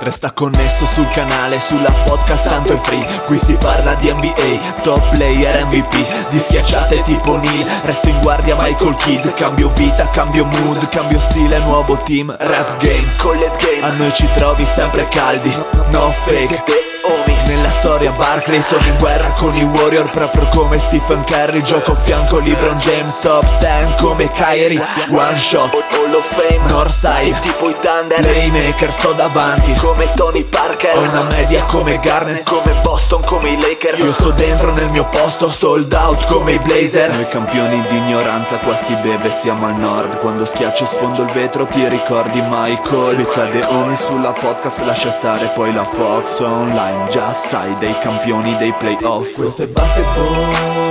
Resta connesso sul canale, sulla podcast tanto è free. Qui si parla di NBA, top player MVP, di schiacciate tipo Neil. Resto in guardia Michael Kidd. Cambio vita, cambio mood, cambio stile, nuovo team. Rap game, collet game, a noi ci trovi sempre caldi. No fake, nella storia Barkley, sono in guerra con i Warrior, proprio come Stephen Curry. Gioco a fianco LeBron James, top 10 come Kyrie. One shot, Hall of Fame, Northside, tipo i Thunder. Playmaker, sto davanti come Tony Parker. Ho una media come Garnett, come Boston, come i Lakers. Io sto dentro nel mio posto, sold out come i Blazer. Noi campioni di ignoranza, qua si beve, siamo al nord. Quando schiaccio e sfondo il vetro ti ricordi Michael. Mi cade ogni sulla podcast, lascia stare poi la Fox online. Già sai, dei campioni dei playoff. Questo è basketball,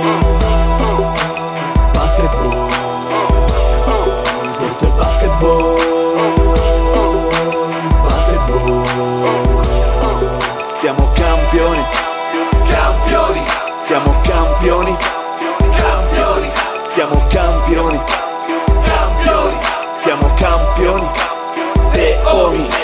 basketball. Questo è basketball, basketball. Siamo campioni, campioni. Siamo campioni, campioni. Siamo campioni, campioni. Siamo campioni, The Homies.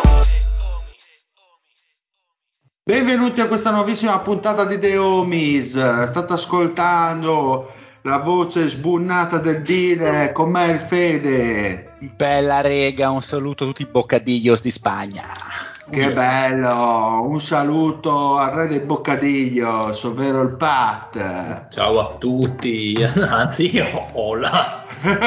Benvenuti a questa nuovissima puntata di The Homies. State ascoltando la voce sbunnata del dire, con me il Fede. Bella rega, un saluto a tutti i boccadillos di Spagna. Che bello, un saluto al re dei boccadillos, ovvero il Pat. Ciao a tutti, anzi io hola.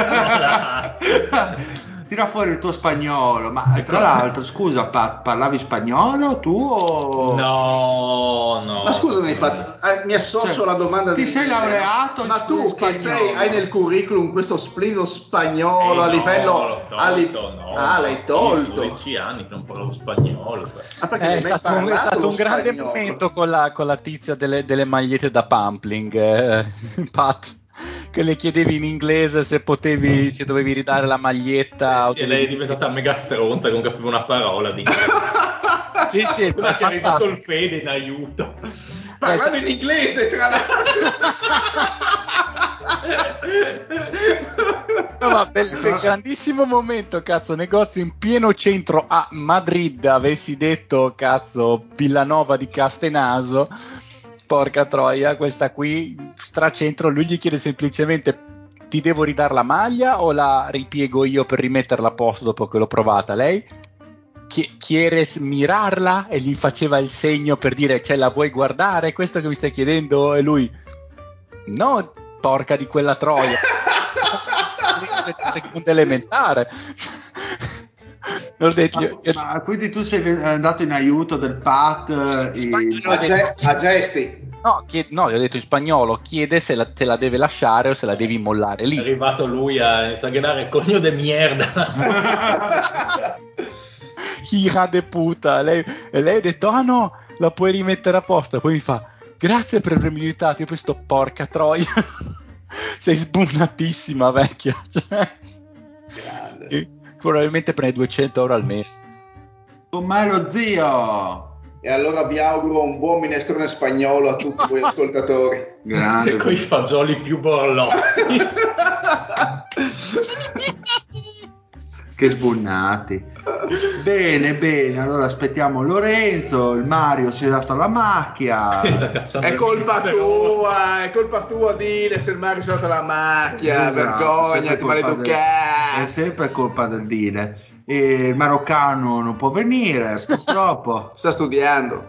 Tira fuori il tuo spagnolo, ma tra l'altro scusa Pat, parlavi spagnolo tu o... No. Ma scusami Pat, mi associo alla domanda ti sei laureato ma in tu spagnolo? hai nel curriculum questo splendido spagnolo a livello l'hai tolto. 10 anni che non parlavo spagnolo. È stato un grande momento con la tizia delle magliette da Pumpling, Pat, che le chiedevi in inglese se dovevi ridare la maglietta. Sì, lei è diventata mega stronza, non capivo una parola di sì, è arrivato il Fede in aiuto. Parlando in inglese, tra l'altro. No, ma bel grandissimo momento, cazzo, negozio in pieno centro a Madrid, avessi detto, cazzo, Villanova di Castenaso. Porca troia, questa qui stracentro, lui gli chiede semplicemente: ti devo ridare la maglia o la ripiego io per rimetterla a posto dopo che l'ho provata? Lei ¿quieres mirarla? E gli faceva il segno per dire: la vuoi guardare? Questo che mi stai chiedendo? E lui: no, porca di quella troia. Seconda elementare. Ma quindi tu sei andato in aiuto del Pat a gesti? No, gli ho detto in spagnolo: chiede se la deve lasciare o se la devi mollare lì. È arrivato lui a esagerare, coño de mierda. Hija de puta. Lei ha detto: ah no, la puoi rimettere a posto. Poi mi fa: grazie per avermi aiutato. Io poi sto: porca troia. Sei sbunnatissima, vecchia. Probabilmente prende 200 euro al mese. Con me lo zio. E allora vi auguro un buon minestrone spagnolo a tutti voi ascoltatori. Grande. E con i fagioli più borlotti. Che sbunnati. Bene, allora aspettiamo Lorenzo. Il Mario si è dato alla macchia. È colpa tua, dile se il Mario si è dato alla macchia. Esatto, vergognati, maleducato. È sempre colpa del dile. E il maroccano non può venire, purtroppo. Sta studiando.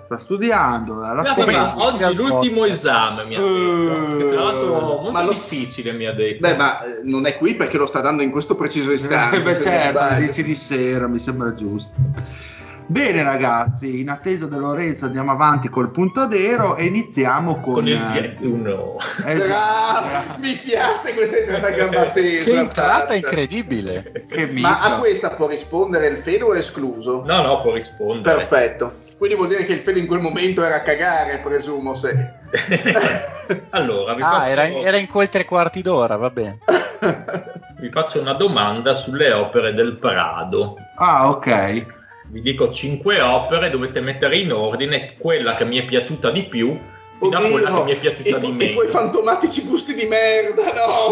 Oggi l'ultimo esame mi ha detto, che tra l'altro molto difficile mi ha detto. Beh, ma non è qui perché lo sta dando in questo preciso istante. Beh, certo, alle 10 di sera mi sembra giusto. Bene ragazzi, in attesa di Lorenzo andiamo avanti col puntatero e iniziamo con il get to know. Esatto. Mi piace questa entrata a gamba tesa. Che entrata incredibile. Ma a questa può rispondere il Fede o è escluso? No, può rispondere. Perfetto. Quindi vuol dire che il Fede in quel momento era a cagare, presumo, se... Allora, era in quel 3/4 d'ora, va bene. Vi faccio una domanda sulle opere del Prado. Ah, ok. Vi dico 5 opere, dovete mettere in ordine quella che mi è piaciuta di più da quella che mi è piaciuta di meno. I tuoi fantomatici gusti di merda,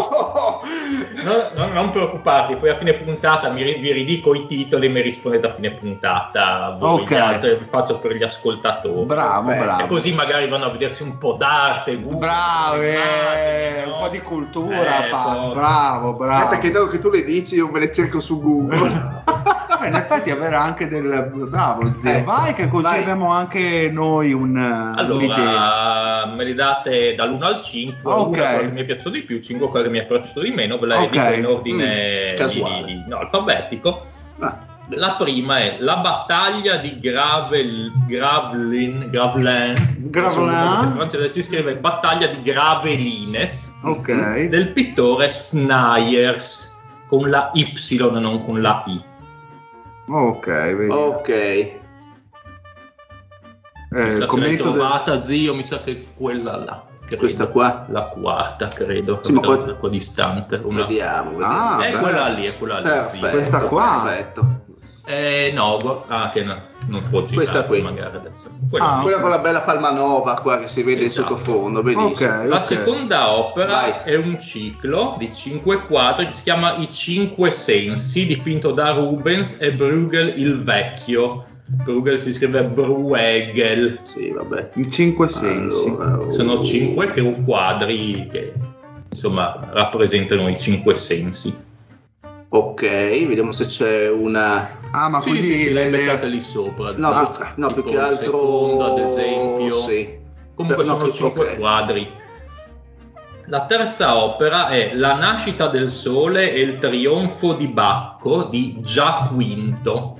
no! Non preoccuparti, poi a fine puntata vi ridico i titoli e mi rispondete a fine puntata. Voi gli altri, vi faccio per gli ascoltatori. Bravo. E così magari vanno a vedersi un po' d'arte, bravo, un po' di cultura, bravo. Perché dopo che tu le dici io me le cerco su Google. In effetti avere anche bravo zio, vai che così abbiamo anche noi un'idea. Me li date dall'1 al 5, una quella che mi è piaciuto di più, 5 quella che mi è piaciuto di meno, ve la dico in ordine casuale. Alfabetico. La prima è la battaglia di Gravelines, si scrive battaglia di Gravelines, del pittore Sniers, con la Y non con la I. Come l'hai trovata, zio? Mi sa che è quella là. Credo. Questa qua? La quarta, credo. Sì, ma poi... un po' distante. Vediamo. È quella lì, Perfetto, questa qua? Perfetto. No, che non può girare. Questa qui. Magari adesso. Quella con la bella palmanova qua che si vede in sottofondo, benissimo. La seconda opera è un ciclo di 5 quadri che si chiama I Cinque Sensi, dipinto da Rubens e Bruegel il Vecchio. Bruegel si scrive Bruegel. Sì, vabbè. I Cinque Sensi. Sono 5 quadri che insomma rappresentano i 5 sensi. Ok, vediamo se c'è una... ma quindi le beccate lì sopra. No, più che altro... Secondo, ad esempio. Sì. Comunque sono 5 quadri. La terza opera è La nascita del sole e il trionfo di Bacco di Giaquinto.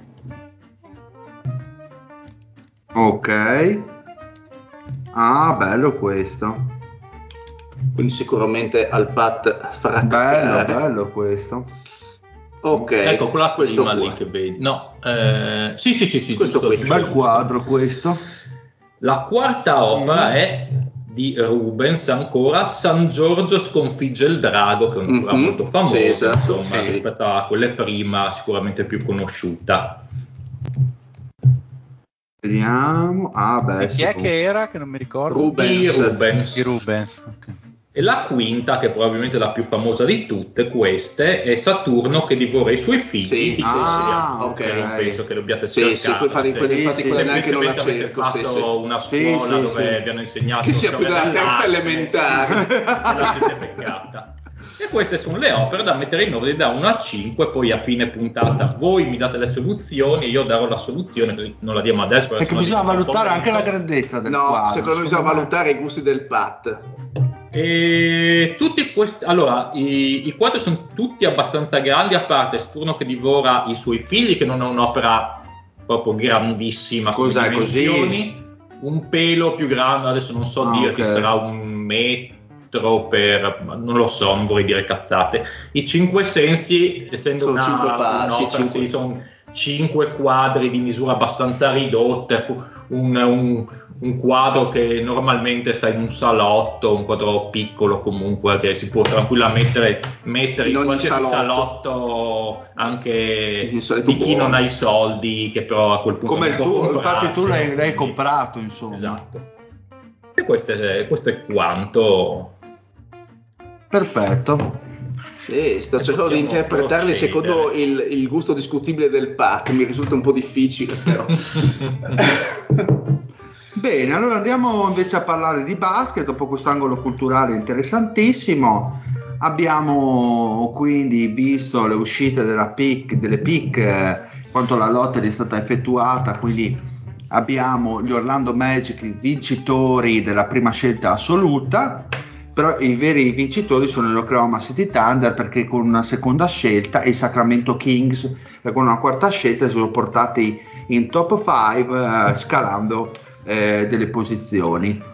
Bello questo. Quindi sicuramente al Pat farà cacare. Bello questo. Ecco quella prima lì che vedi. No, sì, questo giusto. Bel quadro questo. La quarta opera è di Rubens ancora, San Giorgio sconfigge il drago, che è un'opera molto famosa, rispetto a quelle prima, sicuramente più conosciuta. Vediamo. Chi è che era? Che non mi ricordo. Rubens. Di Rubens. Okay. E la quinta, che è probabilmente la più famosa di tutte queste, è Saturno che divora i suoi figli. Penso che dobbiate cercare. Infatti quella neanche non la cerco. Avete fatto una scuola dove vi hanno insegnato che sia più della terza elementare. E la siete beccata. E queste sono le opere da mettere in ordine da 1 a 5, poi a fine puntata voi mi date le soluzioni e io darò la soluzione, perché non la diamo adesso. Perché bisogna valutare anche la grandezza del quadro. No, secondo me bisogna valutare i gusti del Pat. E tutti questi, allora, i quadri sono tutti abbastanza grandi, a parte Saturno che divora i suoi figli, che non è un'opera proprio grandissima come dimensioni, un pelo più grande, adesso non so dirti, sarà 1 metro non lo so, non vorrei dire cazzate. I Cinque Sensi, essendo sono 5 passi, sono 5 quadri di misura abbastanza ridotte, un quadro che normalmente sta in un salotto, un quadro piccolo comunque che si può tranquillamente mettere in qualsiasi salotto anche di chi non ha i soldi, che però a quel punto come tu, infatti tu l'hai comprato, insomma. Esatto. E questo è quanto. Perfetto. Sto cercando di interpretarli secondo il gusto discutibile del Pat, mi risulta un po' difficile però. Bene, allora andiamo invece a parlare di basket, dopo quest'angolo culturale interessantissimo. Abbiamo quindi visto le uscite delle pick, quanto la lottery è stata effettuata, quindi abbiamo gli Orlando Magic vincitori della prima scelta assoluta, però i veri vincitori sono i Oklahoma City Thunder, perché con una seconda scelta, e i Sacramento Kings con una quarta scelta si sono portati in top 5 scalando delle posizioni.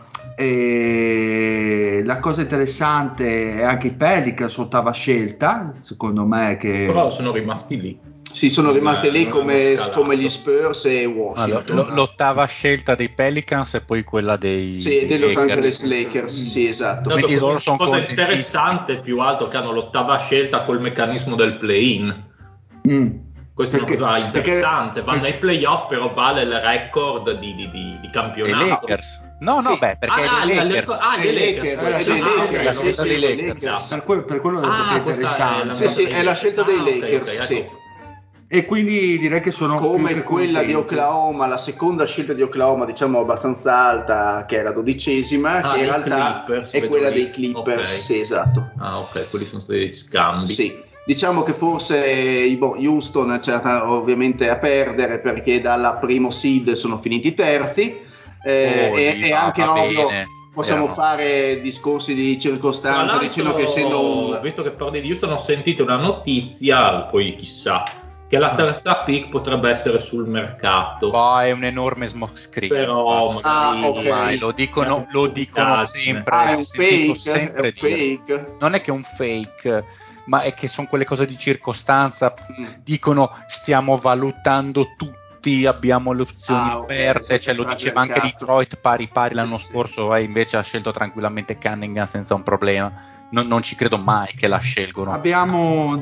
E la cosa interessante è anche i Pelicans ottava scelta, secondo me, che però sono rimasti lì. Sì, sono rimasti lì come gli Spurs e Washington. L'ottava scelta dei Pelicans e poi quella dei Los Angeles Lakers. Sì, esatto. Quindi loro sono cosa interessante, più alto, che hanno l'ottava scelta col meccanismo del play-in. Questa è una cosa interessante. Vanno ai playoff, però vale il record di campionato. I Lakers. No, Sì. perché è dei Lakers. La scelta dei Lakers. Per quello ho detto che è interessante. Sì, è la scelta dei Lakers, sì. E quindi direi che sono come più che quella di contenti. Oklahoma, la seconda scelta di Oklahoma, diciamo abbastanza alta, che è la 12ª, che in realtà Clippers, è quella dei lì. Clippers, Okay. sì, esatto. Ok, quelli sono stati degli scambi. Sì, diciamo che forse Houston c'è andata ovviamente a perdere perché dalla primo seed sono finiti terzi, e anche ovvio possiamo fare discorsi di circostanza dicendo che essendo visto che parli di Houston, ho sentito una notizia, poi chissà, che la terza pick potrebbe essere sul mercato. È un enorme smokescreen. Però magari lo dicono sempre. È un fake? Non è che è un fake, ma è che sono quelle cose di circostanza. Dicono stiamo valutando tutti, abbiamo le opzioni aperte, lo diceva anche Detroit pari l'anno scorso, invece ha scelto tranquillamente Cunningham senza un problema. Non ci credo mai che la scelgono. Abbiamo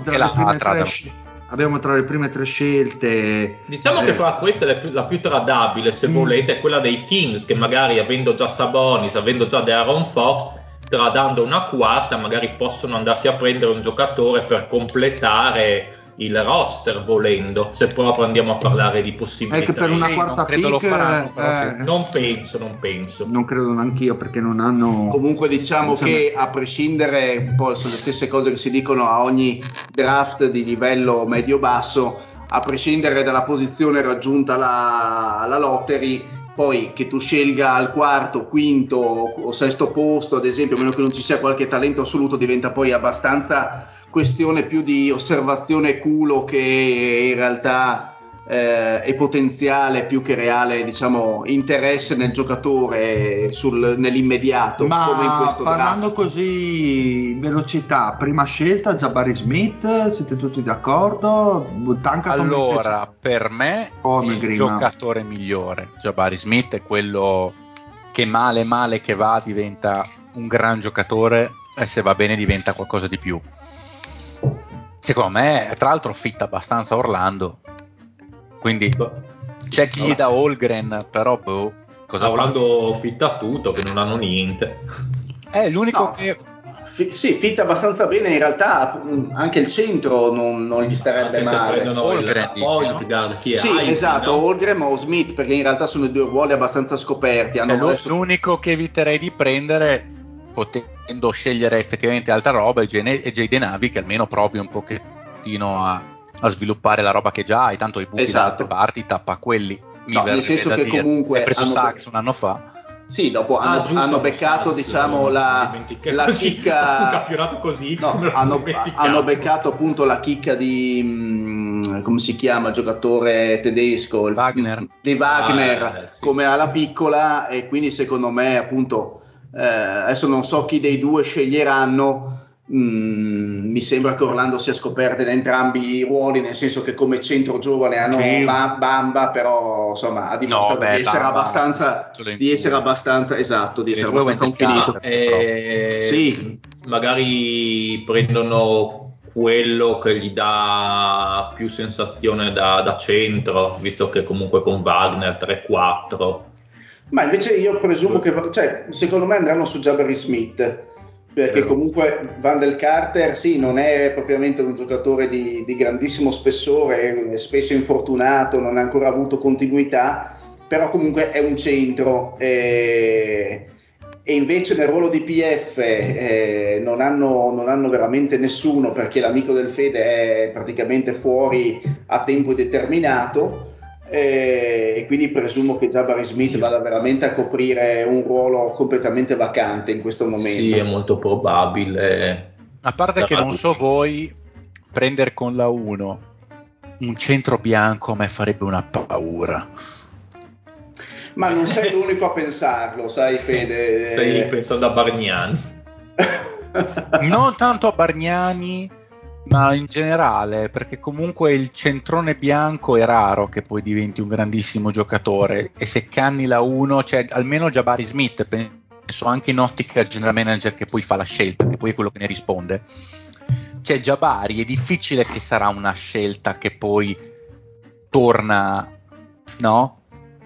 tra le prime 3 scelte. Diciamo che fra queste la più tradabile, se volete, è quella dei Kings, che magari avendo già Sabonis, avendo già De'Aaron Fox, tradando una quarta, magari possono andarsi a prendere un giocatore per completare il roster, volendo, se proprio andiamo a parlare di possibilità. È che per una quarta non credo pick lo faranno, però sì. Non penso. Non credo neanch'io, perché non hanno. Comunque diciamo che a prescindere, un po' sono le stesse cose che si dicono a ogni draft di livello medio-basso, a prescindere dalla posizione raggiunta la lottery, poi che tu scelga al quarto, quinto o sesto posto, ad esempio, a meno che non ci sia qualche talento assoluto, diventa poi abbastanza questione più di osservazione culo che in realtà è potenziale più che reale, diciamo, interesse nel giocatore nell'immediato. Ma come in questo parlando draft. così velocità, prima scelta Jabari Smith, siete tutti d'accordo? Allora, per me il giocatore migliore Jabari Smith è quello che male che va diventa un gran giocatore, e se va bene diventa qualcosa di più. Secondo me, tra l'altro, fitta abbastanza Orlando, quindi c'è chi gli dà Holmgren, però cosa Orlando fitta tutto, che non hanno niente. È l'unico che sì, fitta abbastanza bene, in realtà anche il centro non gli starebbe male. Holmgren, sì, esatto, Holmgren o Smith, perché in realtà sono 2 ruoli abbastanza scoperti. L'unico che eviterei di prendere, potendo scegliere effettivamente altra roba, è Jaden Ivey, che almeno provi un pochettino a sviluppare la roba che già hai, tanto i buchi da altre parti tappa quelli. Nel senso che comunque hai preso Sachs un anno fa. Sì, dopo hanno beccato, diciamo, la chicca. Un campionato così. Hanno beccato appunto la chicca di come si chiama il giocatore tedesco? Di Wagner, sì. Come alla piccola, e quindi secondo me appunto adesso non so chi dei due sceglieranno. Mi sembra che Orlando sia scoperta in entrambi i ruoli, nel senso che come centro giovane hanno Bamba, però insomma ha dimostrato di essere abbastanza un finito. Sì, magari prendono quello che gli dà più sensazione da centro, visto che comunque con Wagner 3-4. Ma invece io presumo che, secondo me andranno su Jabari Smith, perché comunque Van del Carter sì, non è propriamente un giocatore di grandissimo spessore, è spesso infortunato, non ha ancora avuto continuità, però comunque è un centro, e invece nel ruolo di PF non hanno veramente nessuno, perché l'amico del Fede è praticamente fuori a tempo indeterminato. E quindi presumo che Jabari Smith vada veramente a coprire un ruolo completamente vacante in questo momento. Sì, è molto probabile. A parte che non so voi, prendere con la 1 un centro bianco a me farebbe una paura. Ma non sei l'unico a pensarlo, sai Fede? Stai pensando a Bargnani. Non tanto a Bargnani, ma in generale, perché comunque il centrone bianco è raro che poi diventi un grandissimo giocatore, e se canni la 1, almeno Jabari Smith, penso anche in ottica general manager che poi fa la scelta, che poi è quello che ne risponde. Jabari è difficile che sarà una scelta che poi torna, no?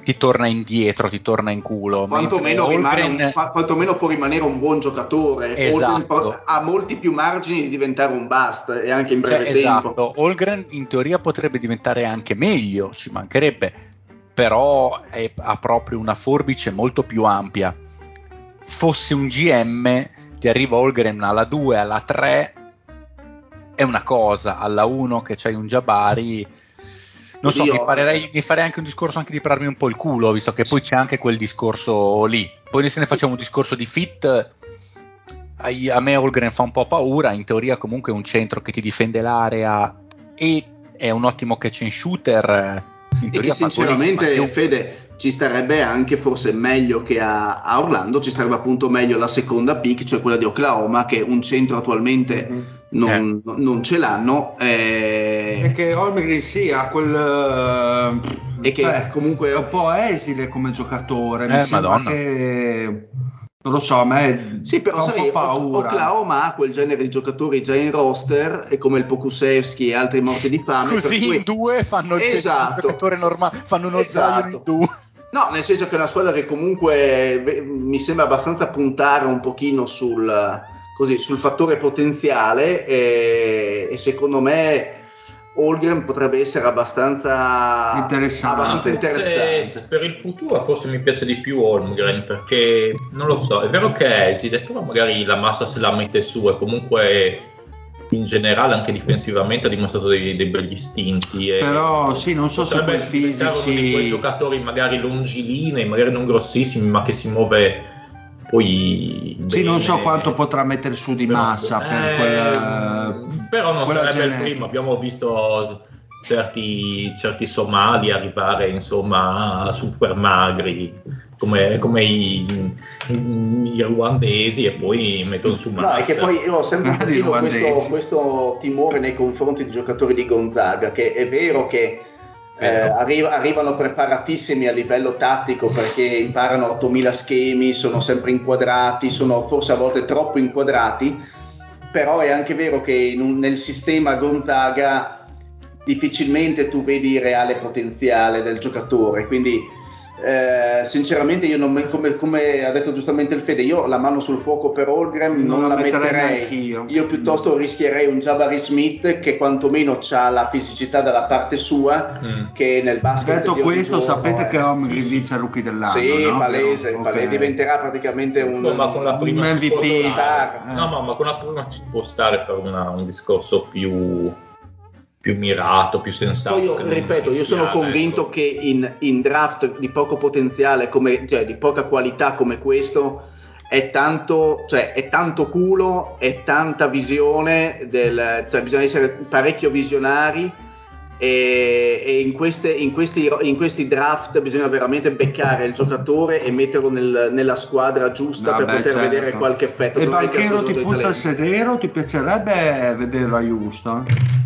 ti torna indietro, ti torna in culo. Quantomeno può rimanere un buon giocatore. Esatto. Ha molti più margini di diventare un bust e anche in breve tempo. Esatto. Holmgren in teoria potrebbe diventare anche meglio, ci mancherebbe, però ha proprio una forbice molto più ampia. Fosse un GM, ti arriva Holmgren alla 2, alla 3 è una cosa, alla 1 che c'hai un Jabari, non so, mi farei anche un discorso anche di pararmi un po' il culo, visto che poi c'è anche quel discorso lì. Poi se ne facciamo un discorso di fit, a me Holmgren fa un po' paura. In teoria comunque è un centro che ti difende l'area e è un ottimo catch and shooter, in teoria, e che sinceramente Fede ci starebbe anche forse meglio che a Orlando, ci starebbe appunto meglio la seconda pick, cioè quella di Oklahoma, che un centro attualmente non ce l'hanno, e che Holmgren sia quel e che comunque è un po' esile come giocatore, mi sembra Madonna. che non lo so, a me sì, però fa un po' paura. Oklahoma ha quel genere di giocatori già in roster, e come il Pokusevski e altri morti di fame, così per cui in due fanno il giocatore normale, fanno uno Zion in due. No, nel senso che è una squadra che comunque mi sembra abbastanza puntare un pochino sul fattore potenziale, e secondo me Holmgren potrebbe essere abbastanza interessante. Per il futuro forse mi piace di più Holmgren, perché non lo so, è vero che è esile, però magari la massa se la mette su, e comunque in generale anche difensivamente ha dimostrato dei begli istinti, però sì, non so se quei fisici, uno di quei giocatori magari longilinei, magari non grossissimi, ma che si muove poi sì, non so quanto potrà mettere su di massa per però non sarebbe il primo. Abbiamo visto certi somali arrivare insomma super magri come i ruandesi, e poi mettono su massa. No, è che poi io ho sempre un pochino questo timore nei confronti dei giocatori di Gonzaga, che è vero che arrivano preparatissimi a livello tattico, perché imparano 8000 schemi, sono sempre inquadrati, sono forse a volte troppo inquadrati, però è anche vero che nel sistema Gonzaga difficilmente tu vedi il reale potenziale del giocatore, quindi sinceramente io non, come ha detto giustamente il Fede, io la mano sul fuoco per Holmgren non la metterei. Io piuttosto rischierei un Jabari Smith, che quantomeno ha la fisicità dalla parte sua, che nel basket detto di questo oggi sapete che Holmgren vince Rookie dell'anno, sì, no? palese, diventerà praticamente un MVP star. Ma con la prima ci può stare fare un discorso più mirato, più sensato. Poi io ripeto, io sono convinto che in draft di poco potenziale, cioè di poca qualità come questo, è tanto culo, è tanta visione, cioè bisogna essere parecchio visionari, e in questi draft bisogna veramente beccare il giocatore e metterlo nella squadra giusta per poter vedere qualche effetto. E Banchero ti puzza il sedere, ti piacerebbe vederlo a Houston?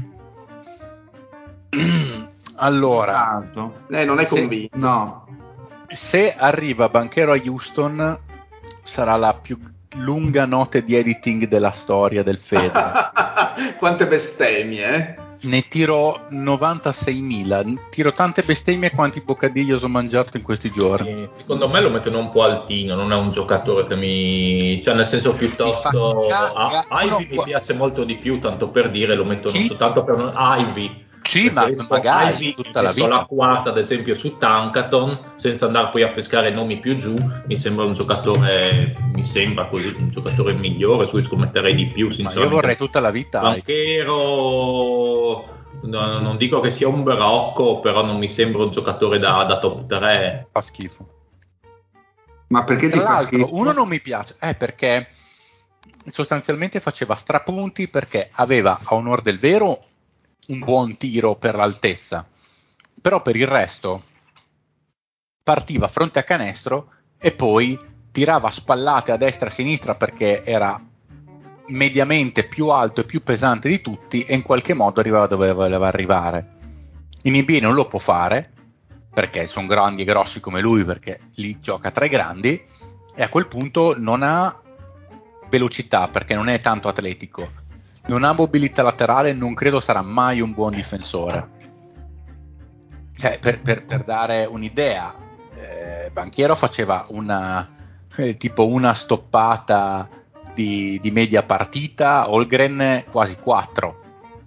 Allora, non è convinto. No. Se arriva Banchero a Houston sarà la più lunga notte di editing della storia del Fede. Quante bestemmie, Ne tiro 96.000, tiro tante bestemmie quanti bocadillos ho mangiato in questi giorni. Secondo me lo mettono un po' altino, non è un giocatore che cioè nel senso piuttosto Ivy mi piace molto di più, tanto per dire, lo mettono soltanto per Ivy. Sì, ma magari Ivy, tutta la vita. La quarta ad esempio su Tankathon, senza andare poi a pescare nomi più giù, mi sembra un giocatore migliore, su cui scommetterei di più sinceramente. Ma io vorrei tutta la vita Banchero, non dico che sia un barocco, però non mi sembra un giocatore da top 3. Fa schifo. Ma perché ti fa schifo? Uno non mi piace, perché sostanzialmente faceva strapunti, perché aveva, a onor del vero, un buon tiro per l'altezza, però per il resto partiva fronte a canestro e poi tirava spallate a destra e a sinistra, perché era mediamente più alto e più pesante di tutti, e in qualche modo arrivava dove voleva arrivare. In NBA non lo può fare perché sono grandi e grossi come lui, perché lì gioca tra i grandi, e a quel punto non ha velocità perché non è tanto atletico, non ha mobilità laterale, non credo sarà mai un buon difensore. Cioè, per dare un'idea, Banchero faceva tipo una stoppata di media partita, Holmgren quasi 4.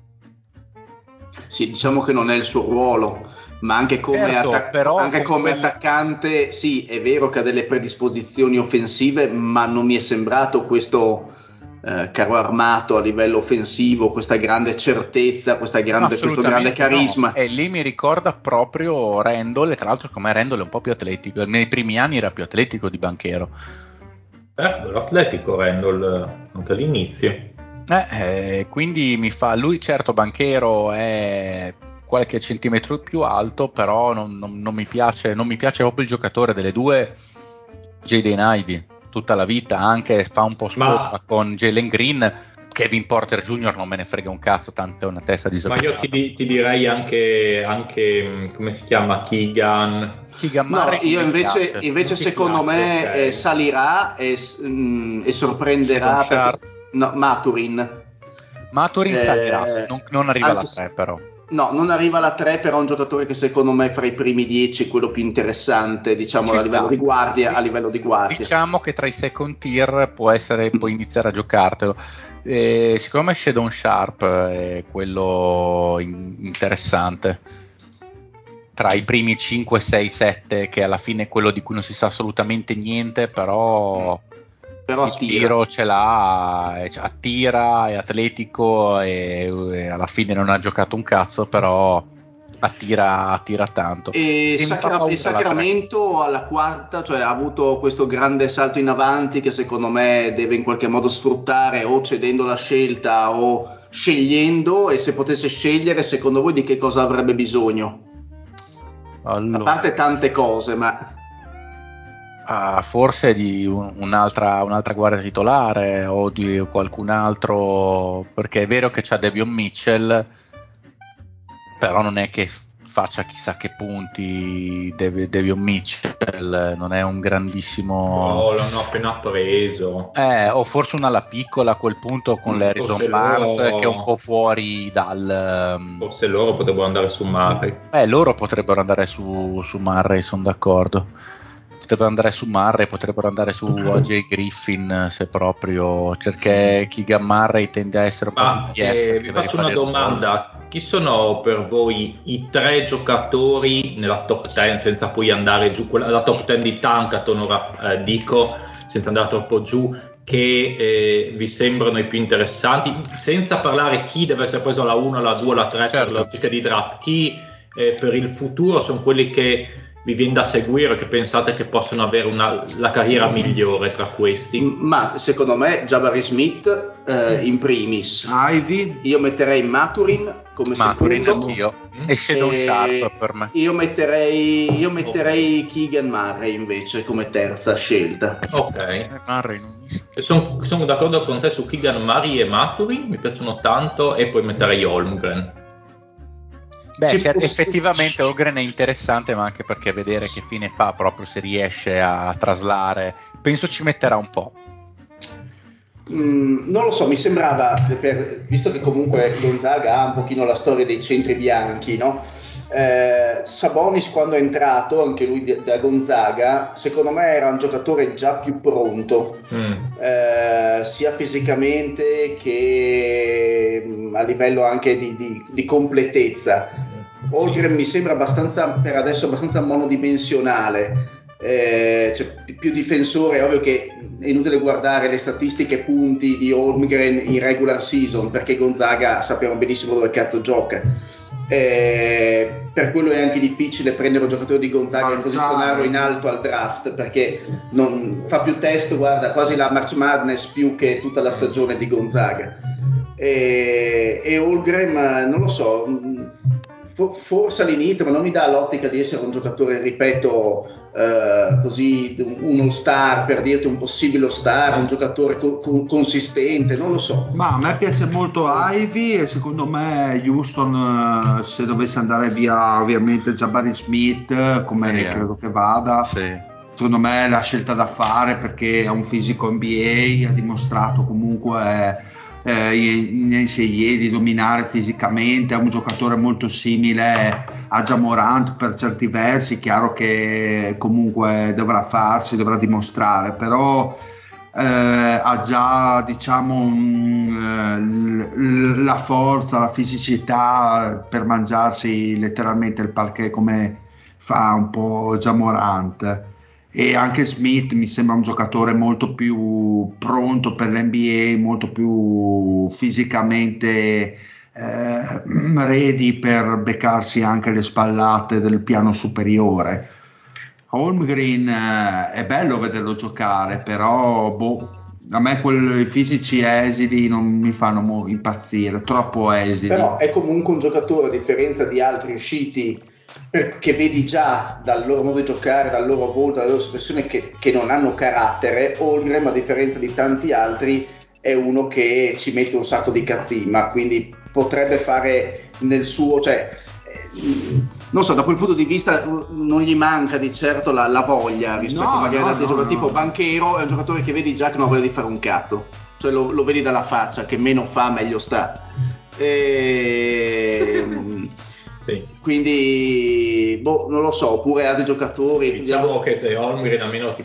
Sì, diciamo che non è il suo ruolo, ma anche come, attaccante, sì, è vero che ha delle predisposizioni offensive, ma non mi è sembrato questo carro armato a livello offensivo, questa grande certezza, questo grande carisma. No. E lì mi ricorda proprio Randall, e tra l'altro come Randall è un po' più atletico, nei primi anni era più atletico di Banchero. Bello atletico Randall anche all'inizio. Quindi mi fa, lui certo Banchero è qualche centimetro più alto, però non mi piace proprio il giocatore. Delle due, Jaden Ivey tutta la vita, anche fa un po' scopa con Jalen Green. Kevin Porter Jr. non me ne frega un cazzo, tanto è una testa disattenta. Ma io ti direi anche come si chiama, Keegan Murray. No, io invece secondo me okay, salirà e sorprenderà Mathurin salirà, non arriva alla 3 però. No, non arriva alla 3, però è un giocatore che secondo me fra i primi 10 è quello più interessante, diciamo, a livello di guardia. Diciamo che tra i second tier può iniziare a giocartelo. Secondo me Shadon Sharp è quello interessante. Tra i primi 5, 6, 7, che alla fine è quello di cui non si sa assolutamente niente, però il tiro ce l'ha, attira, è atletico e alla fine non ha giocato un cazzo, però attira tanto. E Sacramento alla quarta, cioè ha avuto questo grande salto in avanti che secondo me deve in qualche modo sfruttare, o cedendo la scelta o scegliendo. E se potesse scegliere, secondo voi di che cosa avrebbe bisogno? Allora, a parte tante cose, ma forse di un'altra guardia titolare o di qualcun altro, perché è vero che c'ha Davion Mitchell, però non è che faccia chissà che punti. Davion Mitchell non è un grandissimo, l'hanno appena preso, o forse una alla piccola a quel punto con l'Harrison Barnes che è un po' fuori forse loro potrebbero andare su Murray. Loro potrebbero andare su Murray, sono d'accordo. Potrebbero andare su Murray, potrebbero andare su AJ Griffin, se proprio, perché Keegan Murray tende a essere un po' più vi faccio una domanda: chi sono per voi i 3 giocatori nella top 10, senza poi andare giù, la top 10 di Tankathon, ora dico, senza andare troppo giù, che vi sembrano i più interessanti, senza parlare chi deve essere preso alla 1, alla 2, alla 3 per logica di draft, chi per il futuro sono quelli che vi viene da seguire, che pensate che possano avere la carriera migliore tra questi? Ma secondo me Jabari Smith in primis, Ivy, io metterei Mathurin come secondo, anch'io, e Shadon Sharp per me. Io metterei Keegan Murray invece come terza scelta. Ok, sono d'accordo con te su Keegan Murray e Mathurin, mi piacciono tanto, e poi metterei Holmgren. Effettivamente Holmgren è interessante, ma anche perché vedere che fine fa, proprio se riesce a traslare, penso ci metterà un po'. Non lo so, mi sembrava, visto che comunque Gonzaga ha un pochino la storia dei centri bianchi, no? Sabonis, quando è entrato anche lui da Gonzaga, secondo me era un giocatore già più pronto, sia fisicamente che a livello anche di completezza. Holmgren mi sembra per adesso abbastanza monodimensionale, cioè più difensore. È ovvio che è inutile guardare le statistiche punti di Holmgren in regular season, perché Gonzaga sappiamo benissimo dove cazzo gioca, per quello è anche difficile prendere un giocatore di Gonzaga e posizionarlo in alto al draft, perché non fa più testo, guarda, quasi la March Madness più che tutta la stagione di Gonzaga. E Holmgren, non lo so, forse all'inizio, ma non mi dà l'ottica di essere un giocatore, ripeto, così un all-star, per dirti un possibile all-star, un giocatore consistente, non lo so. Ma a me piace molto Ivy, e secondo me Houston, se dovesse andare via ovviamente Jabari Smith, come credo che vada, secondo me è la scelta da fare, perché ha un fisico NBA, ha dimostrato comunque in NCAA, di dominare fisicamente. È un giocatore molto simile a Ja Morant per certi versi, chiaro che comunque dovrà dimostrare, però ha già, diciamo, la forza, la fisicità per mangiarsi letteralmente il parquet come fa un po' Ja Morant. E anche Smith mi sembra un giocatore molto più pronto per l'NBA, molto più fisicamente ready per beccarsi anche le spallate del piano superiore. Holmgren è bello vederlo giocare, però a me quei fisici esili non mi fanno impazzire, troppo esili. Però è comunque un giocatore, a differenza di altri usciti che vedi già dal loro modo di giocare, dal loro volto, dalla loro espressione, che non hanno carattere. Holmgren, a differenza di tanti altri, è uno che ci mette un sacco di cazzimma, quindi potrebbe fare nel suo, non so, da quel punto di vista non gli manca di certo la voglia rispetto magari ad altri giocatori. Tipo Banchero è un giocatore che vedi già che non ha voglia di fare un cazzo, cioè lo vedi dalla faccia, che meno fa meglio sta. Sì. Quindi non lo so, oppure altri giocatori. Diciamo che se Holmgren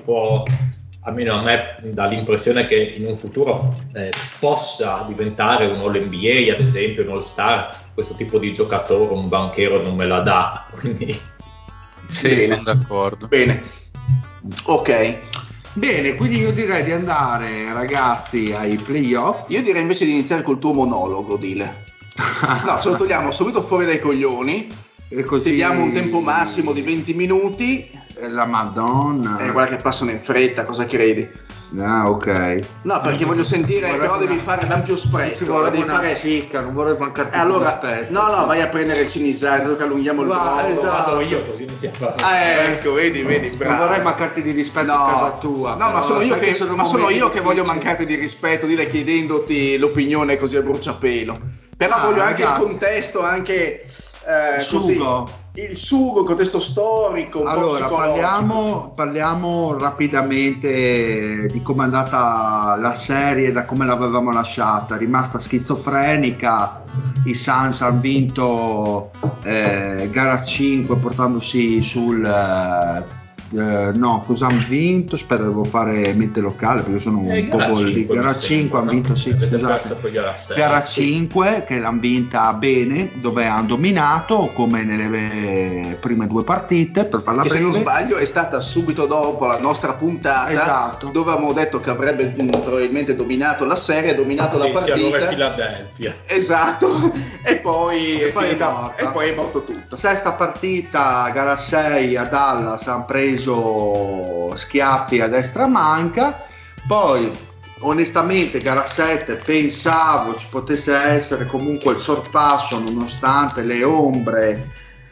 almeno a me dà l'impressione che in un futuro possa diventare un All-NBA, ad esempio, un All-Star. Questo tipo di giocatore un Banchero non me la dà, quindi sì, sono d'accordo. Bene, ok. Bene, quindi io direi di andare, ragazzi, ai playoff. Io direi invece di iniziare col tuo monologo, Dile. No, ce lo togliamo subito fuori dai coglioni e così ti diamo un tempo massimo di 20 minuti. La Madonna. Guarda che passano in fretta, cosa credi? Ah, ok. No, perché voglio sentire, però devi fare l'ampio spreco. Devi fare cicca, non vorrei mancarti rispetto. No, vai a prendere il cinisare, che allunghiamo il brodo. Esatto, io così non ti appare. Ecco, vedi, bravo. Non vorrei mancarti di rispetto a casa tua. No, ma sono io che voglio mancarti di rispetto, dire, chiedendoti l'opinione così a bruciapelo. Però voglio anche il contesto, anche sugo. Il sugo, il contesto storico, allora parliamo rapidamente di come è andata la serie, da come l'avevamo lasciata. È rimasta schizofrenica. I Suns hanno vinto gara 5 portandosi sul cosa hanno vinto? Aspetta, devo fare mente locale perché sono un po' lì. Gara 5 hanno vinto, sì, scusate. Gara 5 che l'hanno vinta bene, dove hanno dominato come nelle prime due partite, per farla breve. Se non sbaglio è stata subito dopo la nostra puntata, esatto, dove avevamo detto che avrebbe probabilmente dominato la serie, dominato la partita. Sì, allora è Philadelphia. Esatto, e poi è morto tutto. Sesta partita, gara 6 a Dallas, hanno preso schiaffi a destra manca. Poi onestamente gara 7 pensavo ci potesse essere comunque il sorpasso, nonostante le ombre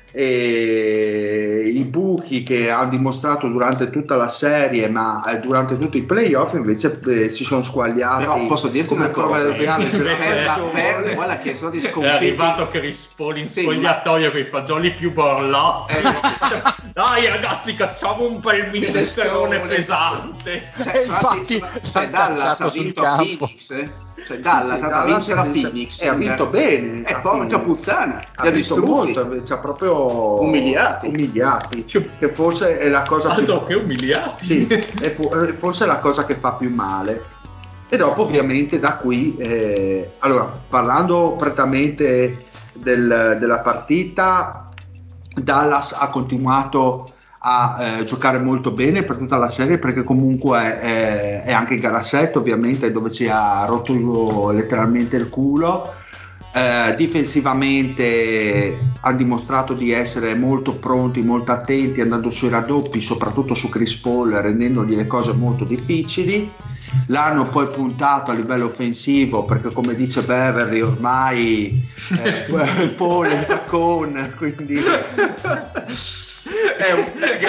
e i buchi che hanno dimostrato durante tutta la serie, ma durante tutti i playoff invece si sono squagliati. Però posso dirti come una cosa, Verne, guarda che sono stati sconfitti. È arrivato Chris Paul in spogliatoio con i fagioli più borlotti. Dai ragazzi, cacciamo un bel minestrone pesante. Infatti Dallas ha vinto a Phoenix, Dallas ha vinto a Phoenix e ha vinto bene. Porca puttana, ha vinto molto, ci ha proprio umiliati, che forse è la cosa altro che umiliati. Sì, è forse la cosa che fa più male. E dopo ovviamente da qui allora, parlando prettamente della partita, Dallas ha continuato a giocare molto bene per tutta la serie, perché comunque è anche gara 7 ovviamente, dove ci ha rotto letteralmente il culo. Difensivamente hanno dimostrato di essere molto pronti, molto attenti, andando sui raddoppi, soprattutto su Chris Paul, rendendogli le cose molto difficili. L'hanno poi puntato a livello offensivo, perché come dice Beverly ormai Paul è saccone, quindi è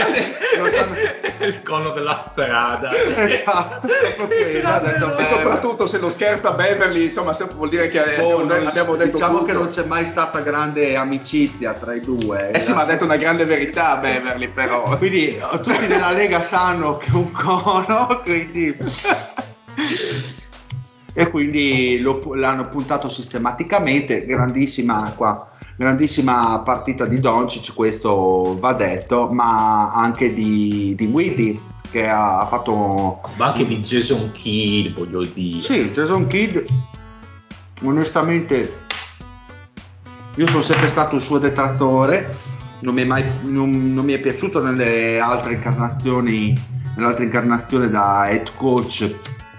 il cono della strada. Esatto, e soprattutto se lo scherza Beverly, insomma, vuol dire che abbiamo detto diciamo tutto. Che non c'è mai stata grande amicizia tra i due. Sì, ma ha detto una grande verità Beverly, però. Quindi tutti nella Lega sanno che è un cono, quindi. e quindi l'hanno puntato sistematicamente. Grandissima partita di Doncic, questo va detto, ma anche di Witty, che ha fatto, ma anche di Jason Kidd, voglio dire. Sì, Jason Kidd, onestamente io sono sempre stato un suo detrattore, non mi è piaciuto nelle altre incarnazioni da head coach,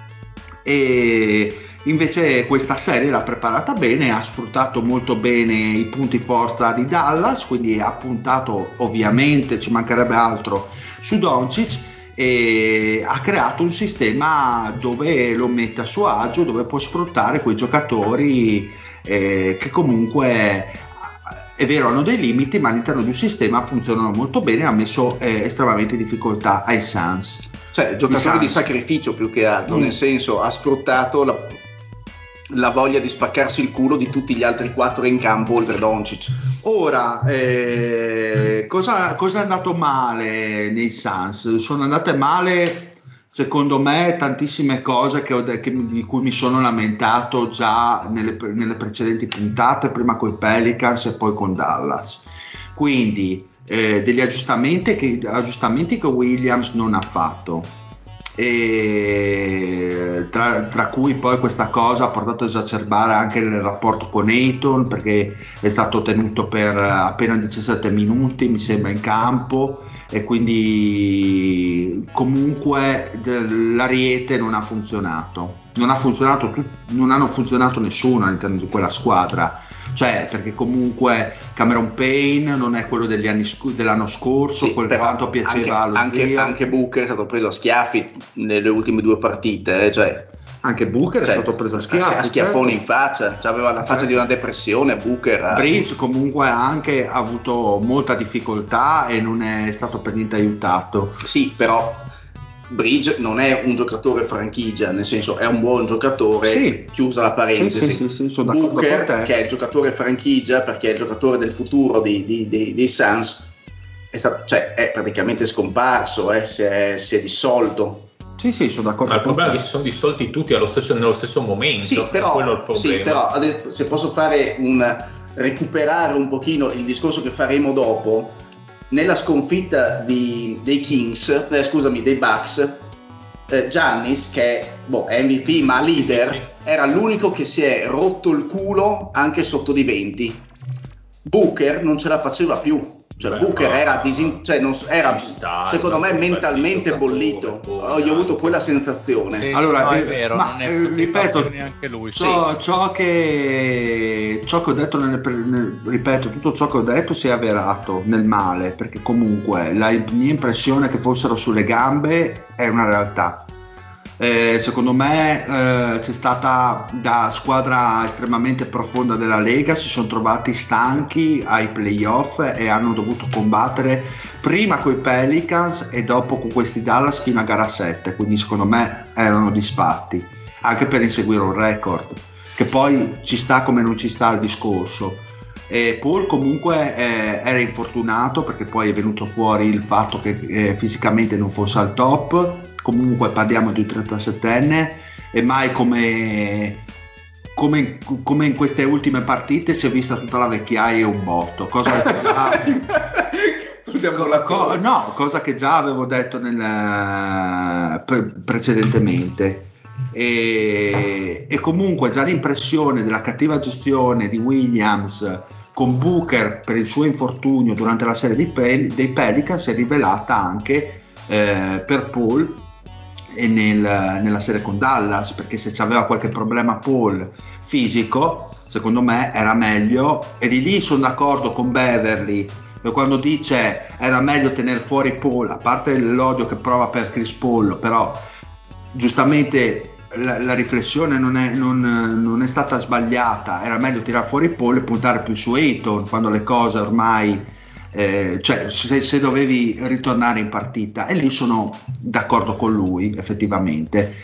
e invece questa serie l'ha preparata bene, ha sfruttato molto bene i punti forza di Dallas, quindi ha puntato, ovviamente ci mancherebbe altro, su Doncic, e ha creato un sistema dove lo mette a suo agio, dove può sfruttare quei giocatori che comunque, è vero, hanno dei limiti, ma all'interno di un sistema funzionano molto bene. Ha messo estremamente in difficoltà ai Suns, cioè giocatori di sacrificio più che altro, nel senso ha sfruttato la voglia di spaccarsi il culo di tutti gli altri 4 in campo oltre Doncic. Ora, cosa è andato male nei Suns? Sono andate male, secondo me, tantissime cose di cui mi sono lamentato già nelle precedenti puntate, prima con i Pelicans e poi con Dallas. Quindi degli aggiustamenti che Williams non ha fatto, e tra cui poi questa cosa ha portato a esacerbare anche il rapporto con Ayton, perché è stato tenuto per appena 17 minuti mi sembra in campo, e quindi comunque l'ariete non ha funzionato, non hanno funzionato nessuno all'interno di quella squadra, cioè, perché comunque Cameron Payne non è quello dell'anno scorso, sì, quanto piaceva allo zio. Anche Booker è stato preso a schiaffi nelle ultime 2 partite, cioè anche Booker è stato preso a schiaffi, a schiaffoni, certo, in faccia, cioè aveva la faccia di una depressione. Booker Bridge comunque anche ha avuto molta difficoltà e non è stato per niente aiutato. Sì, però Bridge non è un giocatore franchigia, nel senso è un buon giocatore, sì, chiusa la parentesi. Sì, sono d'accordo con te. Che è il giocatore franchigia, perché è il giocatore del futuro dei Suns, è praticamente scomparso, si è dissolto. Sì, sono d'accordo. Ma il problema è che si sono dissolti tutti nello stesso momento. Sì, però, quello è il problema. sì, però se posso recuperare un pochino il discorso che faremo dopo, nella sconfitta dei Bucks, Giannis, che è MVP ma leader, era l'unico che si è rotto il culo anche sotto di 20. Booker non ce la faceva più. Cioè, Booker era secondo me mentalmente bollito. Io ho avuto quella sensazione. Sì, allora, no, è vero, ma ripeto, neanche lui. Ciò che ho detto ripeto, tutto ciò che ho detto si è avverato nel male, perché comunque la mia impressione che fossero sulle gambe è una realtà. Secondo me c'è stata, da squadra estremamente profonda della Lega, si sono trovati stanchi ai playoff e hanno dovuto combattere prima coi Pelicans e dopo con questi Dallas fino a gara 7, quindi secondo me erano disfatti anche per inseguire un record, che poi ci sta come non ci sta il discorso. E Paul comunque era infortunato, perché poi è venuto fuori il fatto che fisicamente non fosse al top. Comunque parliamo di un 37enne e mai come in queste ultime partite si è vista tutta la vecchiaia e un botto, cosa che già avevo detto precedentemente. E comunque già l'impressione della cattiva gestione di Williams con Booker per il suo infortunio durante la serie dei Pelicans è rivelata anche per Paul e nella serie con Dallas, perché se c'aveva qualche problema Paul fisico, secondo me era meglio, e di lì sono d'accordo con Beverly quando dice era meglio tenere fuori Paul, a parte l'odio che prova per Chris Paul, però giustamente la riflessione non è stata sbagliata, era meglio tirare fuori Paul e puntare più su Ayton quando le cose ormai cioè se dovevi ritornare in partita, e lì sono d'accordo con lui effettivamente.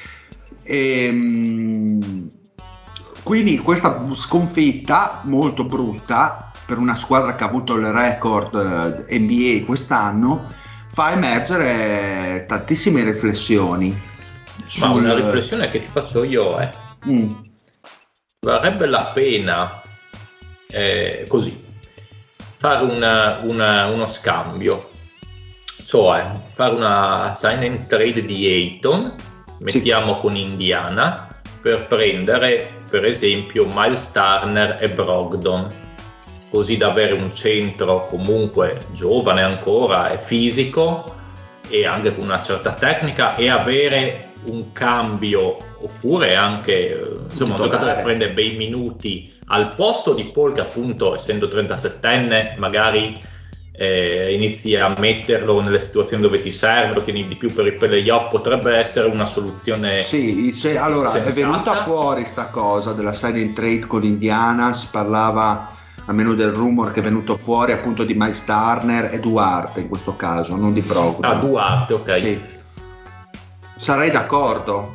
Quindi questa sconfitta molto brutta per una squadra che ha avuto il record NBA quest'anno fa emergere tantissime riflessioni. Ma una riflessione che ti faccio io è: Varrebbe la pena così fare uno scambio, cioè fare una sign and trade di Ayton, mettiamo con Indiana, per prendere per esempio Miles Turner e Brogdon, così da avere un centro comunque giovane ancora e fisico e anche con una certa tecnica, e avere un cambio, oppure anche insomma un giocatore che prende bei minuti al posto di Paul, che appunto essendo 37enne magari inizi a metterlo nelle situazioni dove ti serve, lo tieni di più per i playoff, potrebbe essere una soluzione. Sì, allora sensata. È venuta fuori sta cosa della sign and trade con Indiana, si parlava almeno del rumor che è venuto fuori appunto di Miles Turner e Duarte in questo caso, non di Brogdon. Duarte, ok. Sì. Sarei d'accordo,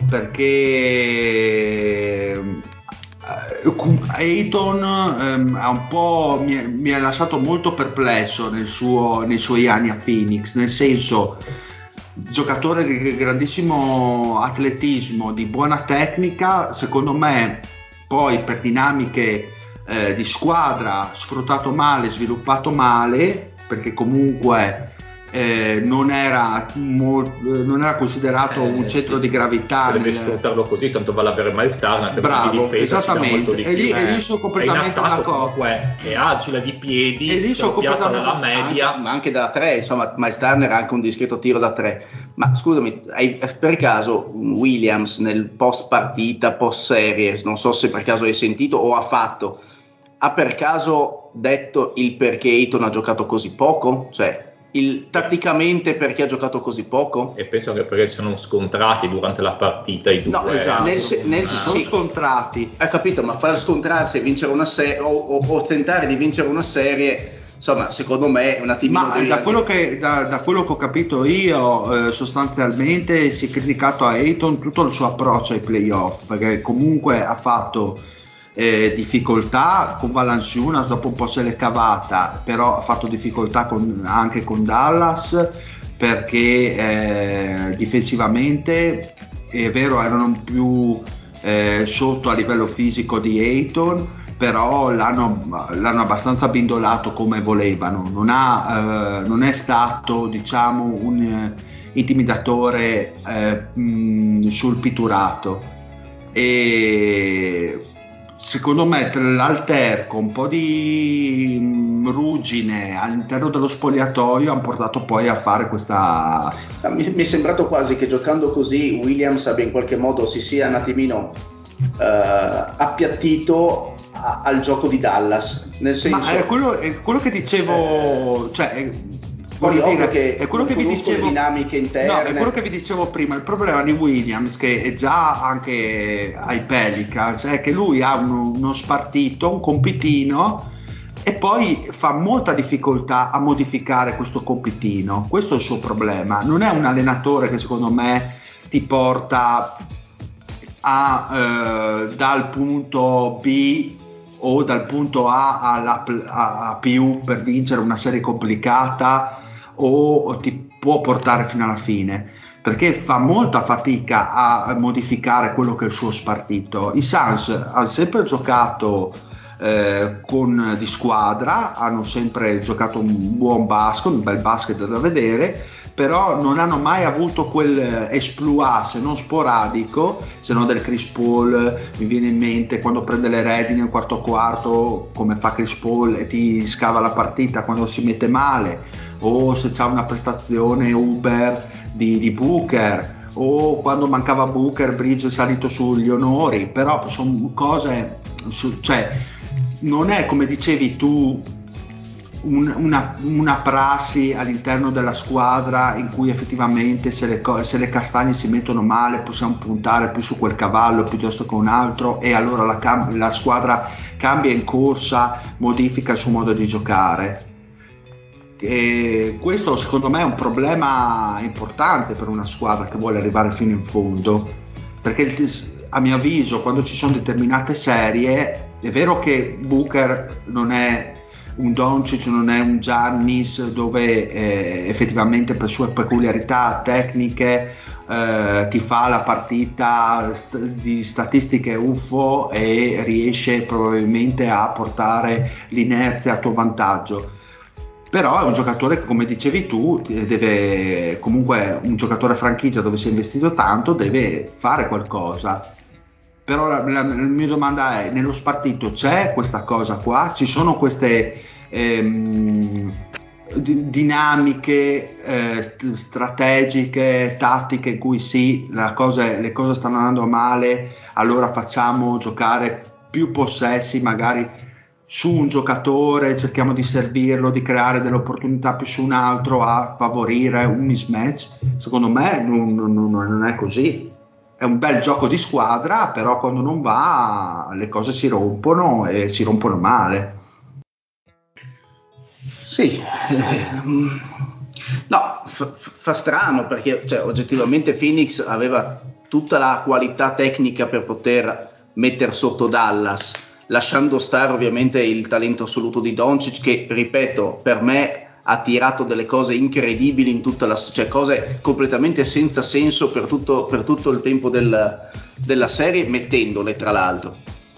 perché Ayton ha un po' mi ha lasciato molto perplesso nei suoi anni a Phoenix, nel senso, giocatore di grandissimo atletismo, di buona tecnica, secondo me poi per dinamiche di squadra sfruttato male, sviluppato male, perché comunque non era considerato un centro di gravità. Devi sfruttarlo così, tanto vale avere Miles Turner, bravo, esattamente, e lì sono completamente d'accordo. Comunque è agile di piedi, e lì sono piazza dalla media, ma anche da 3, insomma Miles Turner ha anche un discreto tiro da 3. Ma scusami, hai per caso Williams nel post partita, post serie, non so se per caso hai sentito o ha per caso detto il perché Ayton ha giocato così poco? Cioè, tatticamente perché ha giocato così poco? E penso che perché sono scontrati durante la partita i due. No, esatto. Sono scontrati. Hai capito, ma far scontrarsi e vincere una serie o tentare di vincere una serie, insomma, secondo me è un attimino. Ma da quello che ho capito io, sostanzialmente si è criticato a Ayton tutto il suo approccio ai playoff, perché comunque ha fatto difficoltà con Valanciunas, dopo un po' se l'è cavata, però ha fatto difficoltà anche con Dallas, perché difensivamente è vero erano più sotto a livello fisico di Ayton, però l'hanno abbastanza bindolato come volevano, non è stato, diciamo, un intimidatore sul pitturato, e secondo me l'alterco, un po' di ruggine all'interno dello spogliatoio hanno portato poi a fare questa. Mi è sembrato quasi che giocando così Williams abbia in qualche modo si sia un attimino appiattito al gioco di Dallas, nel senso. Ma è quello che dicevo, cioè poi ovvio che è quello che vi dicevo, le dinamiche interne. No, è quello che vi dicevo prima. Il problema di Williams, che è già anche ai Pelicans, è che lui ha uno spartito, un compitino, e poi fa molta difficoltà a modificare questo compitino. Questo è il suo problema. Non è un allenatore che secondo me ti porta dal punto B o dal punto A a più per vincere una serie complicata, o ti può portare fino alla fine, perché fa molta fatica a modificare quello che è il suo spartito. I Suns hanno sempre giocato di squadra, hanno sempre giocato un buon basket, un bel basket da vedere, però non hanno mai avuto quel exploit, se non sporadico, se non del Chris Paul. Mi viene in mente quando prende le redini nel quarto quarto, come fa Chris Paul, e ti scava la partita quando si mette male, o se c'è una prestazione Uber di Booker, o quando mancava Booker Bridge è salito sugli onori. Però sono cose, cioè non è, come dicevi tu, una prassi all'interno della squadra in cui effettivamente se le castagne si mettono male possiamo puntare più su quel cavallo piuttosto che un altro, e allora la squadra cambia in corsa, modifica il suo modo di giocare. E questo secondo me è un problema importante per una squadra che vuole arrivare fino in fondo, perché a mio avviso quando ci sono determinate serie, è vero che Booker non è un Doncic, non è un Giannis, dove effettivamente per sue peculiarità tecniche ti fa la partita di statistiche UFO e riesce probabilmente a portare l'inerzia a tuo vantaggio. Però è un giocatore che, come dicevi tu, deve, comunque un giocatore franchigia dove si è investito tanto, deve fare qualcosa. Però la mia domanda è: nello spartito c'è questa cosa qua? Ci sono queste dinamiche strategiche, tattiche in cui sì, le cose stanno andando male, allora facciamo giocare più possessi magari su un giocatore, cerchiamo di servirlo, di creare delle opportunità più su un altro, a favorire un mismatch? Secondo me non è così. È un bel gioco di squadra, però quando non va le cose si rompono e si rompono male. Sì, no, fa strano perché oggettivamente Phoenix aveva tutta la qualità tecnica per poter mettere sotto Dallas, lasciando stare ovviamente il talento assoluto di Doncic, che, ripeto, per me ha tirato delle cose incredibili in tutta cose completamente senza senso per tutto il tempo della serie, mettendole tra l'altro,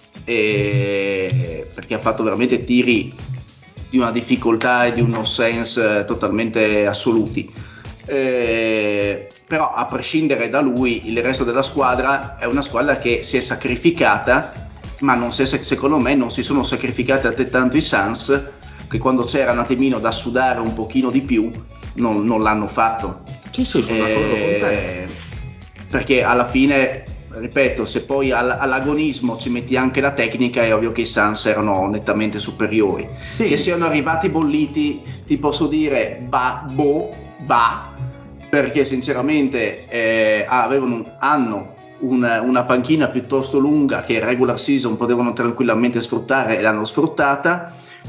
perché ha fatto veramente tiri di una difficoltà e di un no sense totalmente assoluti. Però a prescindere da lui, il resto della squadra è una squadra che si è sacrificata, ma secondo me non si sono sacrificati altrettanto i Suns, che quando c'era un attimino da sudare un pochino di più non l'hanno fatto. Sì, sono d'accordo con te. Perché alla fine, ripeto, se poi all'agonismo ci metti anche la tecnica, è ovvio che i Suns erano netthanno superiori. Sì. Che siano arrivati bolliti, ti posso dire perché sinceramente hanno una panchina piuttosto lunga che in regular season potevano tranquillamente sfruttare e l'hanno sfruttata.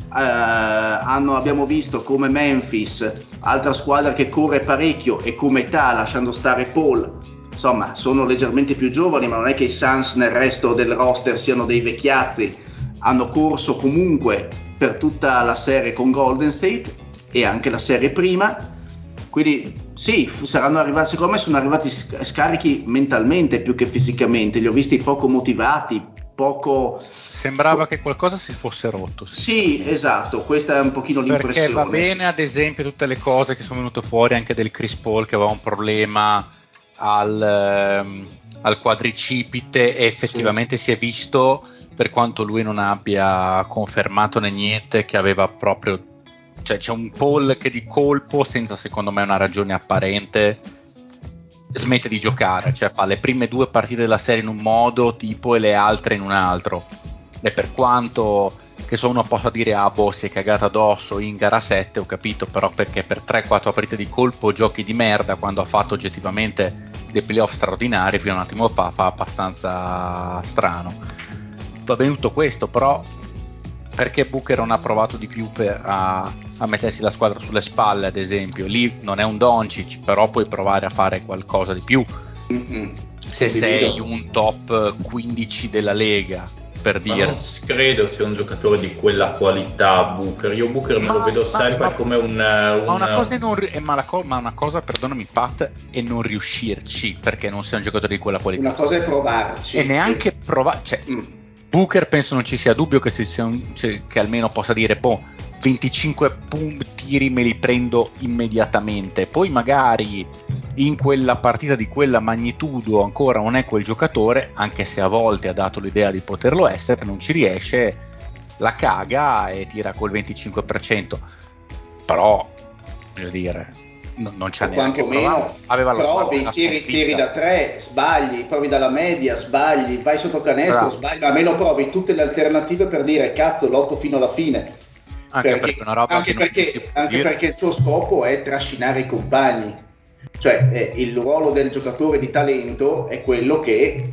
Abbiamo visto come Memphis, altra squadra che corre parecchio, e come età, lasciando stare Paul, insomma sono leggermente più giovani, ma non è che i Suns nel resto del roster siano dei vecchiazzi, hanno corso comunque per tutta la serie con Golden State e anche la serie prima, quindi sì, saranno arrivati, secondo me sono arrivati scarichi mentalmente più che fisicamente, li ho visti poco motivati, sembrava che qualcosa si fosse rotto. Sì, esatto, questa è un pochino l'impressione. Perché va bene, ad esempio, tutte le cose che sono venute fuori anche del Chris Paul, che aveva un problema al quadricipite, e effettivamente si è visto, per quanto lui non abbia confermato né niente, che aveva proprio, cioè c'è un Paul che di colpo, senza secondo me una ragione apparente, smette di giocare, cioè fa le prime 2 partite della serie in un modo tipo e le altre in un altro, e per quanto che uno possa dire si è cagato addosso in gara 7, ho capito, però perché per 3-4 partite di colpo giochi di merda, quando ha fatto oggettivamente dei playoff straordinari fino a un attimo fa abbastanza strano. Va bene tutto questo, però perché Booker non ha provato di più a mettersi la squadra sulle spalle, ad esempio? Lì non è un Doncic, però puoi provare a fare qualcosa di più. Se sei un top 15 della Lega, per dire. Ma non credo sia un giocatore di quella qualità Booker. Io Booker me lo vedo sempre come una cosa, perdonami Pat, è non riuscirci, perché non sei un giocatore di quella qualità. Una cosa è provarci. E neanche provare, cioè Booker penso non ci sia dubbio che che almeno possa dire 25 tiri me li prendo immediatamente. Poi magari in quella partita di quella magnitudo ancora non è quel giocatore, anche se a volte ha dato l'idea di poterlo essere, non ci riesce, la caga e tira col 25%. Però voglio dire, non c'è neanche provato. Aveva provi, tiri da 3, sbagli, provi dalla media, sbagli, vai sotto canestro, sbagli, ma almeno provi tutte le alternative per dire cazzo, lotto fino alla fine. Anche perché il suo scopo è trascinare i compagni, cioè il ruolo del giocatore di talento è quello che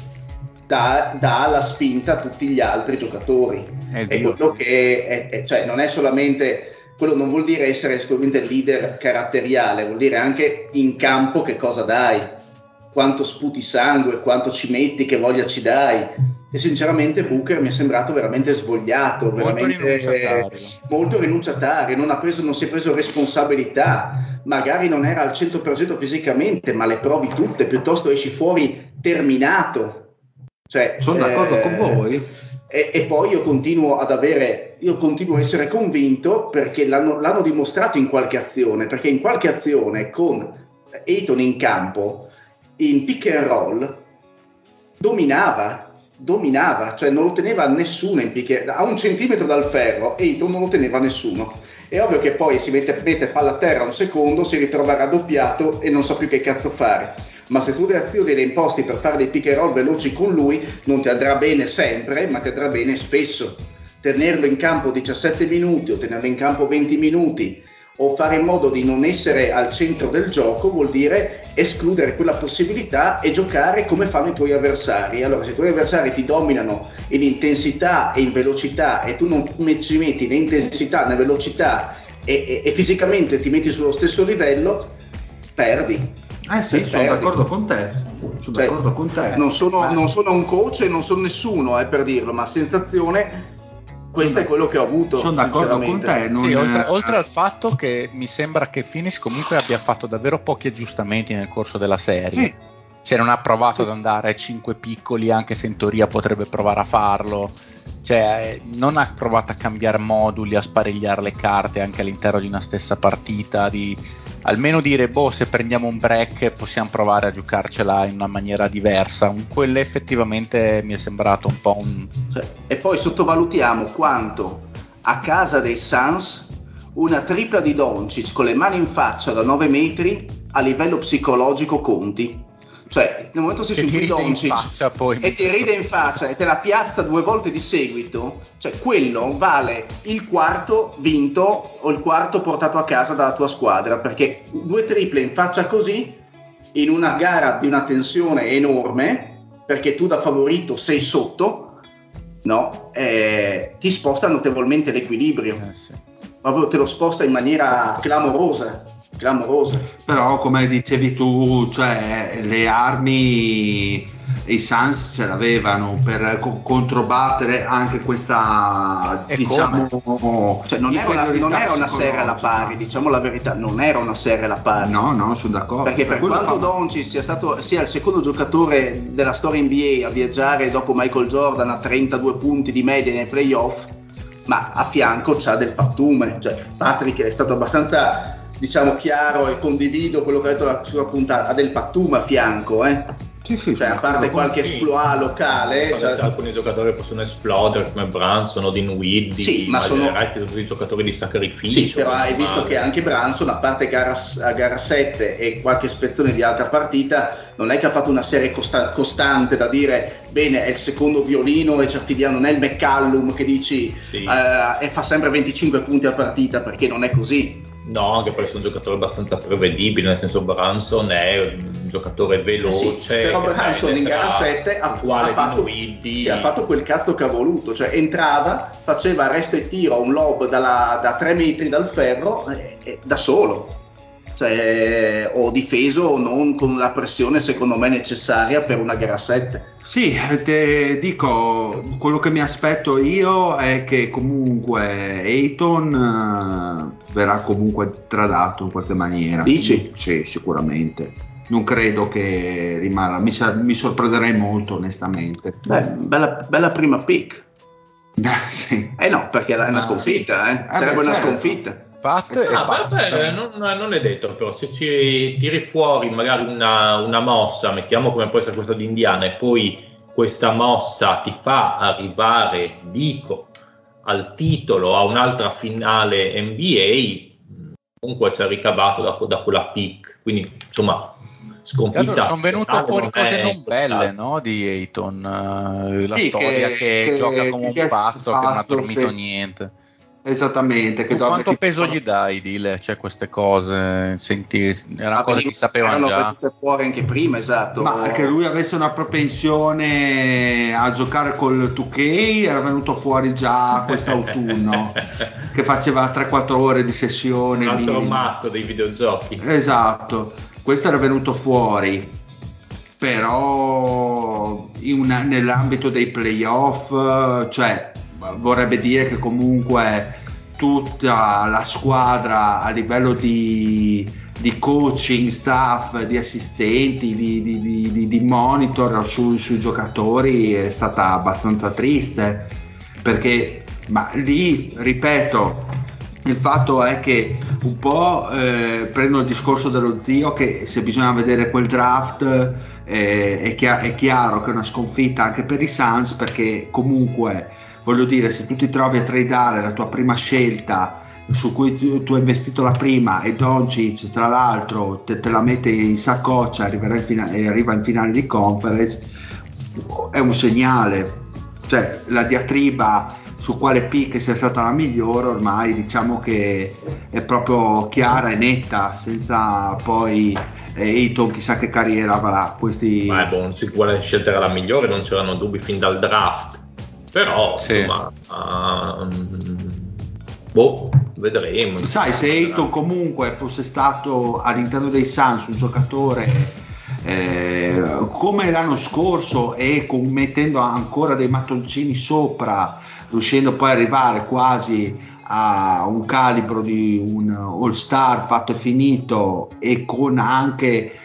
dà la spinta a tutti gli altri giocatori, è quello che cioè non è solamente quello, non vuol dire essere esclusivamente il leader caratteriale, vuol dire anche in campo che cosa dai, quanto sputi sangue, quanto ci metti, che voglia ci dai, e sinceramente Booker mi è sembrato veramente svogliato, molto rinunciatario, non si è preso responsabilità, magari non era al 100% fisicamente, ma le provi tutte, piuttosto esci fuori terminato. Cioè, sono d'accordo con voi. E poi io continuo a essere convinto, perché l'hanno dimostrato in qualche azione, perché in qualche azione con Ayton in campo, in pick and roll, dominava, cioè non lo teneva nessuno in pick, a 1 centimetro dal ferro Ayton non lo teneva nessuno. È ovvio che poi si mette palla a terra un secondo, si ritrova raddoppiato e non sa più che cazzo fare. Ma se tu le azioni le imposti per fare dei pick and roll veloci con lui, non ti andrà bene sempre, ma ti andrà bene spesso. Tenerlo in campo 17 minuti o tenerlo in campo 20 minuti o fare in modo di non essere al centro del gioco vuol dire escludere quella possibilità e giocare come fanno i tuoi avversari. Allora, se i tuoi avversari ti dominano in intensità e in velocità e tu non ci metti né intensità né velocità e fisicamente ti metti sullo stesso livello, perdi. Sì, sono d'accordo con te. Non sono un coach e non sono nessuno per dirlo, ma sensazione, questo è quello che ho avuto. Sono d'accordo con te. Sì, oltre al fatto che mi sembra che Phoenix comunque abbia fatto davvero pochi aggiustamenti nel corso della serie. Cioè non ha provato ad andare a 5 piccoli, anche se in teoria potrebbe provare a farlo. Cioè non ha provato a cambiare moduli, a sparigliare le carte anche all'interno di una stessa partita, di almeno dire se prendiamo un break possiamo provare a giocarcela in una maniera diversa. Quello effettivamente mi è sembrato un po' e poi sottovalutiamo quanto a casa dei Suns una tripla di Doncic con le mani in faccia da 9 metri a livello psicologico conti. Cioè nel momento che sei su Doncic e ti ride in faccia e te la piazza 2 volte di seguito, cioè quello vale il quarto vinto o il quarto portato a casa dalla tua squadra, perché 2 triple in faccia così in una gara di una tensione enorme, perché tu da favorito sei sotto, no? Ti sposta notevolmente l'equilibrio, proprio te lo sposta in maniera clamorosa. Però come dicevi tu, cioè le armi i Suns ce l'avevano per controbattere anche questa, diciamo, cioè non era una serie alla pari, diciamo la verità, non era una serie alla pari. No, sono d'accordo. Perché per quanto Doncic sia il secondo giocatore della storia NBA a viaggiare dopo Michael Jordan a 32 punti di media nei playoff, ma a fianco c'ha del pattume, cioè Patrick è stato abbastanza, diciamo, chiaro, e condivido quello che ha detto la sua puntata, ha del pattume a fianco, Sì, cioè a parte qualche esploit locale, alcuni giocatori possono esplodere come Brunson o Dinwiddie, ma il resto sono tutti giocatori di sacrificio. Sì, però hai visto che anche Brunson, a parte gara 7 e qualche ispezione di altra partita, non è che ha fatto una serie costante da dire bene, è il secondo violino e ci affidiamo, non è il McCallum che dici e fa sempre 25 punti a partita, perché non è così. No, anche perché sono un giocatore abbastanza prevedibile, nel senso Brunson è un giocatore veloce. Però Brunson in gara 7 ha fatto quel cazzo che ha voluto, cioè entrava, faceva resto e tiro, un lob da 3 metri dal ferro da solo, cioè, o difeso non con la pressione secondo me necessaria per una gara 7. Sì, te dico, quello che mi aspetto io è che comunque Ayton verrà comunque tradato in qualche maniera. Dici? Sì, sicuramente. Non credo che rimanga, mi sorprenderei molto onestamente. Bella prima pick. Sì. No, perché è una sconfitta, sarebbe una sconfitta. Non è detto, però se ci tiri fuori magari una mossa, mettiamo come può essere questa di Indiana, e poi questa mossa ti fa arrivare, al titolo, a un'altra finale NBA, comunque ci ha ricavato da quella pick, quindi insomma sconfitta. Sono venute fuori cose non belle, no, di Ayton, la storia che gioca come un pazzo, che non ha dormito niente. Esattamente. Quanto peso gli dai, Dile? Cioè, queste cose, senti, erano cose che sapevano già. Erano venute fuori anche prima, esatto. Ma che lui avesse una propensione a giocare col 2K era venuto fuori già quest'autunno, che faceva 3-4 ore di sessione. Un altro matto dei videogiochi. Esatto, questo era venuto fuori. però nell'ambito dei playoff, cioè vorrebbe dire che comunque tutta la squadra a livello di coaching, staff, di assistenti, di monitor sui giocatori è stata abbastanza triste, perché lì, ripeto, il fatto è che un po' prendo il discorso dello zio, che se bisogna vedere quel draft è chiaro che è una sconfitta anche per i Suns, perché comunque voglio dire, se tu ti trovi a tradare la tua prima scelta su cui tu hai investito la prima e Doncic tra l'altro te la mette in saccoccia e arriva in finale di conference, è un segnale, cioè la diatriba su quale pick sia stata la migliore ormai diciamo che è proprio chiara e netta, senza poi Ayton chissà che carriera avrà. Su quale scelta era la migliore non c'erano dubbi fin dal draft, però sì. Insomma vedremo. Sai, se Ayton comunque fosse stato all'interno dei Suns un giocatore come l'anno scorso e mettendo ancora dei mattoncini sopra, riuscendo poi ad arrivare quasi a un calibro di un all-star fatto e finito, e con anche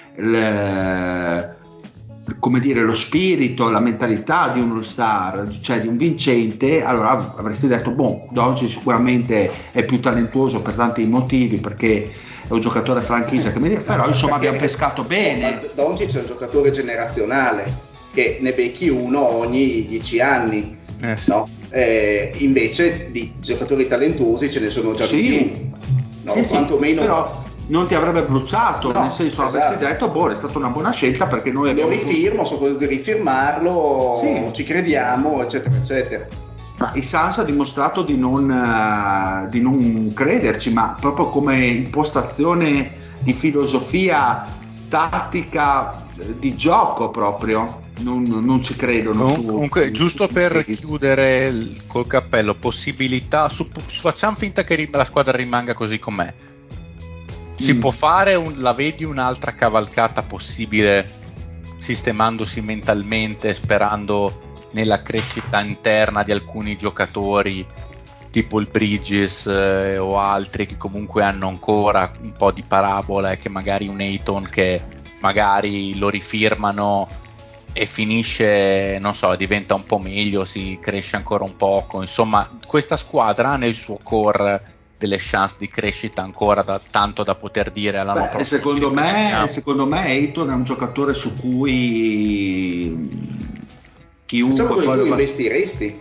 lo spirito, la mentalità di un all-star, cioè di un vincente, allora avresti detto Doncic sicuramente è più talentuoso per tanti motivi, perché è un giocatore franchigia però insomma abbiamo pescato bene. Doncic è un giocatore generazionale che ne becchi uno ogni 10 anni, sì. No? Invece di giocatori talentuosi ce ne sono già di più, no? Quantomeno però non ti avrebbe bruciato, no, nel senso avresti detto è stata una buona scelta, perché noi lo rifirmo, sono potuto rifirmarlo, sì. Ci crediamo, eccetera eccetera. Ma i Suns ha dimostrato di non crederci, ma proprio come impostazione di filosofia tattica di gioco proprio non ci credono. Comunque giusto per chiudere col cappello, possibilità facciamo finta che la squadra rimanga così com'è, si può fare la vedi un'altra cavalcata possibile, sistemandosi mentalmente, sperando nella crescita interna di alcuni giocatori tipo il Bridges o altri che comunque hanno ancora un po' di parabola, e che magari un Ayton che magari lo rifirmano e finisce, non so, diventa un po' meglio, si cresce ancora un poco, insomma questa squadra ha nel suo core delle chance di crescita ancora tanto da poter dire all'anno prossimo. Secondo me Ayton è un giocatore su cui chiunque tu investiresti?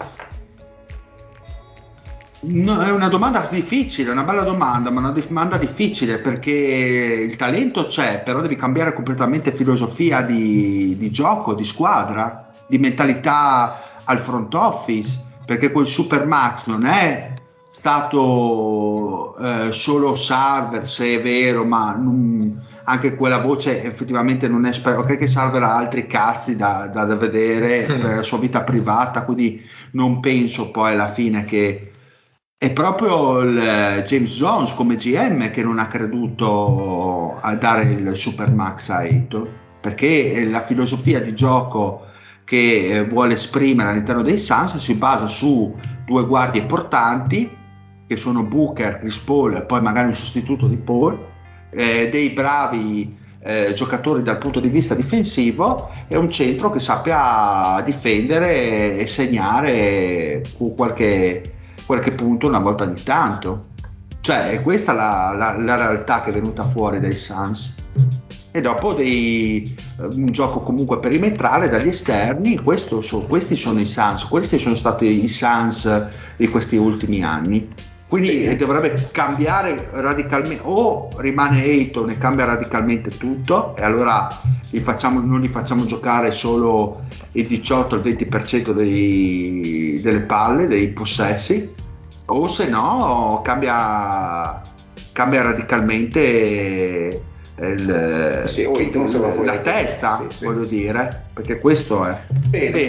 No, è una domanda difficile, una bella domanda, ma una domanda difficile, perché il talento c'è, però devi cambiare completamente filosofia di gioco, di squadra, di mentalità al front office, perché quel Supermax non è stato solo Sarver, se è vero, ma anche quella voce effettivamente non è ok che Sarver ha altri cazzi da vedere per la sua vita privata, quindi non penso poi alla fine che è proprio il James Jones come GM che non ha creduto a dare il Supermax a Ayton, perché la filosofia di gioco che vuole esprimere all'interno dei Suns si basa su due guardie portanti che sono Booker, Chris Paul e poi magari un sostituto di Paul, dei bravi giocatori dal punto di vista difensivo e un centro che sappia difendere e segnare qualche punto una volta ogni tanto. Cioè è questa la realtà che è venuta fuori dai Suns, e dopo un gioco comunque perimetrale dagli esterni. Questi sono i Suns, questi sono stati i Suns di questi ultimi anni, quindi dovrebbe cambiare radicalmente, o rimane Ayton e cambia radicalmente tutto e allora non li facciamo giocare solo il 18 al 20% delle palle, dei possessi, o se no cambia radicalmente la testa, voglio dire, perché questo è bene.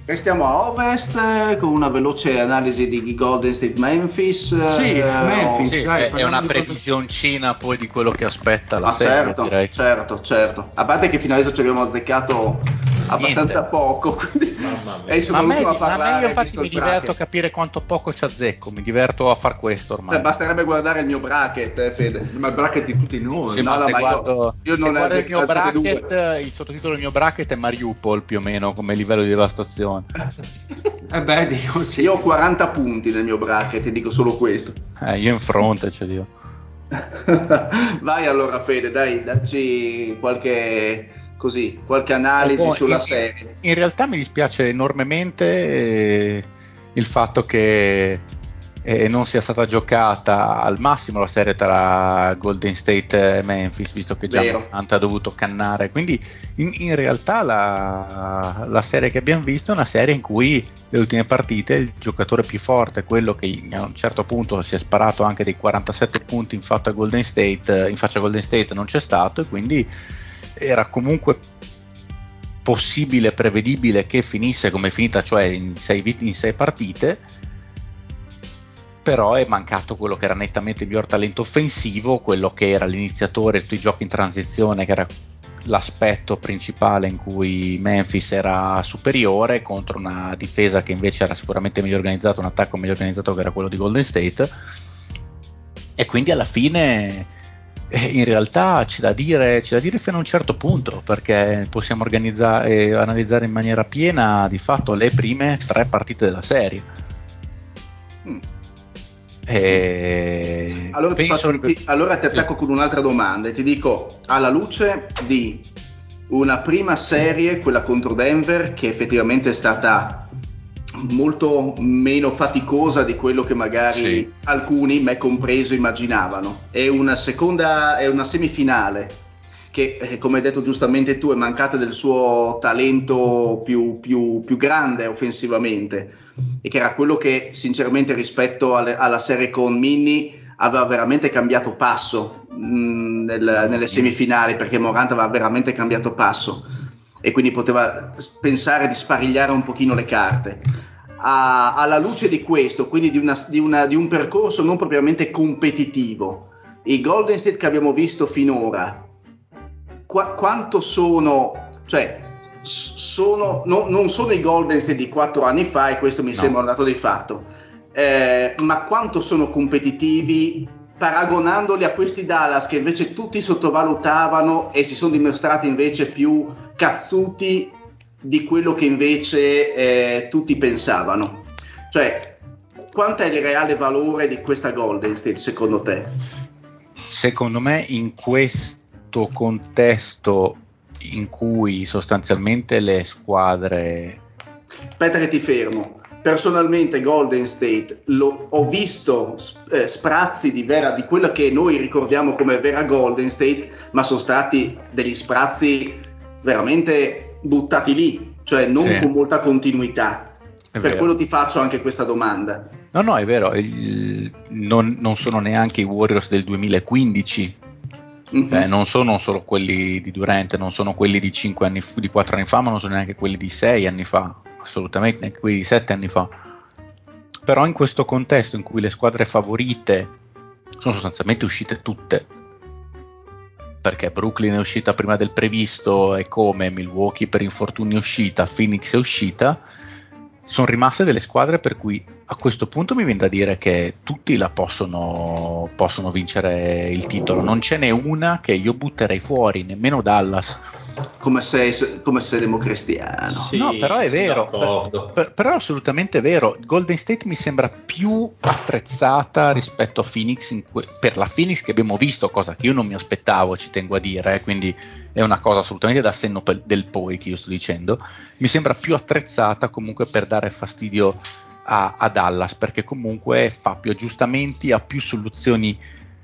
Restiamo a Ovest con una veloce analisi di Golden State Memphis. Sì, Memphis, sì, dai, è una previsioncina poi di quello che aspetta la serie, certo, direi. certo. A parte che fino adesso ci abbiamo azzeccato abbastanza poco, quindi ma a me io infatti mi diverto a capire quanto poco ci azzecco, mi diverto a far questo ormai. Basterebbe guardare il mio bracket, Fede. Ma il bracket di tutti noi. Sì, ma se guardo io non il mio bracket, il sottotitolo del mio bracket è Mariupol più o meno come livello di devastazione. Beh, dico sì. Io ho 40 punti nel mio bracket, ti dico solo questo. Io in fronte ce li ho. Vai allora Fede, dai, dacci qualche analisi sulla serie. In realtà mi dispiace enormemente il fatto che non sia stata giocata al massimo la serie tra Golden State e Memphis, visto che già Morant ha dovuto cannare. Quindi in realtà la serie che abbiamo visto è una serie in cui le ultime partite il giocatore più forte, quello che a un certo punto si è sparato anche dei 47 punti in faccia a Golden State, non c'è stato, e quindi era comunque possibile, prevedibile che finisse come è finita, cioè in 6 partite. Però è mancato quello che era nettamente il miglior talento offensivo, quello che era l'iniziatore, tutti i giochi in transizione, che era l'aspetto principale in cui Memphis era superiore contro una difesa che invece era sicuramente meglio organizzata, un attacco meglio organizzato che era quello di Golden State. E quindi alla fine in realtà c'è da dire fino a un certo punto, perché possiamo analizzare in maniera piena di fatto le prime 3 partite della serie. Allora ti attacco con un'altra domanda e ti dico, alla luce di una prima serie, quella contro Denver, che effettivamente è stata molto meno faticosa di quello che magari alcuni, me compreso, immaginavano, e una semifinale che, come hai detto giustamente tu, è mancata del suo talento più grande offensivamente, e che era quello che sinceramente rispetto alla serie con Minnie aveva veramente cambiato passo nelle semifinali, perché Morant aveva veramente cambiato passo e quindi poteva pensare di sparigliare un pochino le carte. Alla luce di questo, quindi di un percorso non propriamente competitivo, i Golden State che abbiamo visto finora, quanto sono, cioè non sono i Golden State di 4 anni fa, e questo mi sembra un dato di fatto, ma quanto sono competitivi paragonandoli a questi Dallas che invece tutti sottovalutavano e si sono dimostrati invece più cazzuti di quello che invece tutti pensavano. Cioè, quanto è il reale valore di questa Golden State secondo te? Secondo me in questo contesto in cui sostanzialmente le squadre... Aspetta che ti fermo. Personalmente Golden State ho visto sprazzi di quello che noi ricordiamo come vera Golden State, ma sono stati degli sprazzi veramente buttati lì, cioè non con molta continuità. Per quello ti faccio anche questa domanda. No, è vero, non sono neanche i Warriors del 2015. Non sono solo quelli di Durant, non sono quelli di 4 anni fa, ma non sono neanche quelli di 6 anni fa, assolutamente neanche quelli di 7 anni fa. Però in questo contesto in cui le squadre favorite sono sostanzialmente uscite tutte, perché Brooklyn è uscita prima del previsto, e come Milwaukee per infortuni è uscita, Phoenix è uscita, sono rimaste delle squadre per cui a questo punto mi viene da dire che tutti la possono vincere il titolo. Non ce n'è una che io butterei fuori, nemmeno Dallas. Come sei democristiano. Sì, no, però è vero, però è assolutamente vero. Golden State mi sembra più attrezzata rispetto a Phoenix per la Phoenix che abbiamo visto, cosa che io non mi aspettavo, ci tengo a dire, quindi è una cosa assolutamente da senno del poi che io sto dicendo. Mi sembra più attrezzata comunque per dare fastidio a Dallas, perché comunque fa più aggiustamenti, ha più soluzioni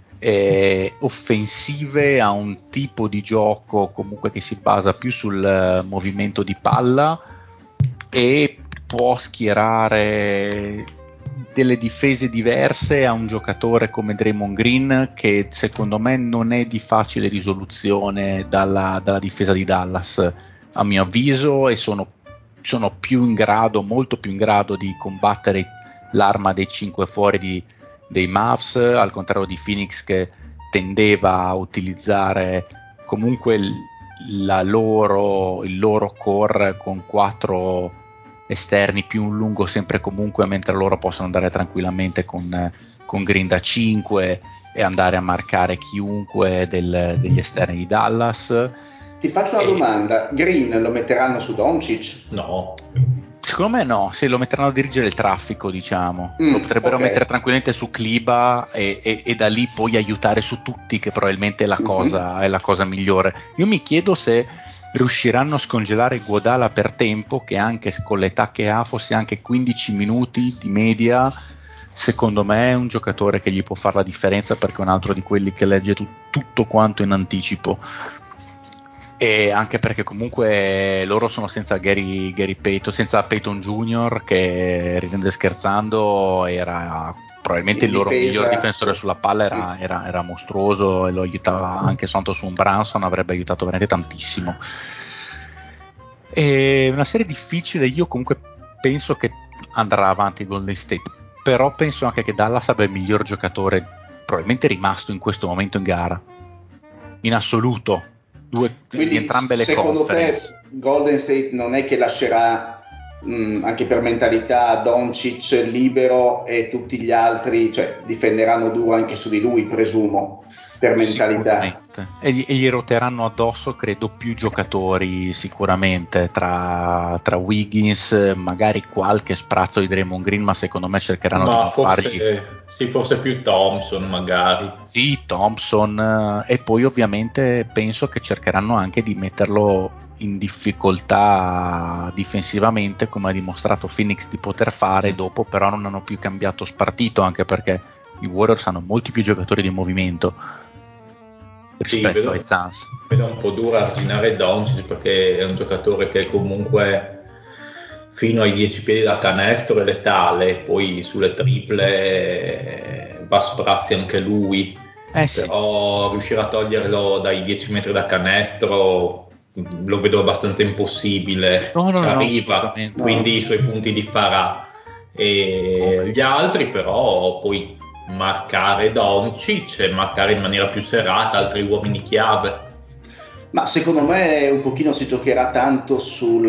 offensive, a un tipo di gioco comunque che si basa più sul movimento di palla, e può schierare delle difese diverse a un giocatore come Draymond Green, che secondo me non è di facile risoluzione dalla difesa di Dallas, a mio avviso, e sono sono molto più in grado di combattere l'arma dei 5 fuori dei Mavs, al contrario di Phoenix che tendeva a utilizzare comunque il loro core con 4 esterni più un lungo sempre comunque, mentre loro possono andare tranquillamente con Green da 5 e andare a marcare chiunque degli esterni di Dallas. Ti faccio una domanda: Green lo metteranno su Doncic? No. Secondo me no, se lo metteranno a dirigere il traffico, diciamo. Lo potrebbero mettere tranquillamente su Kliba e da lì poi aiutare su tutti, che probabilmente è la cosa migliore. Io mi chiedo se riusciranno a scongelare Iguodala per tempo, che anche con l'età che ha, fosse anche 15 minuti di media, secondo me è un giocatore che gli può fare la differenza, perché è un altro di quelli che legge tutto quanto in anticipo. E anche perché comunque loro sono senza Gary Payton, senza Payton Jr., che, ridendo e scherzando, era probabilmente il loro miglior difensore sulla palla, era mostruoso, e lo aiutava anche soltanto su un Brunson, avrebbe aiutato veramente tantissimo. È una serie difficile. Io comunque penso che andrà avanti Golden State, però penso anche che Dallas abbia il miglior giocatore probabilmente rimasto in questo momento in gara, in assoluto. Quindi, di entrambe le secondo conference. te Golden State non è che lascerà anche per mentalità Doncic libero e tutti gli altri, cioè, difenderanno duro anche su di lui, presumo, per mentalità? E gli roteranno addosso, credo, più giocatori sicuramente, tra Wiggins, magari qualche sprazzo di Draymond Green, ma secondo me cercheranno di non fargli. Sì, forse più Thompson magari. Sì, Thompson, e poi ovviamente penso che cercheranno anche di metterlo in difficoltà difensivamente, come ha dimostrato Phoenix di poter fare. Dopo però non hanno più cambiato spartito, anche perché i Warriors hanno molti più giocatori di movimento rispetto ai Suns. Vedo un po' duro arginare Doncic, perché è un giocatore che comunque fino ai 10 piedi da canestro è letale, poi sulle triple va a sprazzi anche lui, però riuscire a toglierlo dai 10 metri da canestro lo vedo abbastanza impossibile. Arriva, quindi i suoi punti li farà, e gli altri però poi marcare Doncic e marcare in maniera più serrata altri uomini chiave. Ma secondo me un pochino si giocherà tanto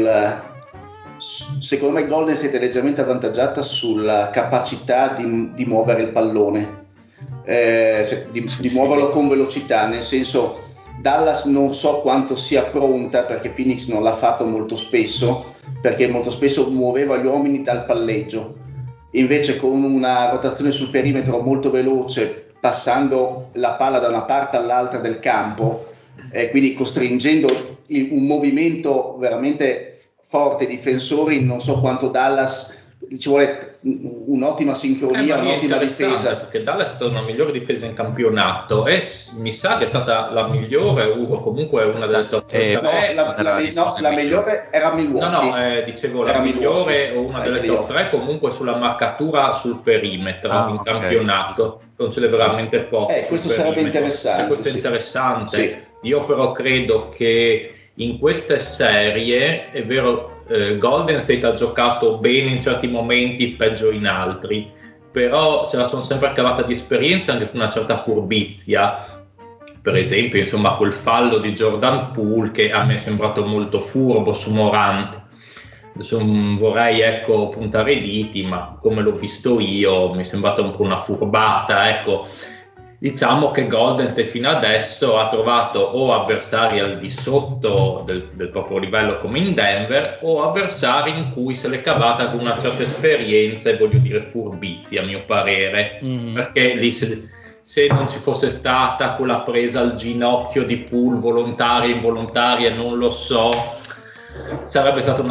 secondo me Golden State è leggermente avvantaggiata sulla capacità di muovere il pallone, cioè di muoverlo con velocità, nel senso Dallas non so quanto sia pronta, perché Phoenix non l'ha fatto molto spesso, perché molto spesso muoveva gli uomini dal palleggio. Invece con una rotazione sul perimetro molto veloce, passando la palla da una parte all'altra del campo, quindi costringendo un movimento veramente forte ai difensori, non so quanto Dallas, ci vuole un'ottima sincronia, un'ottima difesa. Perché Dallas è stata una migliore difesa in campionato e mi sa che è stata la migliore, o comunque una delle top 3. La migliore era Milwaukee. Dicevo la migliore o una delle top 3 comunque sulla marcatura sul perimetro in campionato. Non ce l'è veramente poco. Questo sarebbe interessante. Questo è interessante. Sì. Io però credo che in queste serie, è vero, Golden State ha giocato bene in certi momenti, peggio in altri, però se la sono sempre cavata di esperienza, anche con una certa furbizia. Per esempio, insomma, quel fallo di Jordan Poole che a me è sembrato molto furbo su Morant. Adesso non vorrei puntare i diti, ma come l'ho visto io mi è sembrata un po' una furbata, ecco. Diciamo che Golden State fino adesso ha trovato o avversari al di sotto del proprio livello come in Denver, o avversari in cui se l'è cavata con una certa esperienza e voglio dire furbizia, a mio parere, perché lì se non ci fosse stata quella presa al ginocchio di Poole, volontaria e involontaria, non lo so, sarebbe stata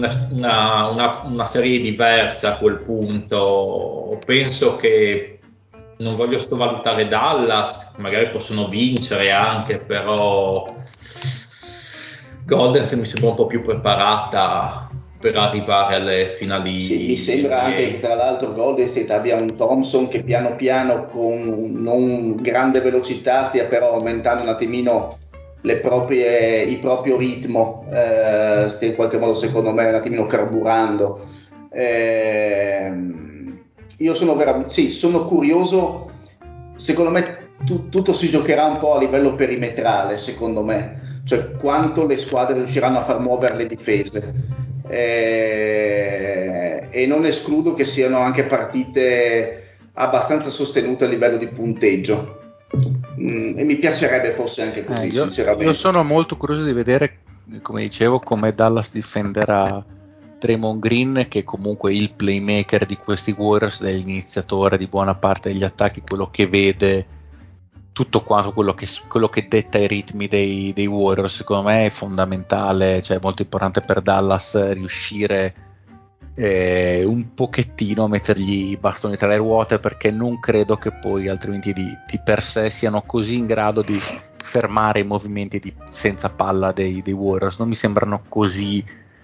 una serie diversa a quel punto. Penso che non voglio sottovalutare Dallas, magari possono vincere anche, però Golden State mi sembra un po' più preparata per arrivare alle finali. Sì, mi sembra anche che tra l'altro Golden State abbia un Thompson che piano piano con non grande velocità stia però aumentando un attimino il proprio ritmo, stia in qualche modo secondo me un attimino carburando. Io sono curioso, secondo me tutto si giocherà un po' a livello perimetrale, secondo me, cioè quanto le squadre riusciranno a far muovere le difese, e non escludo che siano anche partite abbastanza sostenute a livello di punteggio. E mi piacerebbe fosse anche così, sinceramente. Io sono molto curioso di vedere, come dicevo, come Dallas difenderà Draymond Green, che è comunque il playmaker di questi Warriors, è l'iniziatore di buona parte degli attacchi, quello che vede tutto quanto, quello che detta i ritmi dei Warriors. Secondo me è fondamentale, cioè è molto importante per Dallas riuscire un pochettino a mettergli i bastoni tra le ruote, perché non credo che poi altrimenti di per sé siano così in grado di fermare i movimenti senza palla dei Warriors. Non mi sembrano così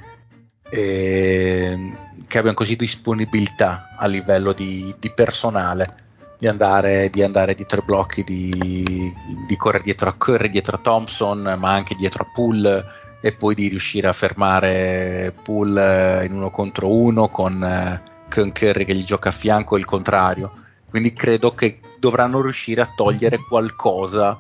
che abbiano così disponibilità a livello di personale di andare dietro i blocchi, di correre dietro a Curry, dietro a Thompson, ma anche dietro a Poole, e poi di riuscire a fermare Poole in 1 contro 1 con Curry che gli gioca a fianco, e il contrario. Quindi credo che dovranno riuscire a togliere qualcosa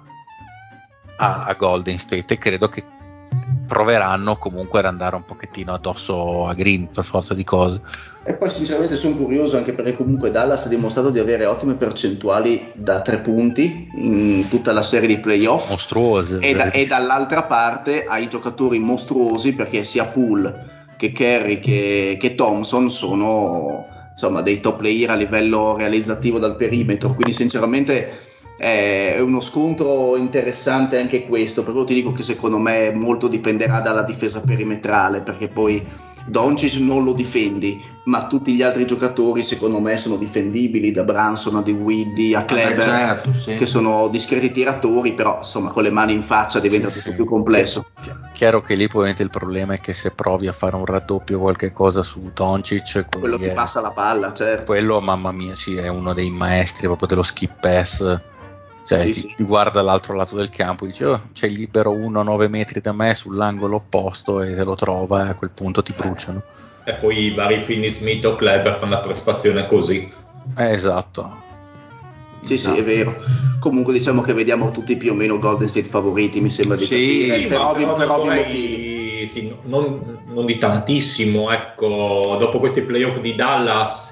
a Golden State, e credo che proveranno comunque ad andare un pochettino addosso a Green per forza di cose. E poi sinceramente sono curioso anche perché comunque Dallas ha dimostrato di avere ottime percentuali da 3 punti in tutta la serie di playoff, mostruose, e dall'altra parte ha i giocatori mostruosi, perché sia Poole che Curry che Thompson sono insomma dei top player a livello realizzativo dal perimetro, quindi sinceramente è uno scontro interessante anche questo. Proprio ti dico che secondo me molto dipenderà dalla difesa perimetrale, perché poi Doncic non lo difendi, ma tutti gli altri giocatori secondo me sono difendibili, da Brunson a DeWitt a Kleber, certo, sì, che sono discreti tiratori, però insomma con le mani in faccia diventa tutto più complesso. Chiaro che lì probabilmente il problema è che se provi a fare un raddoppio o qualche cosa su Doncic, quello ti passa la palla, certo. Quello, mamma mia, sì, è uno dei maestri proprio dello skip pass. Cioè Sì. ti guarda all'altro lato del campo e dice: oh, c'è libero uno a 9 metri da me sull'angolo opposto, e te lo trova, e a quel punto ti bruciano. E poi i vari Finney Smith o Kleber fanno la prestazione così. Esatto. Sì, è vero. Comunque diciamo che vediamo tutti più o meno Golden State favoriti, mi sembra di capire, per ovvi motivi. Sì, non di tantissimo, ecco, dopo questi playoff di Dallas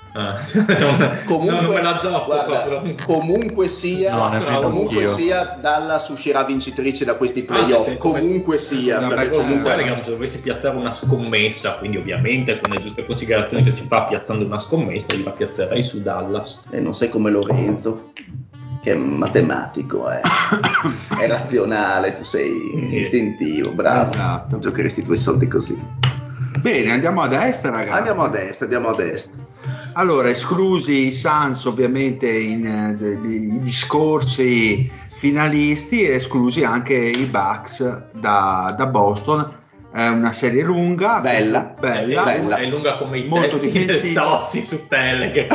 non me la gioco. Guarda, comunque sia, Dallas uscirà vincitrice da questi playoff, comunque sia. Se dovessi piazzare una scommessa, quindi ovviamente con le giuste considerazioni che si fa piazzando una scommessa, io la piazzerei su Dallas. E non sei come Lorenzo, che è matematico, è razionale, tu sei istintivo, bravo. Esatto. Giocheresti 2 soldi così. Bene, andiamo ad est, ragazzi. Andiamo ad est. Allora, esclusi i Suns ovviamente i discorsi finalisti, e esclusi anche i Bucks da Boston. È una serie lunga, bella. È lunga come i molto testi dei tozzi su pelle che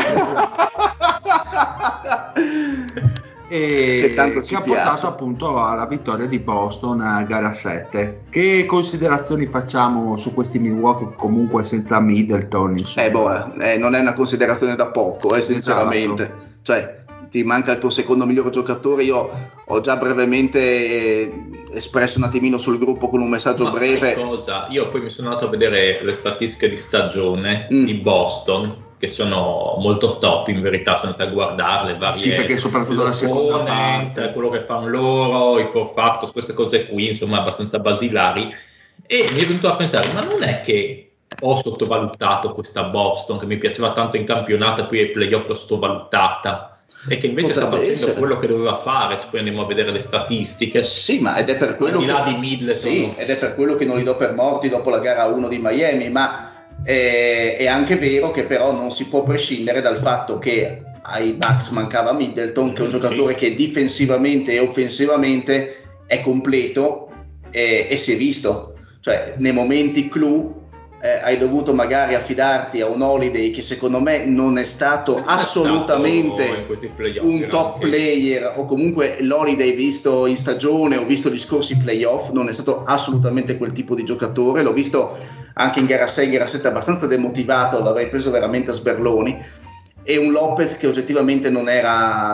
tanto che ha portato appunto alla vittoria di Boston a gara 7. Che considerazioni facciamo su questi Milwaukee, comunque senza Middleton? Non è una considerazione da poco, sinceramente. Esatto. Cioè, ti manca il tuo secondo miglior giocatore. Io ho già brevemente espresso un attimino sul gruppo con un messaggio breve. Sai cosa? Io poi mi sono andato a vedere le statistiche di stagione di Boston, che sono molto top in verità, se andate a guardarle, varie, sì, perché soprattutto la seconda parte, quello che fanno loro, i four factors, queste cose qui, insomma abbastanza basilari, e mi è venuto a pensare, ma non è che ho sottovalutato questa Boston, che mi piaceva tanto in campionato e poi ai playoff l'ho sottovalutata, e che invece sta facendo quello che doveva fare, se poi andiamo a vedere le statistiche. Sì, ma ed è per quello al di là di Middleton. Sì, ed è per quello che non li do per morti dopo la gara 1 di Miami, ma è anche vero che però non si può prescindere dal fatto che ai Bucks mancava Middleton, che è un giocatore che difensivamente e offensivamente è completo, e si è visto, cioè nei momenti clou hai dovuto magari affidarti a un Holiday che secondo me non è stato assolutamente un top player, o comunque l'Holiday visto in stagione o visto gli scorsi playoff non è stato assolutamente quel tipo di giocatore. L'ho visto anche in gara 6, gara 7 abbastanza demotivato, l'avrei preso veramente a sberloni, e un Lopez che oggettivamente non era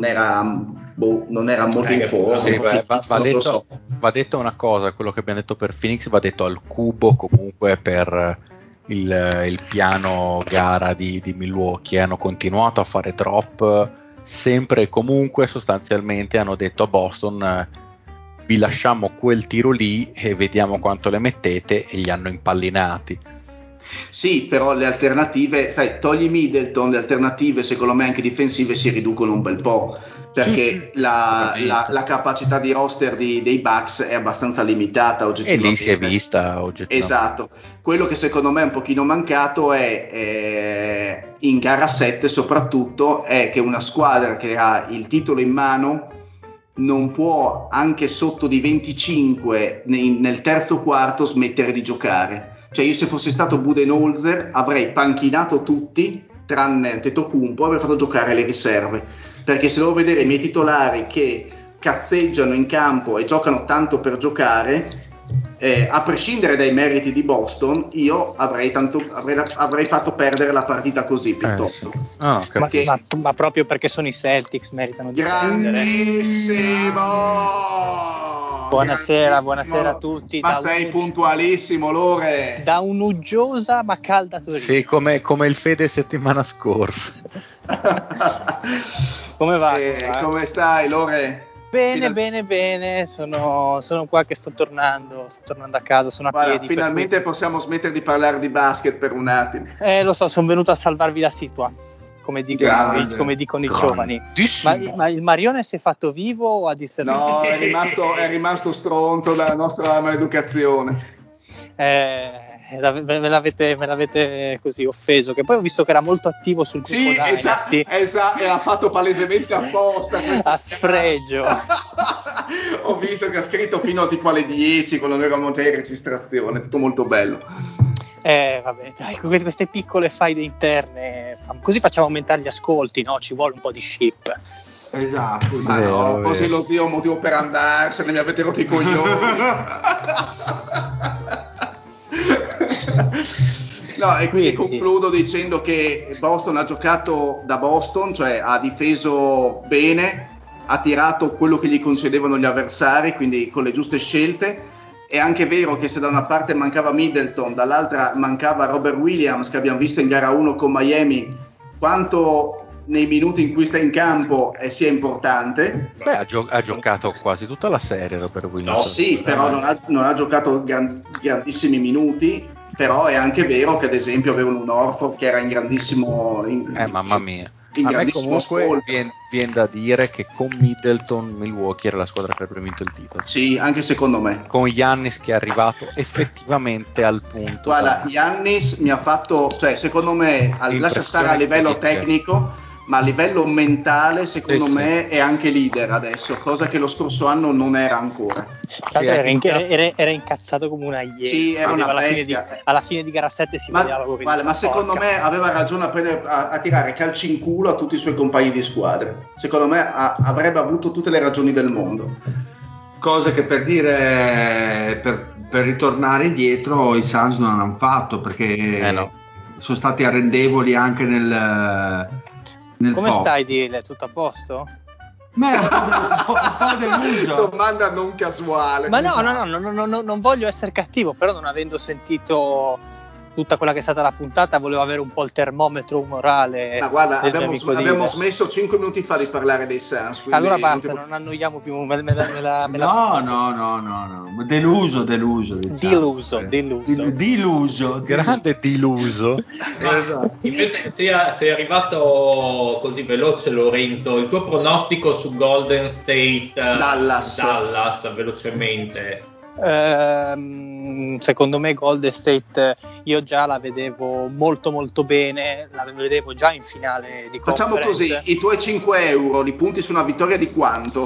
molto in forma. Sì, va detto una cosa, quello che abbiamo detto per Phoenix va detto al cubo comunque per il piano gara di Milwaukee. Hanno continuato a fare drop sempre e comunque, sostanzialmente hanno detto a Boston vi lasciamo quel tiro lì e vediamo quanto le mettete, e li hanno impallinati. Sì, però le alternative, sai, togli Middleton, le alternative secondo me anche difensive si riducono un bel po', perché sì, la capacità di roster dei Bucks è abbastanza limitata oggettivamente. E lì si è vista oggettivamente. Esatto, quello che secondo me è un pochino mancato è in gara 7 soprattutto, è che una squadra che ha il titolo in mano non può, anche sotto di 25 nel terzo quarto, smettere di giocare. Cioè, io se fossi stato Budenholzer avrei panchinato tutti tranne Antetokounmpo, avrei fatto giocare le riserve, perché se devo vedere i miei titolari che cazzeggiano in campo e giocano tanto per giocare, a prescindere dai meriti di Boston, io avrei fatto perdere la partita così piuttosto. Ma proprio perché sono i Celtics meritano di grandissimo. Buonasera a tutti. Ma sei puntualissimo, Lore. Da un'uggiosa ma calda Torino. Sì, come il Fede settimana scorsa. Come va? Come stai, Lore? Bene, sono qua che sto tornando a casa, sono a piedi. Finalmente possiamo smettere di parlare di basket per un attimo. Lo so, sono venuto a salvarvi la situa, come dicono i giovani. Ma il Marione si è fatto vivo o ha dissertato? No, è rimasto stronzo dalla nostra maleducazione. Me l'avete così offeso, che poi ho visto che era molto attivo sul gruppo Dynasty. Esatto, e l'ha fatto palesemente apposta a sfregio. Ho visto che ha scritto fino a tipo alle 10 quando noi eravamo già in registrazione, tutto molto bello. Vabbè, dai, queste piccole faide interne, così facciamo aumentare gli ascolti, no? Ci vuole un po' di ship. Esatto, così lo zio ha un motivo per andarsene, mi avete rotto i coglioni. No, e quindi concludo dicendo che Boston ha giocato da Boston, cioè ha difeso bene, ha tirato quello che gli concedevano gli avversari, quindi con le giuste scelte. È anche vero che se da una parte mancava Middleton, dall'altra mancava Robert Williams, che abbiamo visto in gara 1 con Miami, quanto nei minuti in cui sta in campo sia importante. Ha giocato quasi tutta la serie Robert Williams. No, sì, però non ha giocato grandissimi minuti, però è anche vero che ad esempio avevano un Horford che era in grandissimo mamma mia. In a me comunque viene da dire che con Middleton Milwaukee era la squadra che avrebbe vinto il titolo. Sì, anche secondo me. Con Giannis che è arrivato effettivamente al punto. Guarda, Giannis mi ha fatto, cioè secondo me, lascia stare a livello tecnico, ma a livello mentale secondo me è anche leader adesso, cosa che lo scorso anno non era ancora. Era incazzato come una iena. Sì, era una bestia. Alla fine di gara 7 si vedeva ma secondo me aveva ragione a tirare calci in culo a tutti i suoi compagni di squadra. Secondo me avrebbe avuto tutte le ragioni del mondo. Cosa che per dire per ritornare indietro i Suns non hanno fatto, perché sono stati arrendevoli anche nel come pop. Stai Dile? Tutto a posto? Ma era un po' deluso. Domanda non casuale. Ma no, non voglio essere cattivo, però non avendo sentito tutta quella che è stata la puntata volevo avere un po' il termometro umorale. Ma guarda, abbiamo smesso 5 minuti fa di parlare dei Suns. Allora basta, non annoiamo più. No, deluso. Grande deluso. Invece sei arrivato così veloce, Lorenzo, il tuo pronostico su Golden State Dallas velocemente. Secondo me Golden State io già la vedevo molto molto bene, la vedevo già in finale di conference. Facciamo così, i tuoi 5 euro li punti su una vittoria di quanto?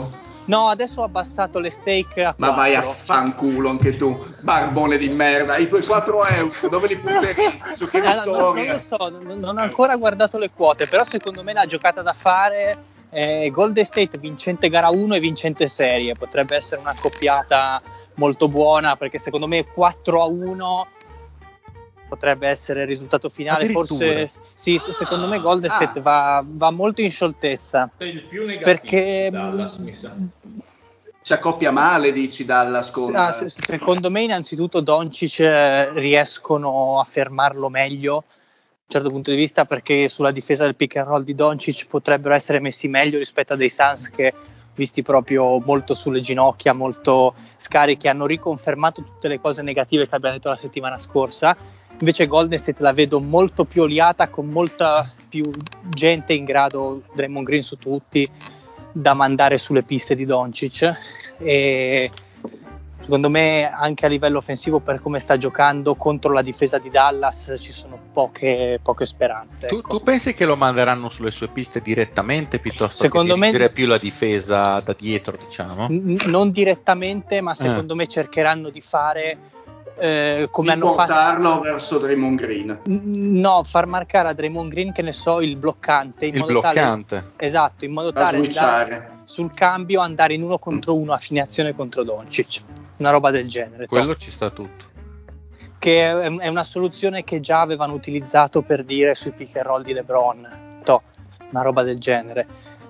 No, adesso ho abbassato le stake a 4. Ma vai a fanculo anche tu, barbone di merda. I tuoi 4 euro dove li punterai? Su che vittoria? Non lo so, non ho ancora guardato le quote, però secondo me la giocata da fare è Golden State vincente gara 1 e vincente serie. Potrebbe essere una coppiata molto buona, perché secondo me 4-1 potrebbe essere il risultato finale. Forse sì, secondo me Golden State va molto in scioltezza. Sei il più negativo, perché Dallas, mi sa. Si accoppia male, dici, Dallas con... secondo me innanzitutto Doncic riescono a fermarlo meglio da un certo punto di vista, perché sulla difesa del pick and roll di Doncic potrebbero essere messi meglio rispetto a dei Suns che, visti proprio molto sulle ginocchia, molto scarichi, hanno riconfermato tutte le cose negative che abbiamo detto la settimana scorsa. Invece Golden State la vedo molto più oliata, con molta più gente in grado, Draymond Green su tutti, da mandare sulle piste di Doncic. E secondo me anche a livello offensivo, per come sta giocando contro la difesa di Dallas, ci sono poche speranze. Tu pensi che lo manderanno sulle sue piste direttamente piuttosto che dirigere più la difesa da dietro, diciamo? Non direttamente, ma secondo me cercheranno di fare come hanno fatto, portarlo verso Draymond Green. No, far marcare a Draymond Green, che ne so, il bloccante, esatto, in modo tale da sul cambio andare in 1 contro 1 a fine azione contro Doncic, una roba del genere. Quello ci sta tutto, che è una soluzione che già avevano utilizzato, per dire, sui pick and roll di LeBron, una roba del genere.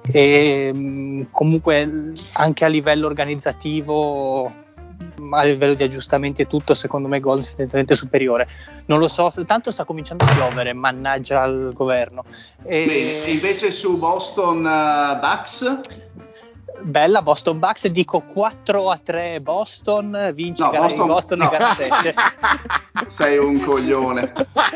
E comunque anche a livello organizzativo, a livello di aggiustamenti e tutto, secondo me Golden State è nettamente superiore. Non lo so, tanto sta cominciando a piovere, mannaggia al governo. E invece su Boston Bucks? Bella Boston Bucks, dico 4-3 Boston, vince gara di Boston e gara 7. Sei un coglione.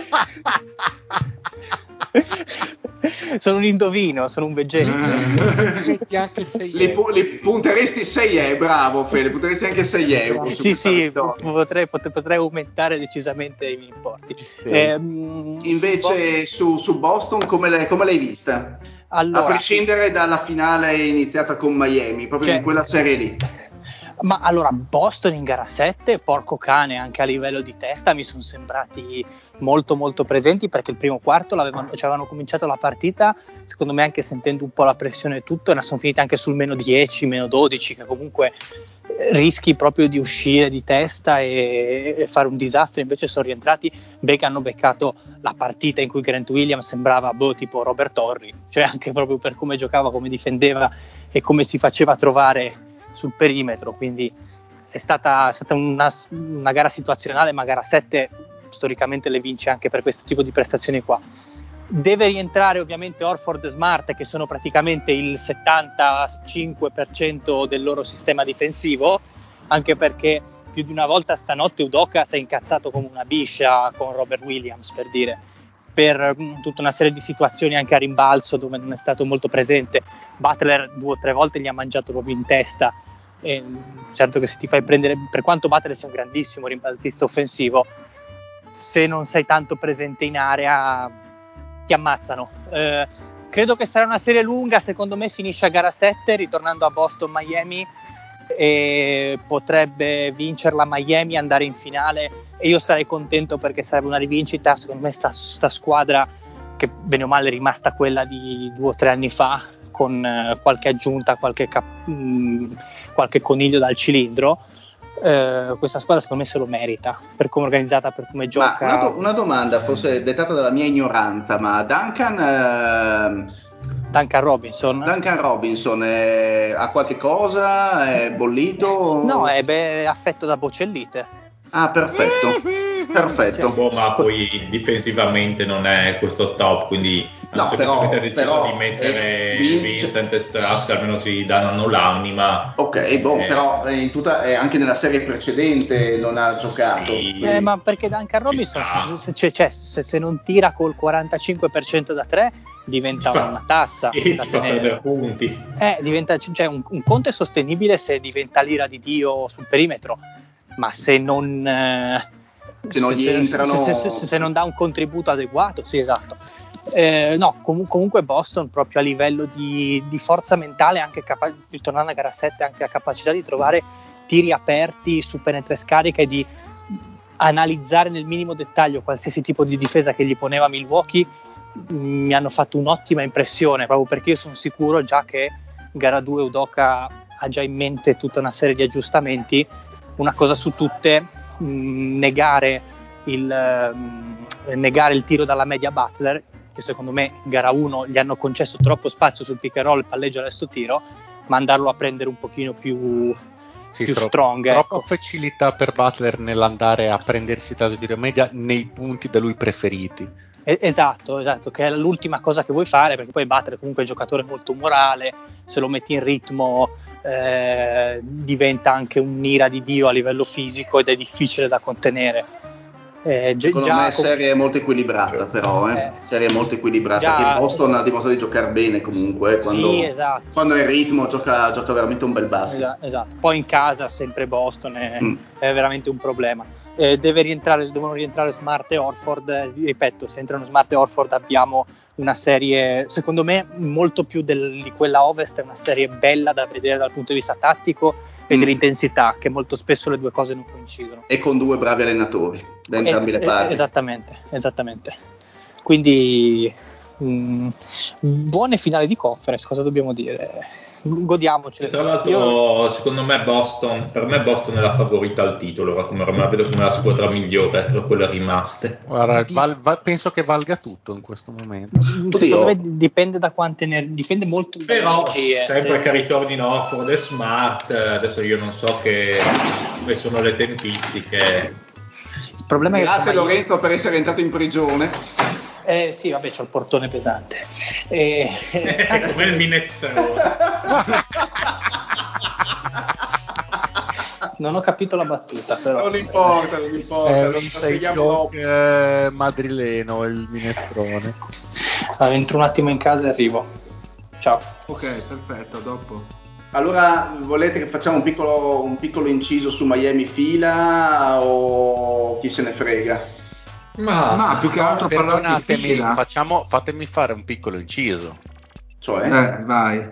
Sono un indovino, sono un veggente. Metti anche 6 euro. Li punteresti 6 euro, bravo Fede, punteresti anche 6 euro. Sì, potrei aumentare decisamente i miei importi. Invece su Boston come l'hai vista? Allora, a prescindere dalla finale iniziata con Miami, proprio in quella serie lì. Ma allora, Boston in gara 7, porco cane, anche a livello di testa mi sono sembrati molto molto presenti, perché il primo quarto ci avevano cominciato la partita, secondo me anche sentendo un po' la pressione e tutto, e sono finite anche sul -10, -12, che comunque rischi proprio di uscire di testa e fare un disastro. Invece sono rientrati, hanno beccato la partita in cui Grant Williams sembrava tipo Robert Horry, cioè anche proprio per come giocava, come difendeva e come si faceva trovare sul perimetro. Quindi è stata una gara situazionale, ma gara 7 storicamente le vince anche per questo tipo di prestazioni qua. Deve rientrare ovviamente Horford e Smart, che sono praticamente il 75% del loro sistema difensivo, anche perché più di una volta stanotte Udoka si è incazzato come una biscia con Robert Williams, per dire, per tutta una serie di situazioni anche a rimbalzo dove non è stato molto presente. Butler 2 o 3 volte gli ha mangiato proprio in testa. E certo che se ti fai prendere, per quanto Butler sia un grandissimo rimbalzista offensivo, se non sei tanto presente in area ti ammazzano. Credo che sarà una serie lunga, secondo me finisce a gara 7 ritornando a Boston-Miami, e potrebbe vincerla Miami, andare in finale, e io sarei contento perché sarebbe una rivincita. Secondo me sta squadra, che bene o male è rimasta quella di 2 o 3 anni fa, con qualche aggiunta, qualche coniglio dal cilindro, questa squadra secondo me se lo merita, per come è organizzata, per come gioca. Ma una domanda, forse dettata dalla mia ignoranza, ma Duncan Robinson ha qualche cosa? È bollito? No, è affetto da boccellite. Ah, perfetto. Ma poi difensivamente non è questo top, quindi no, però di mettere Vincent e Strauss, che almeno si danno l'anima. Ok, però anche nella serie precedente non ha giocato. Ma perché Duncan Robinson se non tira col 45% da 3 diventa una tassa da tenere. Punti. Diventa, un conto è sostenibile se diventa l'ira di Dio sul perimetro, ma se non se non gli entrano, se non dà un contributo adeguato, sì, esatto. No, comunque Boston proprio a livello di forza mentale, anche tornando a gara 7, anche la capacità di trovare tiri aperti su penetra e scarica e di analizzare nel minimo dettaglio qualsiasi tipo di difesa che gli poneva Milwaukee, mi hanno fatto un'ottima impressione, proprio perché io sono sicuro già che gara 2 Udoka ha già in mente tutta una serie di aggiustamenti. Una cosa su tutte, negare il tiro dalla media Butler, che secondo me in gara 1 gli hanno concesso troppo spazio sul pick and roll, palleggio resto tiro, ma andarlo a prendere un pochino più strong. Troppa ecco. facilità per Butler nell'andare a prendersi tanto tiro media nei punti da lui preferiti. Esatto, che è l'ultima cosa che vuoi fare, perché poi Butler comunque è un giocatore molto morale, se lo metti in ritmo diventa anche un'ira di Dio a livello fisico ed è difficile da contenere. Secondo me serie è molto equilibrata, però serie è molto equilibrata, perché Boston ha dimostrato di giocare bene comunque, quando è in ritmo gioca veramente un bel basket. Esatto. Poi in casa sempre Boston è veramente un problema. Devono rientrare Smart e Horford, ripeto, se entrano Smart e Horford abbiamo una serie, secondo me molto più di quella Ovest, è una serie bella da vedere dal punto di vista tattico e dell'intensità, che molto spesso le due cose non coincidono. E con due bravi allenatori da entrambe le parti. Esattamente. Quindi buone finali di conference, cosa dobbiamo dire? Godiamocele. Tra l'altro, secondo me per me Boston è la favorita al titolo, come la vedo come la squadra migliore tra quelle rimaste. Guarda, penso che valga tutto in questo momento. Secondo me dipende da quante dipende molto da però sempre che ritornino Horford e Smart, adesso io non so come sono le tempistiche. Il problema Grazie Lorenzo per essere entrato in prigione. Sì, vabbè, c'ho il portone pesante. Come il minestrone. Non ho capito la battuta, però. Non importa. Non sei joke madrileno il minestrone. Entro un attimo in casa e arrivo. Ciao. Ok, perfetto, dopo. Allora, volete che facciamo un piccolo inciso su Miami fila o chi se ne frega? Ma più che altro parlare di fila. Fatemi fare un piccolo inciso. Cioè? Vai.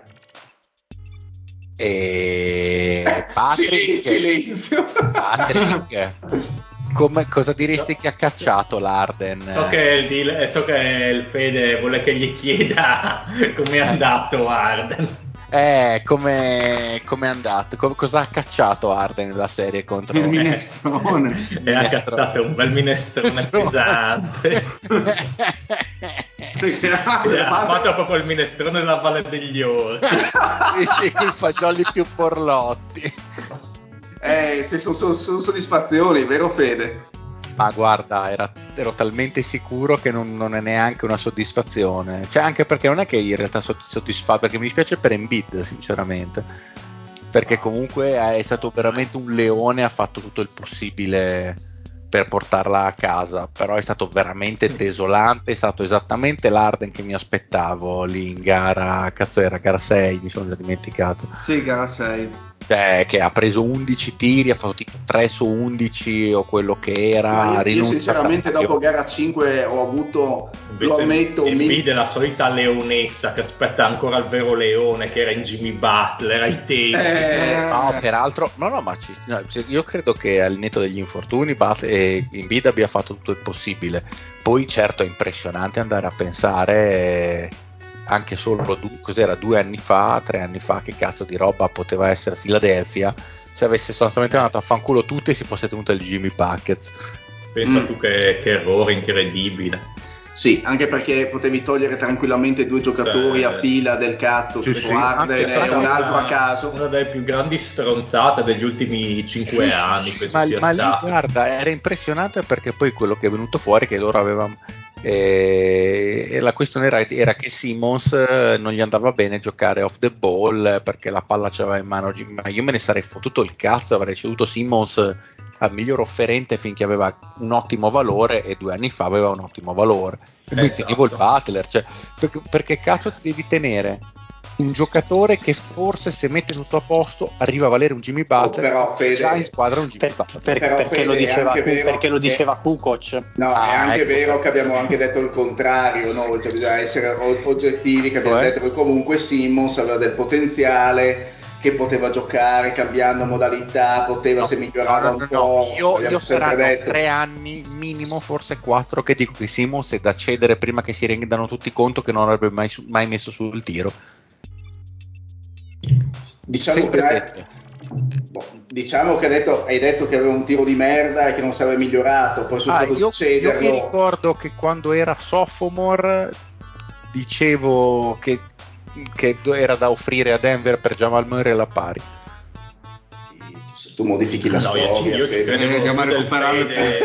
Patrick, silenzio. Patrick, cosa diresti che ha cacciato l'Arden? So che il Fede vuole che gli chieda come è andato Arden. Come è andato? Cosa ha cacciato Arden nella serie contro il minestrone? E ha cacciato un bel minestrone pesante. Ha fatto proprio il minestrone della Valle degli Orsi. Sì, con i fagioli più borlotti. Se sono soddisfazioni, vero Fede? Ma guarda, ero talmente sicuro che non è neanche una soddisfazione. Cioè, anche perché non è che in realtà soddisfa, perché mi dispiace per Embiid, sinceramente. Perché comunque è stato veramente un leone, ha fatto tutto il possibile per portarla a casa, però è stato veramente desolante, è stato esattamente l'Arden che mi aspettavo lì in gara, gara 6, mi sono già dimenticato. Sì, gara 6. Che ha preso 11 tiri, ha fatto tipo 3 su 11 o quello che era. Io sinceramente dopo gara 5 ho avuto, lo ammetto, Embiid è la solita leonessa che aspetta ancora il vero leone che era in Jimmy Butler ai tempi. No, peraltro io credo che al netto degli infortuni Embiid abbia fatto tutto il possibile. Poi certo è impressionante andare a pensare anche solo 2 anni fa, 3 anni fa, che cazzo di roba poteva essere Philadelphia se avesse sostanzialmente mandato a fanculo tutti e si fosse tenuto il Jimmy Buckets. Pensa tu che errore incredibile. Sì, anche perché potevi togliere tranquillamente 2 giocatori a fila del cazzo, Arden e un altro a caso. Una delle più grandi stronzate degli ultimi 5 anni. Ma lì guarda, era impressionante perché poi quello che è venuto fuori è che loro avevano la questione era che Simmons non gli andava bene giocare off the ball perché la palla c'aveva in mano, ma io me ne sarei fottuto il cazzo, avrei ceduto Simmons al miglior offerente finché aveva un ottimo valore, e 2 anni fa aveva un ottimo valore, e poi tenevo il Butler, cioè, perché cazzo ti devi tenere un giocatore che forse se mette tutto a posto arriva a valere un Jimmy Butler, però Fede, già in squadra un Jimmy Butler. Perché lo diceva Kukoc. No, è anche ecco. vero che abbiamo anche detto il contrario, no? Cioè, bisogna essere oggettivi, che abbiamo detto che comunque Simmons aveva del potenziale, che poteva giocare cambiando modalità, poteva se migliorava un po'. Io saranno 3 anni minimo, forse 4, che dico che Simmons è da cedere prima che si rendano tutti conto che non avrebbe mai messo sul tiro. Diciamo che hai detto che aveva un tiro di merda e che non sarebbe migliorato, poi io mi ricordo che quando era sophomore dicevo che era da offrire a Denver per Jamal Murray alla pari. Se tu modifichi la storia, io ci credevo andiamo a recuperare il Fede.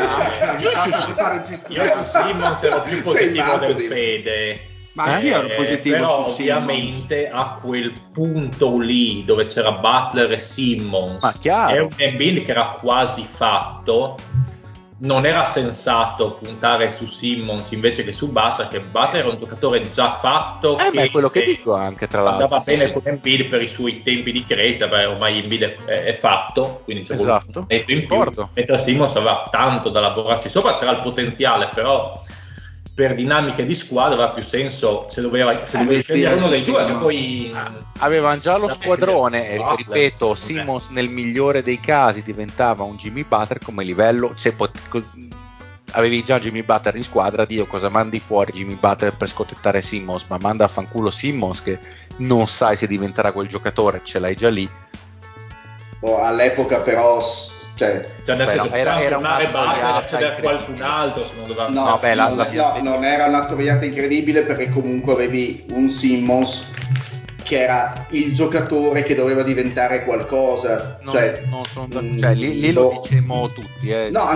Io su Simmons ero più positivo del Fede. Ma anch'io ero positivo però su ovviamente a quel punto lì dove c'era Butler e Simmons e un Embiid che era quasi fatto, non era sensato puntare su Simmons invece che su Butler, che Butler era un giocatore già fatto ma è quello che dico anche, tra l'altro andava bene con Embiid per i suoi tempi di crescita, ormai Embiid è fatto, quindi c'è voluto un netto in più, mentre Simmons aveva tanto da lavorarci sopra, c'era il potenziale, però per dinamiche di squadra aveva più senso se dovevi scegliere uno dei due, che poi avevano già lo squadrone e ripeto, Simmons nel migliore dei casi diventava un Jimmy Butler come livello, avevi già Jimmy Butler in squadra, Dio, cosa mandi fuori Jimmy Butler per scotettare Simmons? Ma manda a fanculo Simmons, che non sai se diventerà quel giocatore, ce l'hai già lì. All'epoca però era una troiata qualcun altro, se non doveva non era una troiata incredibile, perché comunque avevi un Simmons che era il giocatore che doveva diventare qualcosa. Lì lo dicemmo tutti.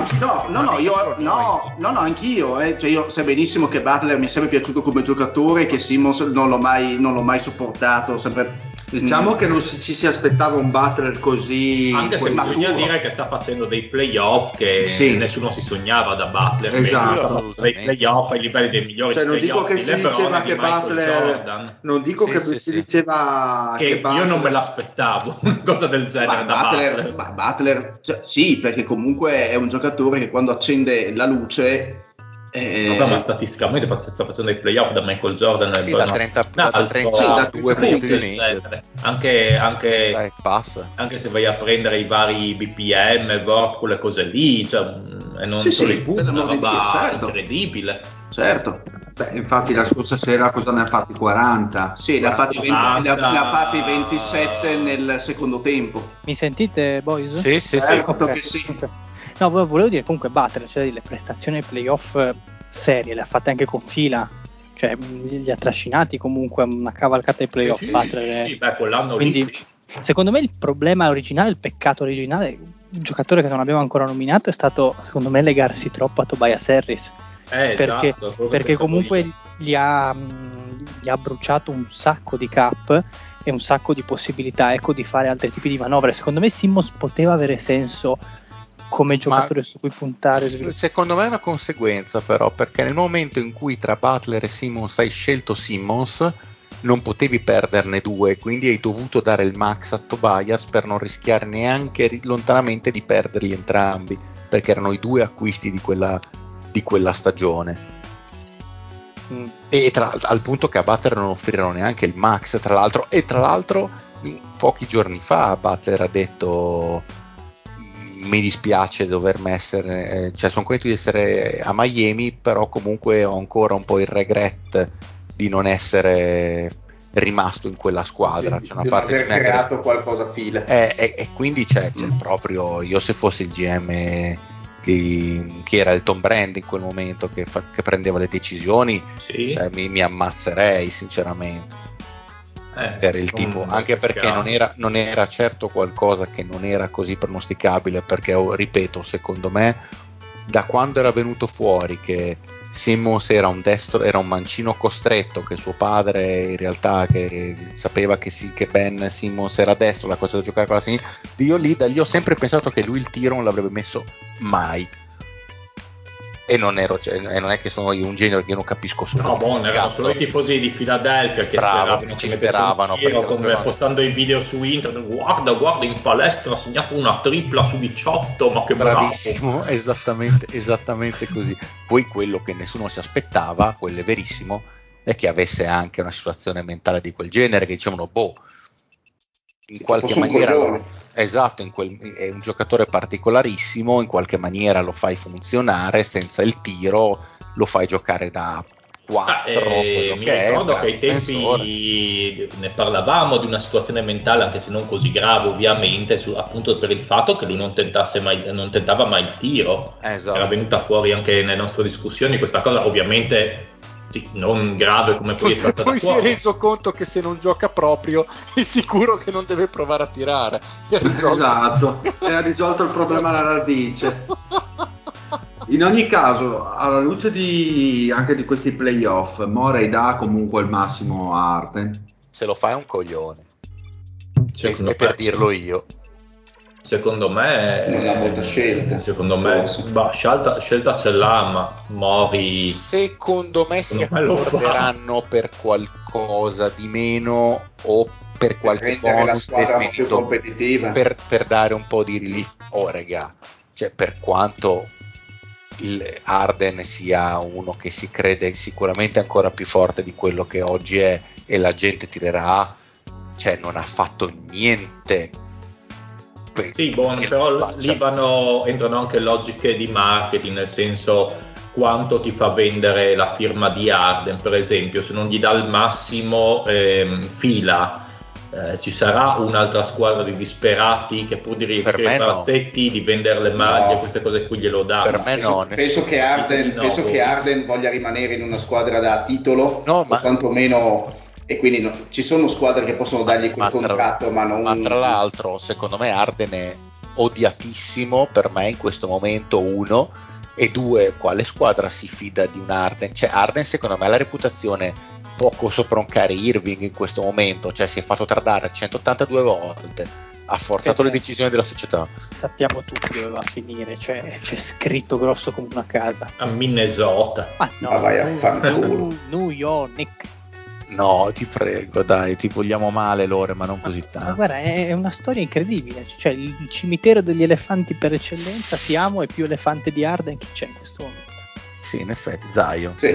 Anch'io. Cioè, io sai benissimo che Butler mi è sempre piaciuto come giocatore, che Simmons non l'ho mai sopportato, sempre. Diciamo che non ci si aspettava un Butler così, anche se bisogna dire che sta facendo dei playoff che nessuno si sognava da Butler. Esatto, dei playoff ai livelli dei migliori. Cioè, non dico che si diceva che Butler, non dico che si diceva che io non me l'aspettavo una cosa del genere da Butler, sì, perché comunque è un giocatore che quando accende la luce ma statisticamente sta facendo dei playoff da Michael Jordan da 32 punti di media, anche se vai a prendere i vari BPM, quelle cose lì, e non solo i punti, una roba incredibile. Certo. Infatti la scorsa sera cosa ne ha fatti? 40? Sì, ne ha fatti 27 nel secondo tempo. Mi sentite, boys? Sì. Che sì. No, volevo dire comunque Butler, le prestazioni ai playoff serie le ha fatte anche con fila, cioè li ha trascinati comunque una cavalcata ai playoff. Quell'anno quindi, lì secondo me il problema originale, il peccato originale, un giocatore che non abbiamo ancora nominato, è stato secondo me legarsi troppo a Tobias Harris, perché comunque gli ha bruciato un sacco di cap e un sacco di possibilità, di fare altri tipi di manovre. Secondo me Simmons poteva avere senso come giocatore su cui puntare. Secondo me è una conseguenza, però, perché nel momento in cui tra Butler e Simmons hai scelto Simmons, non potevi perderne due, quindi hai dovuto dare il max a Tobias per non rischiare neanche lontanamente di perderli entrambi, perché erano i due acquisti di quella stagione. E al punto che a Butler non offrirono neanche il max, tra l'altro pochi giorni fa Butler ha detto: mi dispiace dovermi essere, sono contento di essere a Miami, però comunque ho ancora un po' il regret di non essere rimasto in quella squadra, c'è una parte di aver creato qualcosa a fila, e quindi c'è proprio, io se fossi il GM che era il Tom Brand in quel momento che prendeva le decisioni, mi ammazzerei sinceramente. Per il tipo, anche perché non era certo qualcosa che non era così pronosticabile, perché ripeto, secondo me da quando era venuto fuori che Simmons era un destro, era un mancino costretto, che suo padre in realtà che sapeva che Ben Simmons era destro, la cosa da giocare con la sinistra, io ho sempre pensato che lui il tiro non l'avrebbe messo mai. e non è che sono io un genio, che io non capisco solo. No, erano solo i tifosi di Philadelphia che speravano come postando i video su internet. Guarda, in palestra ha segnato una tripla su 18, ma che bravissimo, esattamente così. Poi quello che nessuno si aspettava, quello è verissimo, è che avesse anche una situazione mentale di quel genere, che dicevano in qualche maniera esatto, è un giocatore particolarissimo, in qualche maniera lo fai funzionare, senza il tiro lo fai giocare da 4. Mi ricordo che ai tempi ne parlavamo di una situazione mentale, anche se non così grave ovviamente, appunto per il fatto che lui non tentava mai il tiro. Esatto. Era venuta fuori anche nelle nostre discussioni questa cosa, ovviamente sì, non grave come poi è stata poi si è reso conto che se non gioca proprio è sicuro che non deve provare a tirare. Esatto, e ha risolto il problema alla radice. In ogni caso, alla luce anche di questi playoff, Morey dà comunque il massimo a Harden. Se lo fai è un coglione, e per dirlo io. Secondo me non ha molta scelta. Secondo me scelta ce l'ha, ma Mori secondo me si accorderanno per qualcosa di meno o per qualche bonus definito competitiva, per dare un po' di relief. Raga, cioè, per quanto il Harden sia uno che si crede sicuramente ancora più forte di quello che oggi è, e la gente tirerà, cioè non ha fatto niente. Sì, però lì entrano anche logiche di marketing, nel senso quanto ti fa vendere la firma di Harden, per esempio. Se non gli dà il massimo fila, ci sarà un'altra squadra di disperati che pur di riempire i palazzetti, di vendere le maglie, queste cose qui glielo dà. Per me penso che Harden voglia rimanere in una squadra da titolo, o quantomeno, e quindi ci sono squadre che possono dargli quel contratto, ma tra l'altro secondo me Harden è odiatissimo per me in questo momento, 1, e 2, quale squadra si fida di un Harden? Cioè Harden secondo me ha la reputazione poco sopra un Kyrie Irving in questo momento, cioè si è fatto tradare 182 volte, ha forzato le decisioni della società. Sappiamo tutti dove va a finire, cioè c'è scritto grosso come una casa. A Minnesota. Ma vai a fanculo. New York. No, ti prego, dai, ti vogliamo male, Lore, ma non così tanto. Ma guarda, è una storia incredibile, cioè il cimitero degli elefanti per eccellenza, siamo, e più elefante di Harden che c'è in questo momento. Sì, in effetti, Zion. Sì.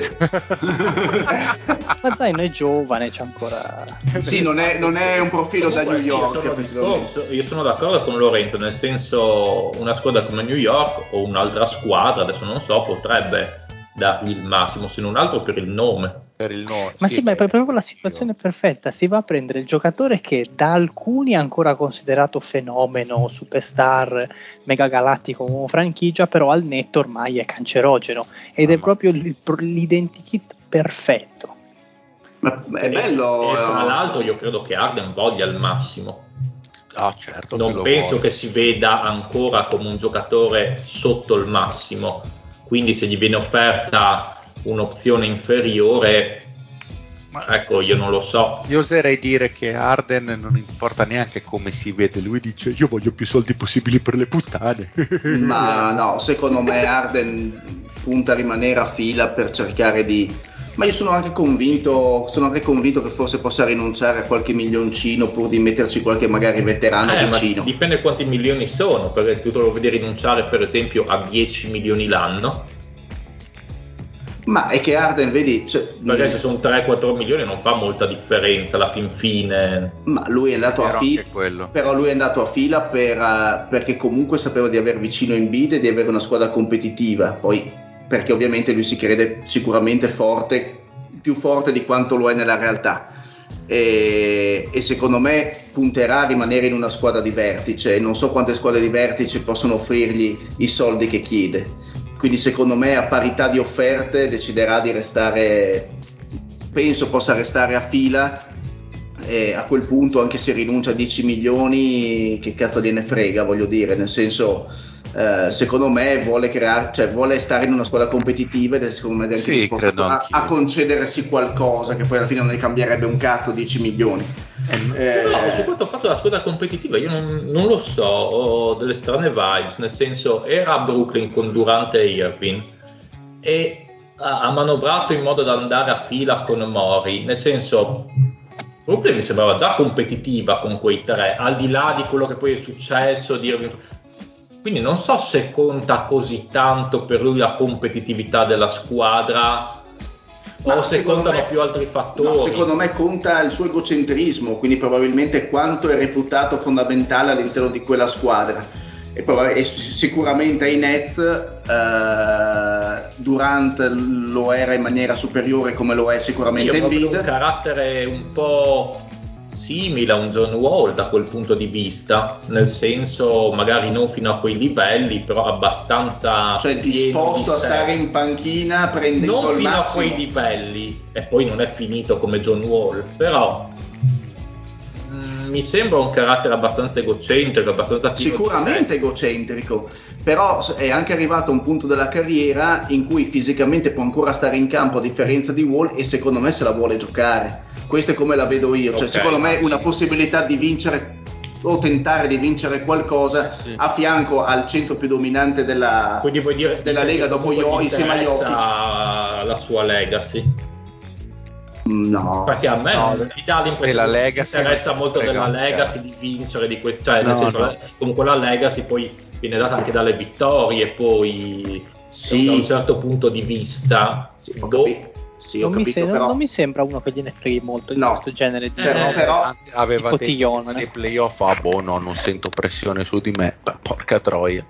Ma Zion è giovane, c'è ancora... Sì, non è un profilo da New York. Io sono d'accordo con Lorenzo, nel senso una squadra come New York o un'altra squadra, adesso non so, potrebbe dargli il massimo, se non altro per il nome. Ma sì, ma è proprio la situazione perfetta. Si va a prendere il giocatore che da alcuni è ancora considerato fenomeno, superstar, mega galattico come franchigia, però al netto ormai è cancerogeno, ed è proprio l'identikit perfetto. Ma è bello. E tra l'altro io credo che Harden voglia il massimo. Certo, non penso che si veda ancora come un giocatore sotto il massimo, quindi se gli viene offerta un'opzione inferiore, ecco, io non lo so. Io oserei dire che Harden non importa neanche come si vede, lui dice io voglio più soldi possibili per le puttane. Ma no, secondo me Harden punta a rimanere a fila per cercare di... Ma io sono anche convinto che forse possa rinunciare a qualche milioncino pur di metterci qualche magari veterano vicino. Ma dipende quanti milioni sono, perché tu te lo vedi rinunciare per esempio a 10 milioni l'anno. Ma è che Harden, vedi, perché se sono 3-4 milioni non fa molta differenza alla fin fine. Ma lui è andato a fila, però lui è andato a fila perché comunque sapeva di aver vicino Embiid e di avere una squadra competitiva, poi perché ovviamente lui si crede sicuramente forte, più forte di quanto lo è nella realtà, e secondo me punterà a rimanere in una squadra di vertice. Non so quante squadre di vertice possono offrirgli i soldi che chiede. Quindi secondo me a parità di offerte deciderà di restare, penso possa restare a fila, e a quel punto anche se rinuncia a 10 milioni che cazzo gliene frega, voglio dire, nel senso secondo me vuole stare in una squadra competitiva ed è secondo me anche disposto a concedersi qualcosa che poi alla fine non ne cambierebbe un cazzo, 10 milioni. No, su questo fatto della squadra competitiva io non lo so, ho delle strane vibes, nel senso era a Brooklyn con Durant e Irving e ha manovrato in modo da andare a fila con Mori, nel senso Brooklyn mi sembrava già competitiva con quei tre, al di là di quello che poi è successo, quindi non so se conta così tanto per lui la competitività della squadra o se contano più altri fattori. No, secondo me conta il suo egocentrismo, quindi probabilmente quanto è reputato fondamentale all'interno di quella squadra. E sicuramente ai Nets Durant lo era in maniera superiore, come lo è sicuramente Embiid. Un carattere un po' simile a un John Wall da quel punto di vista, nel senso magari non fino a quei livelli, però abbastanza, cioè disposto a stare in panchina prendendo non il fino massimo. a quei livelli, e poi non è finito come John Wall, però mi sembra un carattere abbastanza egocentrico, abbastanza pieno sicuramente egocentrico, però è anche arrivato a un punto della carriera in cui fisicamente può ancora stare in campo, a differenza di Wall, e secondo me se la vuole giocare. Questo è come la vedo io, cioè secondo me una possibilità di vincere o tentare di vincere qualcosa a fianco al centro più dominante della Lega dopo insieme a Jokic. La sua legacy. No, perché a me mi dà l'impressione che mi interessa molto della legacy, di vincere di questo, cioè nel senso comunque la legacy poi viene data anche dalle vittorie, poi da un certo punto di vista non mi sembra uno che gliene freghi molto di questo genere di però aveva detto dei playoff, non sento pressione su di me, porca troia.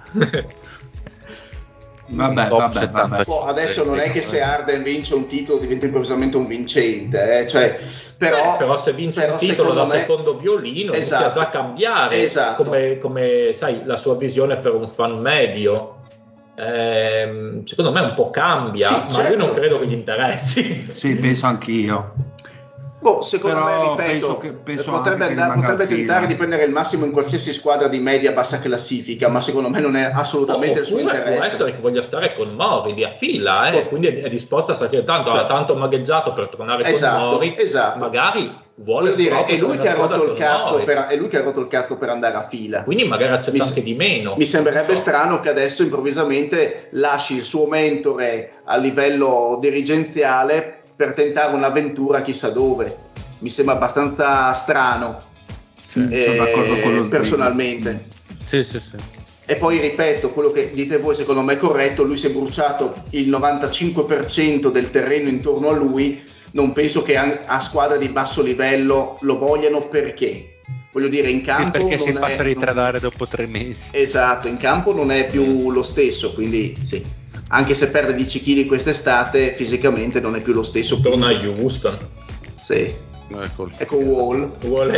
Vabbè. Adesso non è che se Harden vince un titolo diventa improvvisamente un vincente, cioè, però se vince un titolo da secondo violino inizia già a cambiare, come sai, la sua visione per un fan medio. Secondo me un po' cambia, ma lui non credo che gli interessi. Sì, penso anch'io. Secondo me, ripeto, potrebbe tentare di prendere il massimo in qualsiasi squadra di media bassa classifica, ma secondo me non è assolutamente il suo interesse. Può essere che voglia stare con Mori lì a fila, quindi è disposto a sapere tanto, ha tanto magheggiato per tornare con Mori, magari vuole dire, è lui che ha rotto il cazzo per andare a fila, quindi magari accetta anche di meno. Mi sembrerebbe strano che adesso improvvisamente lasci il suo mentore a livello dirigenziale per tentare un'avventura chissà dove. Mi sembra abbastanza strano, personalmente. Sì. E poi ripeto, quello che dite voi secondo me è corretto, lui si è bruciato il 95% del terreno intorno a lui, non penso che a squadre di basso livello lo vogliano, perché voglio dire, in campo perché si faccia ritradare dopo 3 mesi. Esatto, in campo non è più lo stesso, quindi sì. Anche se perde 10 kg quest'estate, fisicamente non è più lo stesso. Torna a Houston. Sì. Ecco Wall è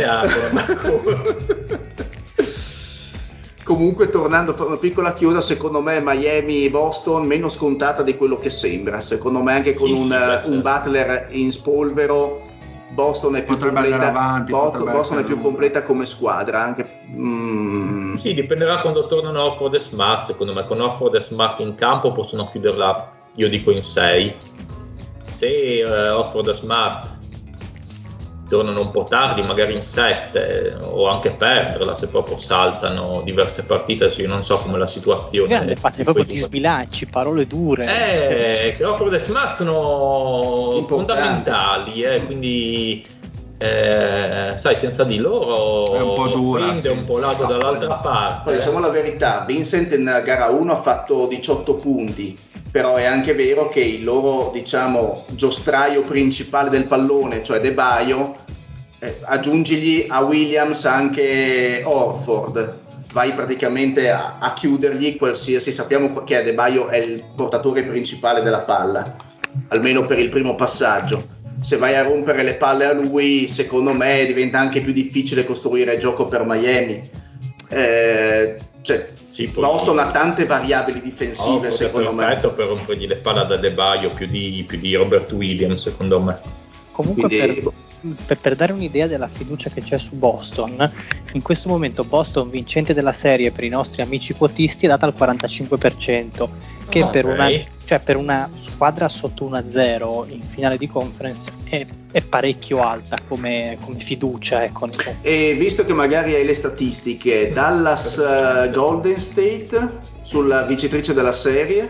Comunque, tornando a fare una piccola chiusa, secondo me Miami e Boston meno scontata di quello che sembra. Secondo me anche con un Butler in spolvero, Boston è più completa. Boston è più completa come squadra. Anche sì, dipenderà quando tornano Horford e Smart. Secondo me con Horford e Smart in campo possono chiuderla, io dico, in 6. Se Horford e Smart tornano un po' tardi, magari in 7, o anche perderla se proprio saltano diverse partite. Io non so come la situazione fate proprio ti sbilanci, parole dure. Che Horford e Smart sono fondamentali, quindi sai, senza di loro è un po' dura, prende un po' l'ago dall'altra parte. Poi diciamo la verità, Vincent in gara 1 ha fatto 18 punti, però è anche vero che il loro, diciamo, giostraio principale del pallone, cioè De Baio, aggiungigli a Williams anche Horford, vai praticamente a chiudergli qualsiasi. Sappiamo che De Baio è il portatore principale della palla, almeno per il primo passaggio. Se vai a rompere le palle a lui, secondo me diventa anche più difficile costruire gioco per Miami. Boston ha tante variabili difensive, secondo me. È perfetto per rompergli le palle da De Baio più di Robert Williams, secondo me. Comunque per dare un'idea della fiducia che c'è su Boston, in questo momento Boston vincente della serie per i nostri amici quotisti è data al 45%, che per una squadra sotto 1-0 in finale di conference è parecchio alta come fiducia, ecco. E visto che magari hai le statistiche, Dallas Golden State sulla vincitrice della serie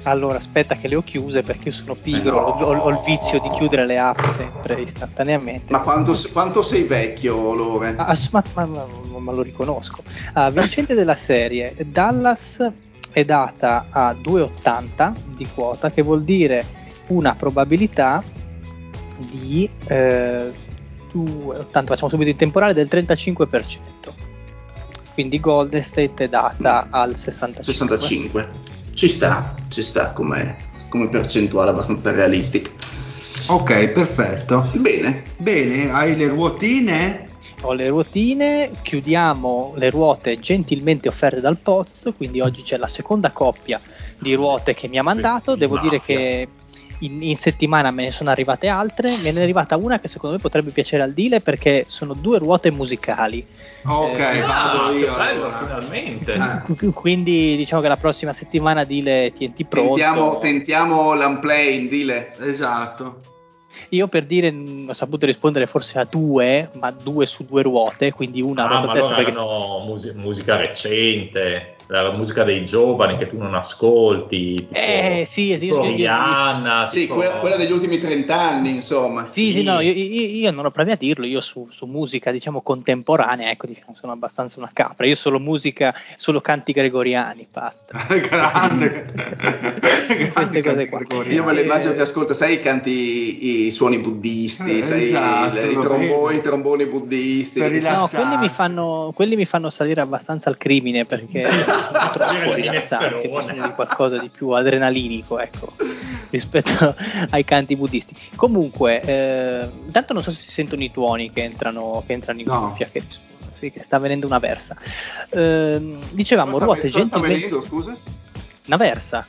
Allora, aspetta che le ho chiuse perché io sono pigro, ho il vizio di chiudere le app sempre istantaneamente. Ma quanto sei vecchio, Lore? Ma lo riconosco. Vincente della serie, Dallas è data a 2,80 di quota, che vuol dire una probabilità di 2,80, facciamo subito in temporale, del 35%. Quindi Golden State è data al 65. Ci sta come percentuale abbastanza realistica. Ok, perfetto. Bene, hai le ruotine? Ho le ruotine, chiudiamo le ruote gentilmente offerte dal Poz, quindi oggi c'è la seconda coppia di ruote che mi ha mandato. Devo dire che in settimana me ne sono arrivate altre, me ne è arrivata una che secondo me potrebbe piacere al Dile perché sono 2 ruote musicali. Ok, vado io allora. Finalmente. Quindi diciamo che la prossima settimana Dile ti pronto. Tentiamo l'unplane, Dile. Esatto. Io per dire ho saputo rispondere forse a 2, ma 2 su 2 ruote, quindi una ruota a testa. Perché musica recente, la musica dei giovani che tu non ascolti, tipo Rihanna, quella degli ultimi 30 anni, insomma. Sì, no, io non ho problemi a dirlo, io su musica diciamo contemporanea, ecco, diciamo, sono abbastanza una capra, io solo canti gregoriani, Pat. Grande. Queste cose qua. Io me le immagino che ascolta, sai, i suoni buddisti, esatto, i tromboni buddisti. No, quelli mi fanno salire abbastanza al crimine perché sono troppo rilassanti, bisogno di qualcosa di più adrenalinico, ecco, rispetto ai canti buddisti. Comunque, intanto non so se si sentono i tuoni che entrano in cuffia, che sta venendo una versa. Dicevamo ruote gentilmente. Sta venendo, scusa? Una versa.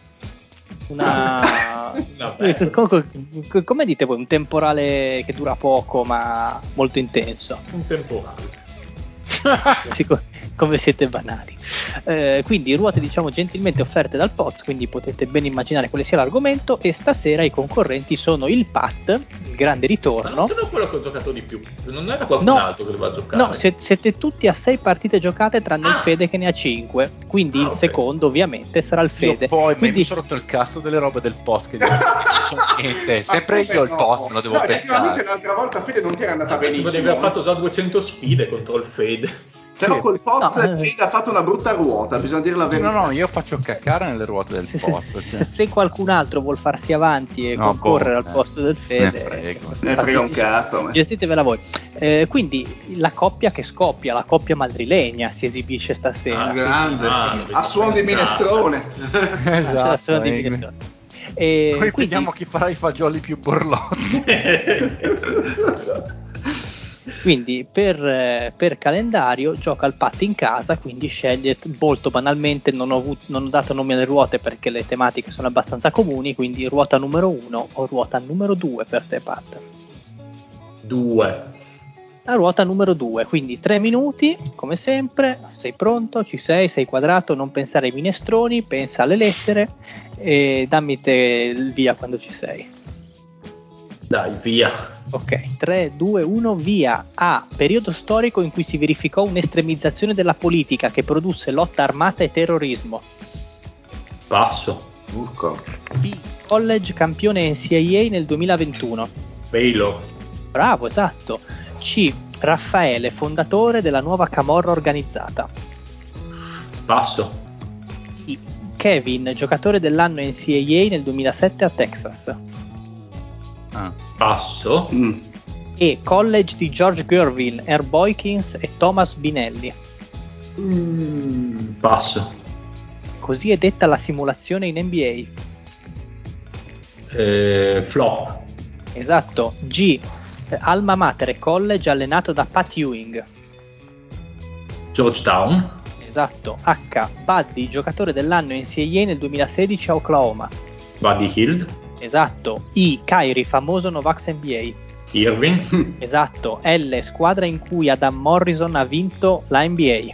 Come dite voi, un temporale che dura poco ma molto intenso. Un temporale. Come siete banali. Quindi ruote diciamo gentilmente offerte dal Poz, quindi potete ben immaginare quale sia l'argomento, e stasera i concorrenti sono il Pat, il grande ritorno. Ma non sono quello che ho giocato di più, non era qualcun altro che doveva giocare. No, siete tutti a 6 partite giocate tranne il Fede che ne ha 5, quindi il secondo ovviamente sarà il Fede. Quindi mi sono rotto il cazzo delle robe del Poz che non so niente, sempre io il Poz me lo devo pensare. Effettivamente l'altra volta Fede non ti era andata benissimo. Potevi aver fatto già 200 sfide contro il Fede. Però col Poz ha fatto una brutta ruota, bisogna dire la verità. No, io faccio caccare nelle ruote del Poz. Se qualcun altro vuol farsi avanti e concorrere al posto del Fede, ne frega un cazzo. Gestitevela voi. Quindi la coppia che scoppia, la coppia madrilegna si esibisce stasera. Grande. A suon di minestrone. Esatto. A suon di minestrone. Poi vediamo chi farà i fagioli più borlotti. Quindi per calendario gioca il Pat in casa, quindi sceglie molto banalmente, non ho dato nomi alle ruote perché le tematiche sono abbastanza comuni, quindi ruota numero 1 o ruota numero 2 per te, Pat? 2. La ruota numero 2, quindi 3 minuti come sempre, sei pronto, ci sei quadrato, non pensare ai minestroni, pensa alle lettere e dammi te il via quando ci sei. Dai, via. Ok, 3, 2, 1, via. A. Periodo storico in cui si verificò un'estremizzazione della politica che produsse lotta armata e terrorismo. Passo. B. College campione NCAA nel 2021. Baylor. Bravo, esatto. C. Raffaele, fondatore della nuova camorra organizzata. Passo. D. Kevin, giocatore dell'anno NCAA nel 2007 a Texas. Passo. E. College di George Gervin, Herb Boykins e Thomas Binelli. Passo. Così è detta la simulazione in NBA. Flop. Esatto. G. Alma mater e college allenato da Pat Ewing. Georgetown. Esatto. H. Buddy, giocatore dell'anno NCAA nel 2016 a Oklahoma. Buddy Hield. Esatto. I. Kyrie, famoso Novax NBA. Irving. Esatto. L. Squadra in cui Adam Morrison ha vinto la NBA.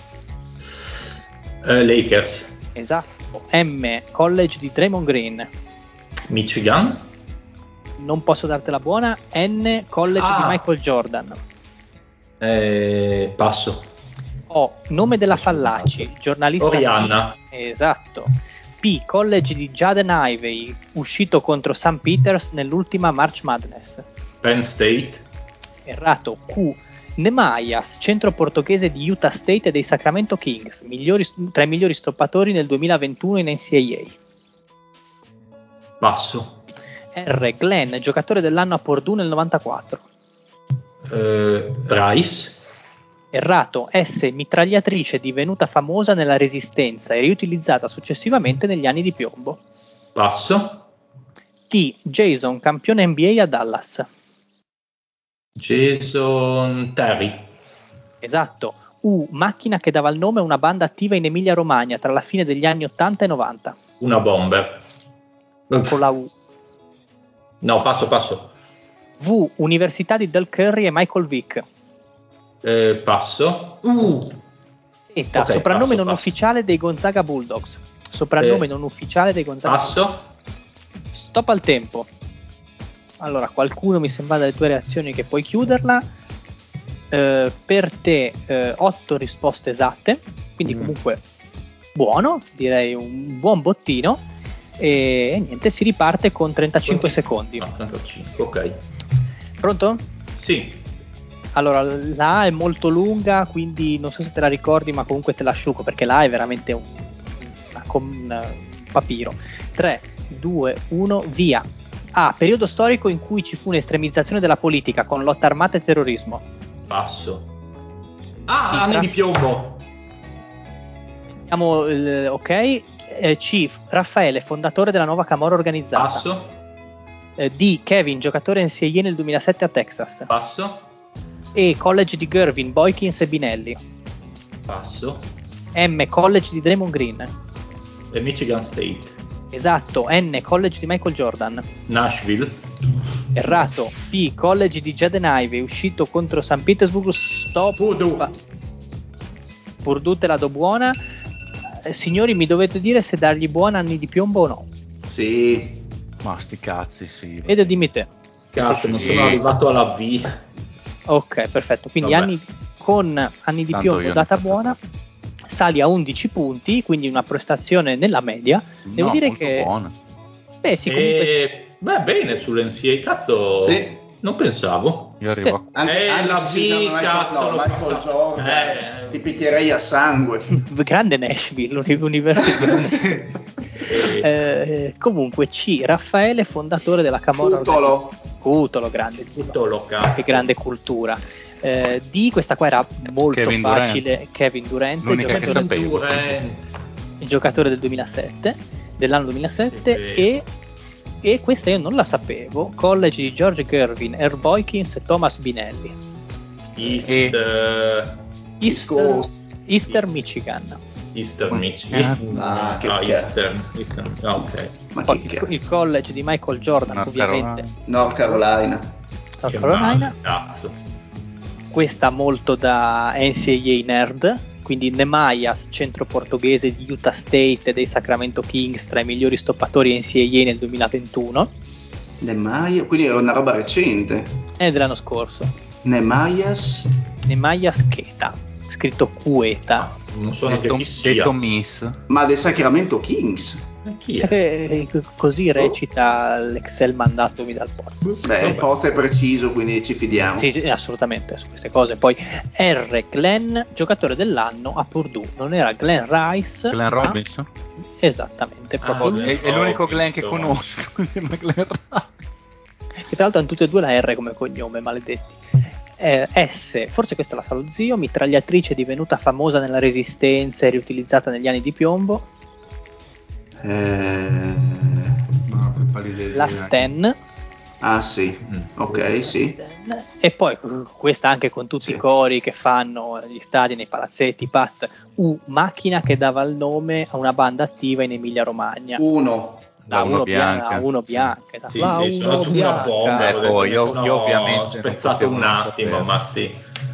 Lakers. Esatto. M. College di Draymond Green. Michigan. Non posso dartela buona. N. College di Michael Jordan. Passo. O. Nome della Fallaci, giornalista. Orianna. Esatto. P. College di Jaden Ivey, uscito contro St. Peters nell'ultima March Madness. Penn State. Errato. Q. Nemaias, centro portoghese di Utah State e dei Sacramento Kings, tra i migliori stoppatori nel 2021 in NCAA. Passo. R. Glenn, giocatore dell'anno a Purdue nel 94. Rice. Errato. S. Mitragliatrice divenuta famosa nella Resistenza e riutilizzata successivamente negli anni di piombo. Passo. T. Jason, campione NBA a Dallas. Jason Terry. Esatto. U. Macchina che dava il nome a una banda attiva in Emilia Romagna tra la fine degli anni 80 e 90. Una bomber. Con la U. No, passo. V. Università di Del Curry e Michael Vick. Passo. Eta, Okay, soprannome passo. ufficiale dei Gonzaga Bulldogs. Soprannome non ufficiale dei Gonzaga Passo. Bulldogs. Stop al tempo. Allora, qualcuno mi sembra dalle tue reazioni che puoi chiuderla. Per te 8 risposte esatte, quindi comunque buono, direi un buon bottino. E niente, si riparte con 35 secondi. 35, ok. Pronto? Sì. Allora, la A è molto lunga, quindi non so se te la ricordi, ma comunque te la asciugo perché la A è veramente un papiro. 3, 2, 1, via. A. Periodo storico in cui ci fu un'estremizzazione della politica con lotta armata e terrorismo. Passo. Anni di piombo. Andiamo, ok. C. Raffaele, fondatore della nuova camorra organizzata. Passo. D. Kevin, giocatore NCAA nel 2007 a Texas. Passo. E. College di Gervin, Boykins e Binelli. Passo. M. College di Draymond Green. E Michigan State. Esatto. N. College di Michael Jordan. Nashville. Errato. P. College di Jaden Ivey, uscito contro St. Petersburg. Stop. Purdue te la do buona. Signori, mi dovete dire se dargli buoni anni di piombo o no. Sì. Ma sti cazzi, sì. Ed dimmi te. Cazzo, non sono arrivato alla V. Ok, perfetto. Quindi con anni di Tanto piombo data buona, sali a 11 punti, quindi una prestazione nella media. Devo dire molto che buona. Beh, sì, comunque bene sull'NCAA, cazzo. Sì. Non pensavo. Io arrivo a Anche la se si chiama V, cazzo, lo Michael pensavo. Jordan, ti picchierei a sangue. grande Nashville, l'università. Comunque C. Raffaele, fondatore della camorra. Cutolo, grande zio. Cutolo, cazzo. Che grande cultura. D. Questa qua era molto Kevin facile. Durant. Kevin Durant, L'unica che sapevo. il giocatore dell'anno 2007 e questa io non la sapevo. College di George Gervin, Herb Boykins e Thomas Binelli. Eastern Michigan. Eastern Michigan. Eastern. Ok. Poi il college di Michael Jordan, ovviamente. North Carolina. Cazzo. Questa molto da NCAA nerd. Quindi Nemaias, centro portoghese di Utah State e dei Sacramento Kings, tra i migliori stoppatori NCAA nel 2021. Nemaias, quindi è una roba recente. È dell'anno scorso. Nemaias Keta, scritto Queta. Non so neanche chi sia. Detto Miss. Ma dei Sacramento Kings. Chi è? Così recita l'Excel mandatemi dal Poz. Beh, il Poz è preciso, quindi ci fidiamo. Sì, assolutamente, su queste cose. Poi R. Glenn, giocatore dell'anno a Purdue. Non era Glenn Rice. Glenn Robinson? Esattamente. Proprio lui. È l'unico Glenn che conosco. Glenn Rice. Che tra l'altro hanno tutte e due la R come cognome, maledetti. S. Forse questa la sa lo zio. Mitragliatrice divenuta famosa nella Resistenza e riutilizzata negli anni di piombo. La Sten. Ah sì, ok, sì. E poi questa anche con tutti i cori che fanno gli stadi nei palazzetti, Pat. Macchina che dava il nome a una banda attiva in Emilia Romagna. Uno bianca. Sì, sono una bomba. Ecco, io ovviamente spezzato un attimo, ma sì.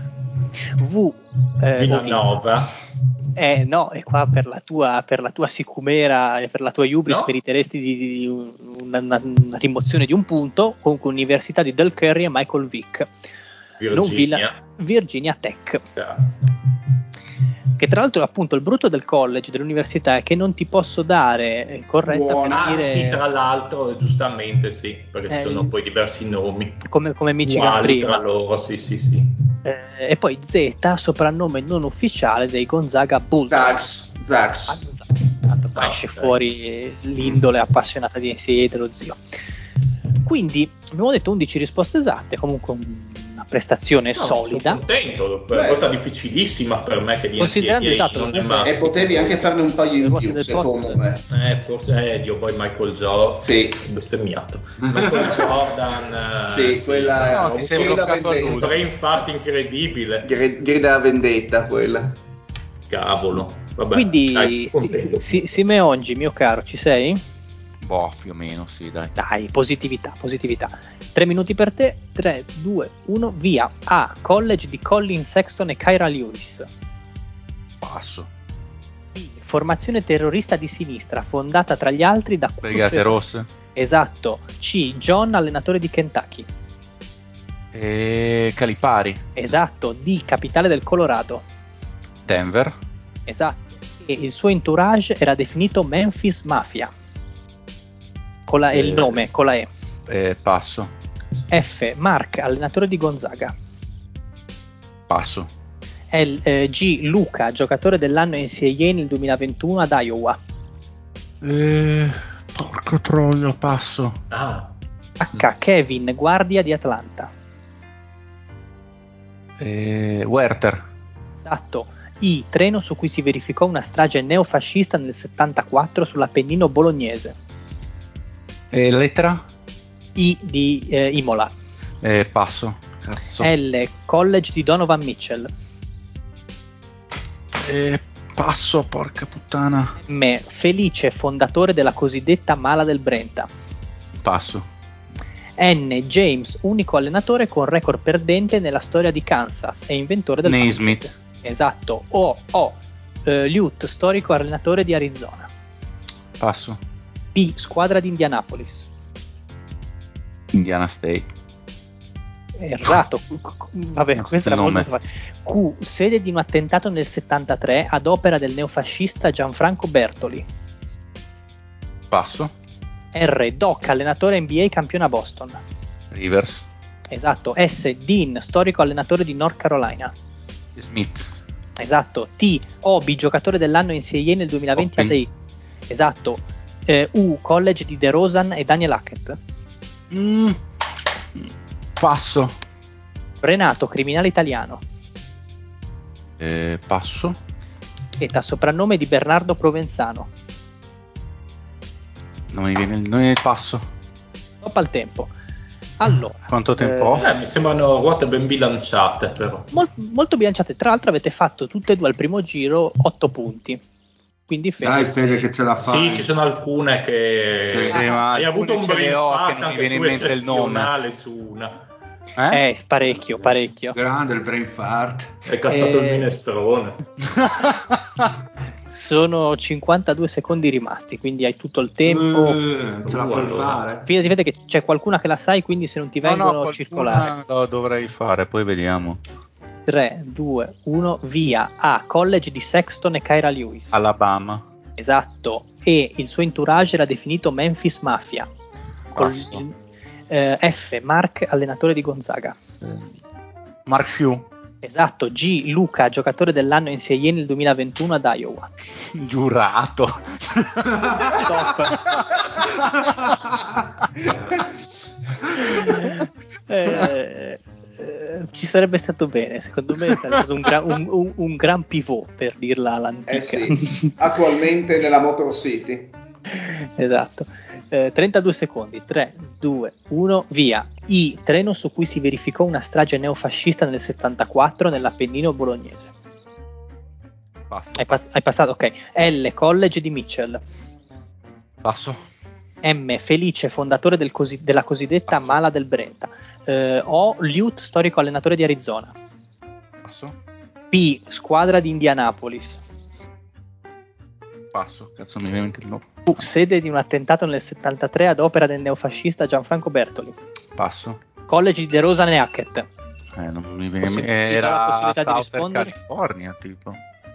Villanova. No, è qua per la tua sicumera e per la tua hubris, no? Meriteresti di una rimozione di un punto. Comunque Università di Del Curry e Michael Vick. Virginia Tech. Grazie. Che tra l'altro appunto il brutto del college, dell'università, è che non ti posso dare corretta per dire... sì, tra l'altro, giustamente sì, perché sono poi diversi nomi. Come Michigan prima. Tra loro, sì. E poi Z, soprannome non ufficiale dei Gonzaga Bulldogs. Zags. Tanto poi esce fuori l'indole appassionata di NCAA dello zio. Quindi abbiamo detto 11 risposte esatte, comunque una prestazione solida. Sono contento, è una cosa difficilissima per me che di considerando NCAA esatto, non è mai. E potevi anche farne un paio in più, secondo me. Forse Dio, poi Michael Jordan. Sì. Bestemmiato. Michael Jordan. Sì, quella ti sei bloccato un brain fart incredibile. Grida vendetta quella. Cavolo. Vabbè, quindi Simeongi, mio caro, ci sei? Boh, più o meno, sì, dai. Dai, positività. 3 minuti per te, 3, 2, 1, via. A. College di Colin Sexton e Kyra Lewis. Passo. B. Formazione terrorista di sinistra, fondata tra gli altri da Brigate Rosse. Esatto. C. John, allenatore di Kentucky. E Calipari. Esatto. D. Capitale del Colorado. Denver. Esatto. E il suo entourage era definito Memphis Mafia. Con la il nome, con la E. Passo. F. Mark, allenatore di Gonzaga. Passo. G. Luca, giocatore dell'anno NCAA nel 2021 ad Iowa. Porco troia, passo. H. Kevin, guardia di Atlanta. Werther. Esatto. I. Treno su cui si verificò una strage neofascista nel 74 sull'Appennino bolognese. Lettera? I di Imola. Passo. Cazzo. L. College di Donovan Mitchell. Passo, porca puttana. M. Felice, fondatore della cosiddetta Mala del Brenta. Passo. N. James, unico allenatore con record perdente nella storia di Kansas e inventore del Naismith. Esatto. O. Lute, storico allenatore di Arizona. Passo. P. Squadra di Indianapolis. Indiana State. Errato. Vabbè, questo era molto facile. Q. Sede di un attentato nel 73 ad opera del neofascista Gianfranco Bertoli. Passo. R. Doc, allenatore NBA campione a Boston. Rivers. Esatto. S. Dean, storico allenatore di North Carolina. Smith. Esatto. T. Obi, giocatore dell'anno NCAA nel 2020 ad EI. Esatto. U. College di DeRozan e Daniel Hackett. Passo. Renato, criminale italiano. Passo. Età, soprannome di Bernardo Provenzano. Non mi viene il nome, passo. Stop al tempo. Allora, quanto tempo ho? Mi sembrano ruote ben bilanciate, però. Molto bilanciate. Tra l'altro avete fatto tutte e due al primo giro 8 punti. Quindi Fede che ce la fai. Sì, ci sono alcune che hai avuto un brain fart, che non mi viene in mente il nome su una. Parecchio. Grande il brain fart. Hai cazzato il minestrone. Sono 52 secondi rimasti, quindi hai tutto il tempo. Ce la puoi fare. Fidati che c'è qualcuna che la sai, quindi se non ti vengono a circolare. Lo dovrei fare, poi vediamo. 3, 2, 1, via. A. College di Sexton e Kyra Lewis. Alabama. Esatto. E il suo entourage era definito Memphis Mafia. F. Mark, allenatore di Gonzaga. Mark Few. Esatto. G. Luca, giocatore dell'anno NCAA nel 2021 ad Iowa. Giurato. Stop. Ci sarebbe stato bene, secondo me è stato un gran pivot, per dirla all'antica. Sì. Attualmente nella Motor City. Esatto. 32 secondi, 3, 2, 1, via. I. Treno su cui si verificò una strage neofascista nel 74 nell'Appennino bolognese. Passo. Hai passato, ok. L. College di Mitchell. Passo. M. Felice, fondatore della cosiddetta Mala del Brenta. O. Lute, storico allenatore di Arizona. Passo. P. Squadra di Indianapolis. Passo, cazzo mi viene il nome. Q. Sede di un attentato nel 73 ad opera del neofascista Gianfranco Bertoli. Passo. College di DeRozan e Hackett. Non mi viene. Era la possibilità di Southern rispondere? California, tipo.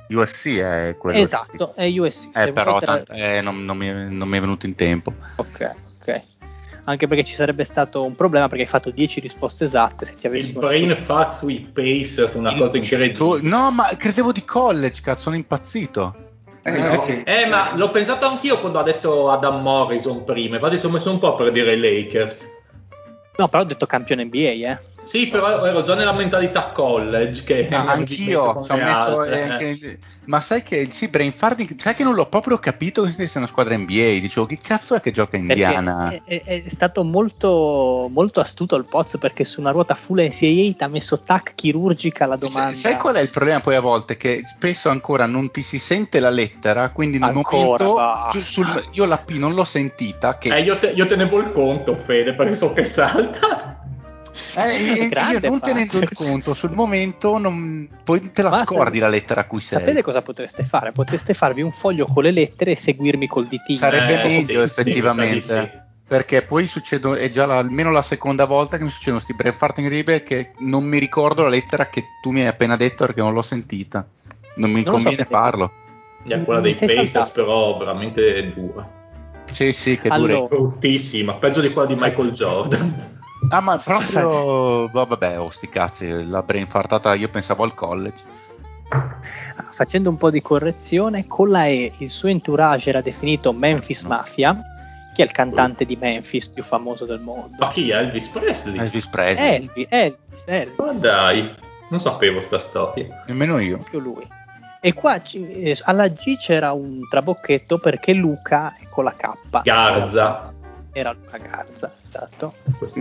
USC è quello. Esatto, è USC. Però non mi è venuto in tempo. Ok. Anche perché ci sarebbe stato un problema, perché hai fatto 10 risposte esatte. Se ti avessimo il brain fart sui Pacers, una cosa incredibile. No, ma credevo di college, cazzo, sono impazzito. Ma l'ho pensato anch'io quando ha detto Adam Morrison prima. Infatti sono messo un po' per dire Lakers. No, però ho detto campione NBA, Sì, però ero già nella mentalità college. Che anch'io ci ho messo ma sai che brain farting, sai che non l'ho proprio capito che sia una squadra NBA. Dicevo, che cazzo è che gioca Indiana? È stato molto, molto astuto il Poz, perché su una ruota full NCAA ti ha messo tac chirurgica la domanda. Sai qual è il problema poi a volte? Che spesso ancora non ti si sente la lettera, quindi nel momento io la P non l'ho sentita. Io tenevo il conto, Fede, perché so che salta. Io non tenendo il conto sul momento poi te la scordi la lettera a cui sei. Sapete cosa potreste fare? Potreste farvi un foglio con le lettere e seguirmi col ditino. Sarebbe meglio, effettivamente, sì. Perché poi succede, è già almeno la seconda volta che mi succedono questi brain farting ribe che non mi ricordo la lettera che tu mi hai appena detto, perché non l'ho sentita. Non mi conviene farlo. Quella dei Pacers però veramente dura. Sì, che dura. Bruttissima, peggio di quella di Michael Jordan. Ma proprio vabbè, sti cazzi, la brain fartata io pensavo al college. Facendo un po' di correzione, con la E il suo entourage era definito Memphis Mafia, che è il cantante di Memphis più famoso del mondo. Ma chi è? Elvis Presley? Elvis. Ma dai, non sapevo sta storia. Nemmeno io. Proprio lui. E qua alla G c'era un trabocchetto, perché Luca è con la K. Garza. Era Luca Garza, esatto.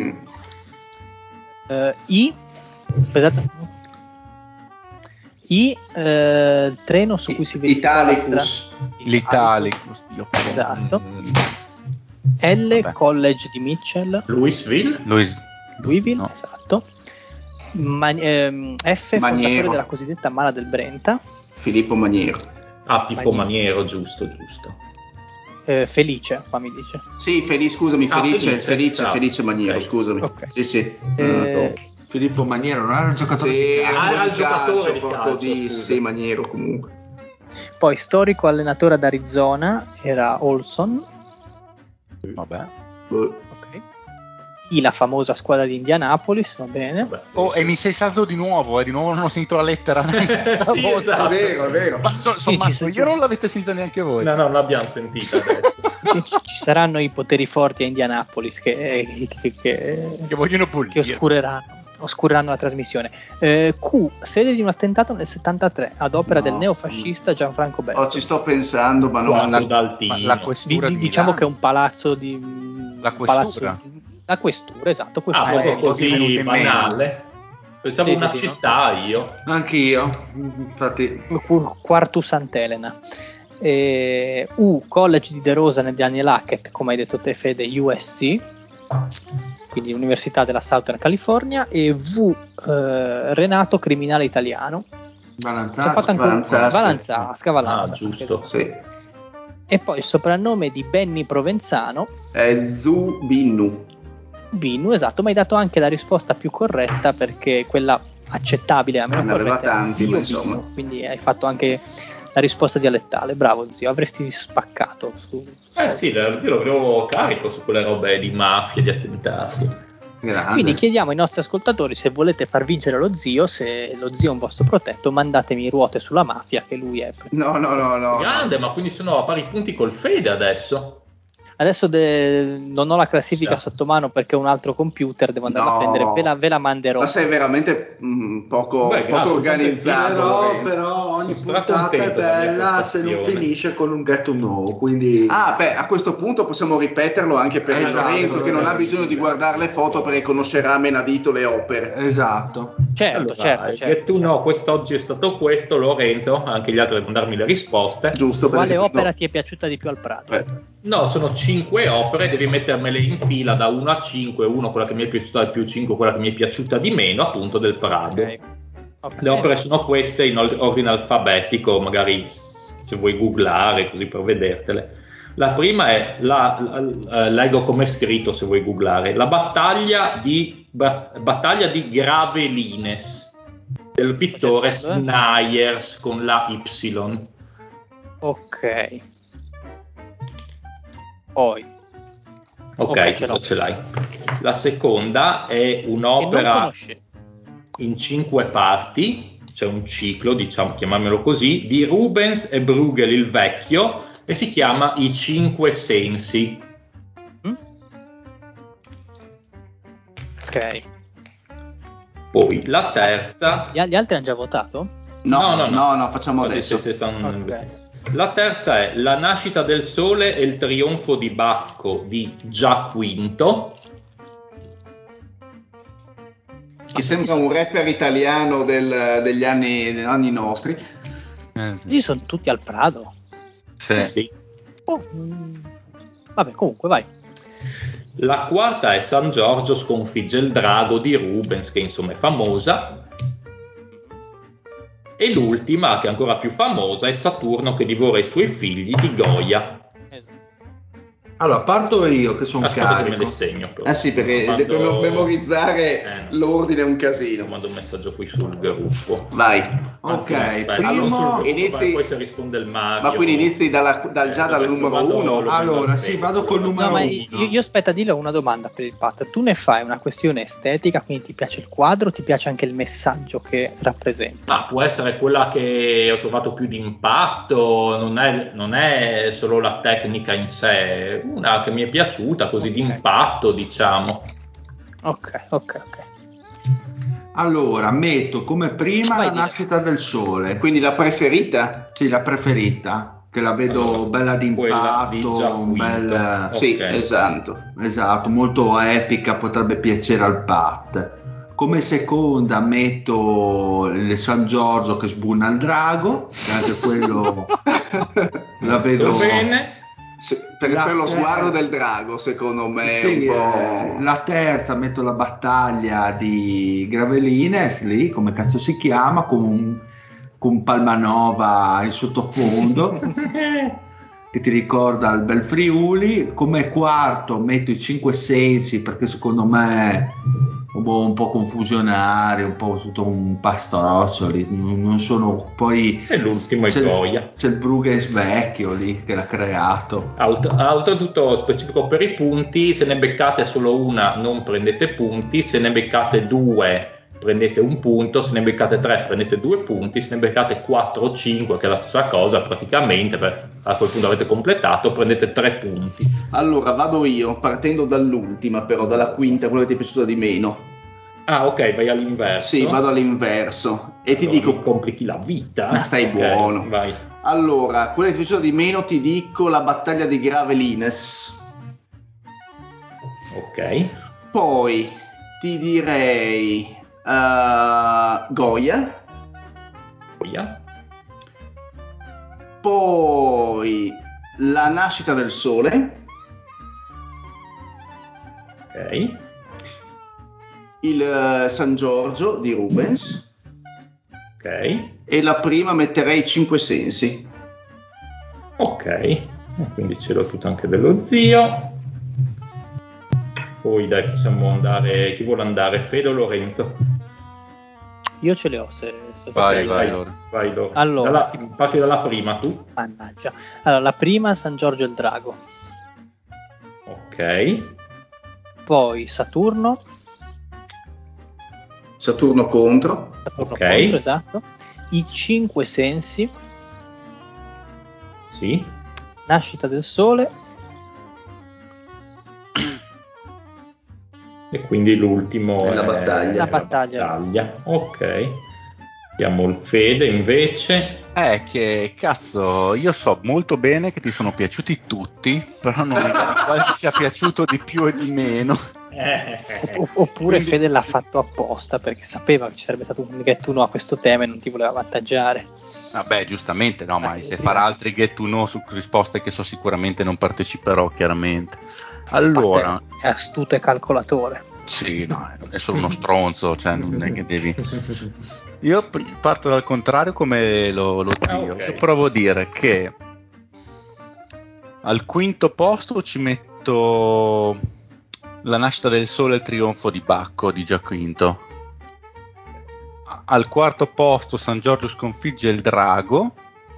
Treno su cui si vede l'Italicus. Esatto. L, vabbè. College di Mitchell. Louisville, no. Esatto. F, fondatore della cosiddetta Mala del Brenta. Filippo Maniero. Pippo Maniero, giusto. Felice, qua mi dice. Sì, Felice Maniero, okay. Scusami. Okay. Sì. Filippo Maniero non era un giocatore di calcio. Era il giocatore di calcio, sì, Maniero comunque. Poi storico allenatore ad Arizona era Olson. Vabbè. Ok. La famosa squadra di Indianapolis, va bene. E mi sei saltato di nuovo non ho sentito la lettera. Sì, esatto. È vero. Io non l'avete sentita neanche voi. No, non l'abbiamo sentita adesso. Ci saranno i poteri forti a Indianapolis che vogliono pulire, che oscureranno la trasmissione. Q, sede di un attentato nel 73 ad opera del neofascista Gianfranco Berto. Ci sto pensando, ma non la questura diciamo che è un palazzo di la questura. La questura, esatto. Proprio così banale. Pensavo una città, no? Io. Anch'io, infatti. Quartus Sant'Elena. U, College di De Rosa nel Daniel Hackett, come hai detto te, Fede, USC, quindi Università della Southern California. E V, Renato, criminale italiano. Valanzasca, giusto, sì. E poi il soprannome di Benny Provenzano è Zubinu, esatto, ma hai dato anche la risposta più corretta, perché quella accettabile, a me ne aveva tanti, ma insomma. Quindi hai fatto anche la risposta dialettale. Bravo zio, avresti spaccato sì, lo avevo carico su quelle robe di mafia, di attentati. Grande. Quindi chiediamo ai nostri ascoltatori, se volete far vincere lo zio, se lo zio è un vostro protetto, mandatemi ruote sulla mafia, che lui è. No. Grande, ma quindi sono a pari punti col Fede adesso? Adesso non ho la classifica sotto mano, perché ho un altro computer, devo andare a prendere, ve la manderò. Ma sei veramente poco organizzato. Però ogni puntata è bella se non finisce con un get to know, quindi... a questo punto possiamo ripeterlo anche per Lorenzo, che non ha bisogno di guardare le foto per riconoscere a menadito le opere. Esatto. Certo. Get to know, quest'oggi è stato questo, Lorenzo, anche gli altri devono darmi le risposte. Giusto. Quale opera ti è piaciuta di più al Prato? No, sono 5 opere, devi mettermele in fila da 1 a 5, 1 quella che mi è piaciuta di più, 5 quella che mi è piaciuta di meno, appunto del Prado. Okay. Le opere sono queste in ordine alfabetico, magari se vuoi googlare così per vedertele. La prima è, leggo come è scritto se vuoi googlare, la battaglia di Gravelines. del pittore Snyers con la Y. Ok. Poi. Ok, ce l'hai. La seconda è un'opera in 5 parti, c'è un ciclo, diciamo, chiamiamolo così, di Rubens e Bruegel il Vecchio, e si chiama I 5 Sensi. Ok. Poi la terza. Gli altri hanno già votato? No, facciamo adesso. Okay. La terza è La nascita del sole e il trionfo di Bacco di Giaquinto. Che sembra un rapper italiano degli anni nostri. Sì, sono tutti al Prado. Sì. Vabbè, comunque, vai. La quarta è San Giorgio sconfigge il drago di Rubens, che insomma è famosa. E l'ultima, che è ancora più famosa, è Saturno che divora i suoi figli di Goya. Allora, parto io che sono carico. Aspetta che me le segno. Però. Sì, perché devo memorizzare l'ordine è un casino. Mando un messaggio qui sul gruppo. Vai. Ok, primo inizi. Poi se risponde il Mario. Ma quindi inizi già dal numero 1? Allora, sì, vado col numero 1. Io aspetta, dillo una domanda per il Pat. Tu ne fai una questione estetica, quindi ti piace il quadro, ti piace anche il messaggio che rappresenta? Ma può essere quella che ho trovato più di impatto, non è solo la tecnica in sé, una che mi è piaciuta, così di impatto, diciamo. Ok. Allora, metto come prima La nascita del sole. Quindi la preferita? Sì, la preferita, che la vedo bella d'impatto, bella... Sì, esatto, molto epica, potrebbe piacere al Pat. Come seconda metto il San Giorgio che sbunna il drago, che anche quello la vedo bene. Per lo sguardo del drago, secondo me. Sì, un po'... la terza metto la battaglia di Gravelines lì, come cazzo si chiama, con Palmanova in sottofondo che ti ricorda il bel Friuli. Come quarto metto i 5 sensi, perché secondo me un po' confusionario, un po' tutto un pastoroccio lì, non sono poi. E l'ultimo è Goya. C'è il Bruegel vecchio lì che l'ha creato. Oltretutto specifico per i punti, se ne beccate solo una non prendete punti, se ne beccate 2 prendete un punto, se ne beccate 3 prendete 2 punti, se ne beccate 4 o 5, che è la stessa cosa praticamente, a quel punto avete completato, prendete 3 punti. Allora vado io, partendo dall'ultima però, dalla quinta, quella che ti è piaciuta di meno. Ah, ok, vai all'inverso. Sì, vado all'inverso. E allora, ti dico... mi complichi la vita. Ma stai buono. Vai. Allora, quella che ti è piaciuta di meno ti dico La battaglia di Gravelines. Ok. Poi ti direi Goya. Poi La nascita del sole. Ok. Il San Giorgio di Rubens. Ok. E la prima metterei 5 sensi. Ok. Quindi ce l'ho tutto anche dello zio. Poi dai, possiamo andare. Chi vuole andare? Fede o Lorenzo? Io ce le ho. Vai, Loro. Allora, parti dalla prima tu. Mannaggia. Allora, la prima San Giorgio il drago. Ok. Poi Saturno contro, esatto. I 5 sensi. Sì. Nascita del sole. E quindi l'ultimo è la battaglia. Ok. Abbiamo il Fede invece. Che cazzo, io so molto bene che ti sono piaciuti tutti, però non mi ricordo quale ti sia piaciuto di più e di meno. Oppure quindi... Fede l'ha fatto apposta perché sapeva che ci sarebbe stato un Get to Know a questo tema e non ti voleva avvantaggiare. Vabbè, giustamente, no, ma se farà altri Get to Know su risposte che so sicuramente non parteciperò, chiaramente. Allora, è astuto e calcolatore. Sì, no, non è solo uno stronzo, cioè non è che devi. Io parto dal contrario come lo zio. Okay. Io provo a dire che al quinto posto ci metto La nascita del sole e il trionfo di Bacco di Giaquinto. Al quarto posto San Giorgio sconfigge il drago.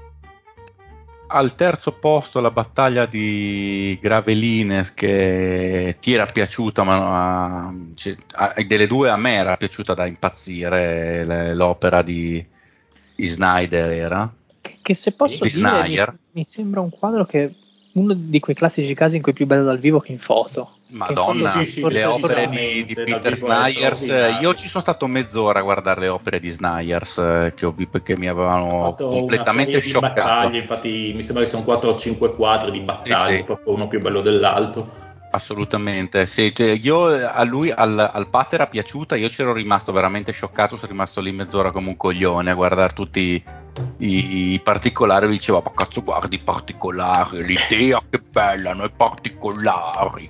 Al terzo posto la battaglia di Gravelines, che ti era piaciuta, ma delle due a me era piaciuta da impazzire, l'opera di Snyder era. Che se posso dire mi sembra un quadro che uno di quei classici casi in cui è più bello dal vivo che in foto. Madonna, le opere di Peter Snyers, io ci sono stato mezz'ora a guardare le opere di Snyers che ho visto, perché mi avevano completamente scioccato. Battaglie, infatti mi sembra che sono 4 o 5 quadri di battaglie, sì. Proprio uno più bello dell'altro. Assolutamente, sì, cioè, io a lui, al Pat era piaciuta, io c'ero rimasto veramente scioccato, sono rimasto lì mezz'ora come un coglione a guardare tutti i particolari, mi diceva ma cazzo guardi i particolari, l'idea che bella, noi particolari.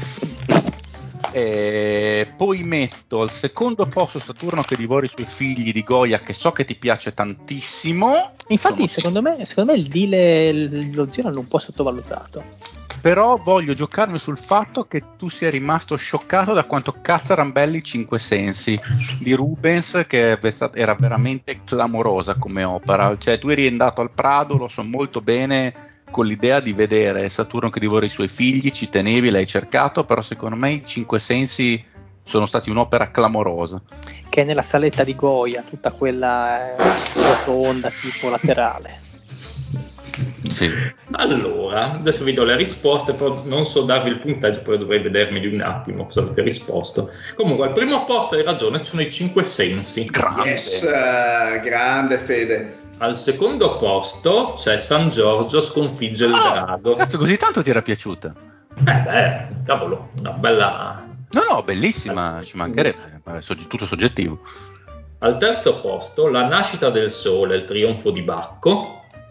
E poi metto al secondo posto Saturno che divora i suoi figli di Goya, che so che ti piace tantissimo. Infatti secondo me il Dile, lo zio non può sottovalutato. Però voglio giocarmi sul fatto che tu sia rimasto scioccato da quanto Cazzarambelli 5 sensi di Rubens, che era veramente clamorosa come opera. Cioè tu eri andato al Prado, lo so molto bene, con l'idea di vedere Saturno che divora i suoi figli, ci tenevi, l'hai cercato, però secondo me i 5 sensi sono stati un'opera clamorosa. Che è nella saletta di Goya, tutta quella rotonda tipo laterale. Sì. Allora, adesso vi do le risposte, però non so darvi il punteggio, poi dovrei vedermeli un attimo cosa avete risposto. Comunque, al primo posto hai ragione, sono i 5 sensi. Grande. Yes, grande Fede. Al secondo posto c'è San Giorgio sconfigge il drago. Cazzo, così tanto ti era piaciuta? Cavolo, una bella... No, bellissima, ci mancherebbe, è tutto soggettivo. Al terzo posto La nascita del sole, il trionfo di Bacco.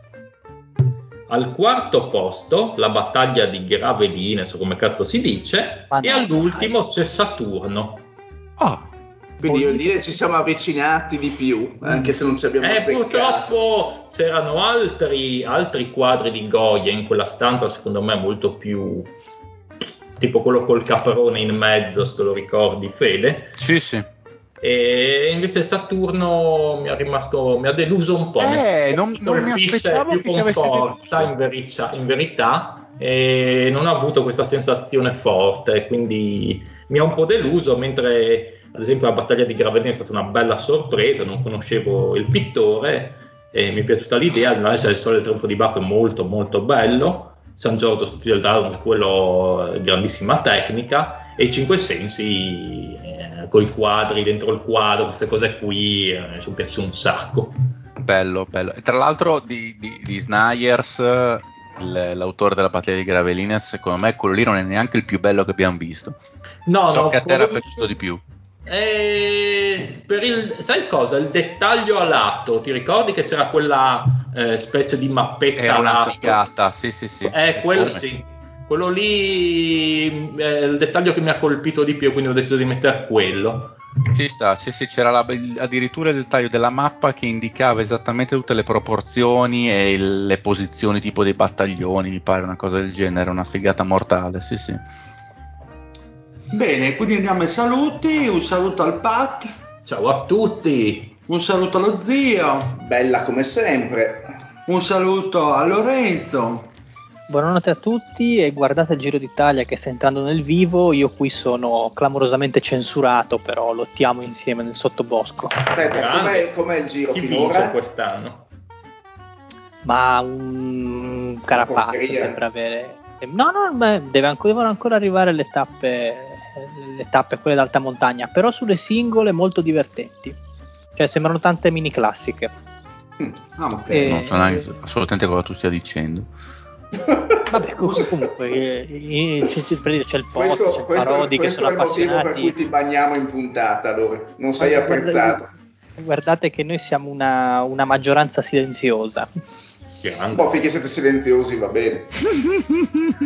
Al quarto posto La battaglia di Gravelines, so come cazzo si dice, e all'ultimo c'è Saturno. Quindi io dire ci siamo avvicinati di più, anche se non ci abbiamo beccato. Purtroppo c'erano altri quadri di Goya in quella stanza, secondo me molto più tipo quello col caprone in mezzo, se te lo ricordi, Fede? Sì. E invece Saturno mi ha deluso un po'. Non mi aspettavo più con forza in verità, e non ho avuto questa sensazione forte, quindi mi ha un po' deluso, mentre ad esempio la battaglia di Gravelines è stata una bella sorpresa, non conoscevo il pittore e mi è piaciuta l'idea. La nascita del sole, il trionfo di Bacco è molto molto bello. San Giorgio sconfigge il drago, quello grandissima tecnica, e i 5 sensi coi quadri dentro il quadro, queste cose qui ci piace un sacco. Bello. E tra l'altro di Snyers, l'autore della battaglia di Gravelines, secondo me quello lì non è neanche il più bello che abbiamo visto. So che a te era piaciuto di più. Sai cosa? Il dettaglio a lato, ti ricordi che c'era quella specie di mappetta era a una lato? figata, sì. Quello lì è il dettaglio che mi ha colpito di più, quindi ho deciso di mettere quello. Ci sta, sì, c'era addirittura il dettaglio della mappa che indicava esattamente tutte le proporzioni e le posizioni tipo dei battaglioni, mi pare una cosa del genere, una figata mortale, sì. Bene, quindi andiamo ai saluti. Un saluto al Pat. Ciao a tutti. Un saluto allo zio. Bella come sempre. Un saluto a Lorenzo. Buonanotte a tutti e guardate il Giro d'Italia che sta entrando nel vivo. Io qui sono clamorosamente censurato, però lottiamo insieme nel sottobosco. Aspetta, com'è il Giro Chi finora? vince quest'anno? Ma un Carapazzo sembra avere... devono ancora arrivare le tappe quelle d'alta montagna, però sulle singole molto divertenti, cioè sembrano tante mini classiche. Okay. Non so neanche assolutamente cosa tu stia dicendo. Vabbè, comunque c'è il posto, c'è il Parodi che sono appassionati. Questo è il motivo per cui ti bagniamo in puntata, allora non sei apprezzato. Guardate che noi siamo una maggioranza silenziosa. Un po' finché siete silenziosi va bene.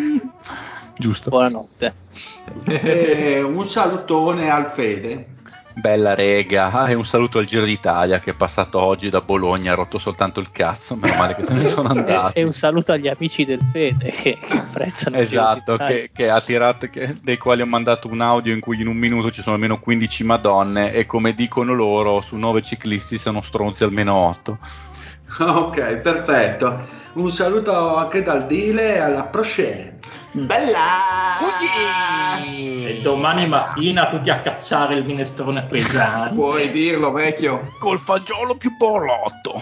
Giusto. Buonanotte. Un salutone al Fede. Bella rega, e un saluto al Giro d'Italia che è passato oggi da Bologna, ha rotto soltanto il cazzo, meno male che se ne sono andati. E un saluto agli amici del Fede che apprezzano esatto, che ha tirato, dei quali ho mandato un audio in cui in un minuto ci sono almeno 15 madonne e come dicono loro su 9 ciclisti sono stronzi almeno 8. Ok, perfetto. Un saluto anche dal Dile e alla prossima. Bella! E domani mattina tutti a cacciare il minestrone pesante. Puoi dirlo, vecchio. Col fagiolo più borotto.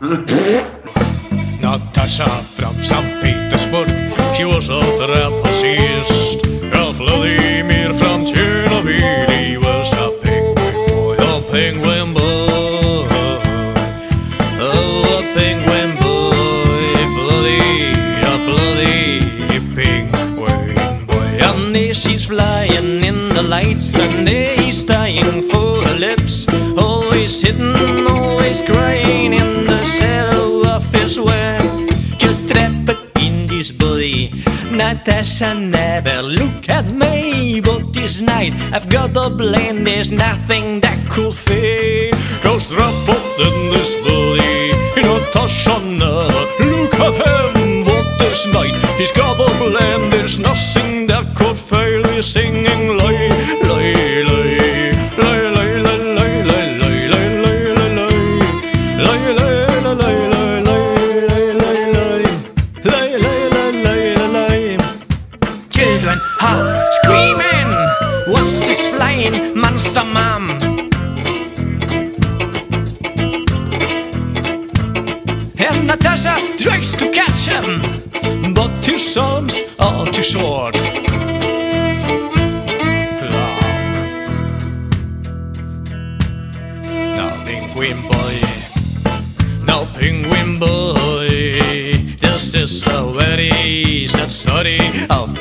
Natasha from St. Petersburg, she was a trapezist. Vladimir from Chernobyl, he was a penguin boy, a penguin boy. Oh, a penguin boy, a bloody penguin boy. And there she's flying in the lights, and there he's dying for her lips. Always hidden, always crying in the shadow of his web. Just trapped in this body. Natasha, never look at me, but this night I've got a blame. There's nothing that could fail. Cause trapped in this body. Natasha, never look at him, but this night he's got a blame. There's nothing that could fail. He's singing lay, lay, lay, lay, lay, lay, lay, lay, lay, lay, lay, lay, lay. Children are screaming, what's this flying monster, mom? And Natasha tries to catch him, but his arms are too short. Now penguin boy, now penguin boy, this is a very sad story of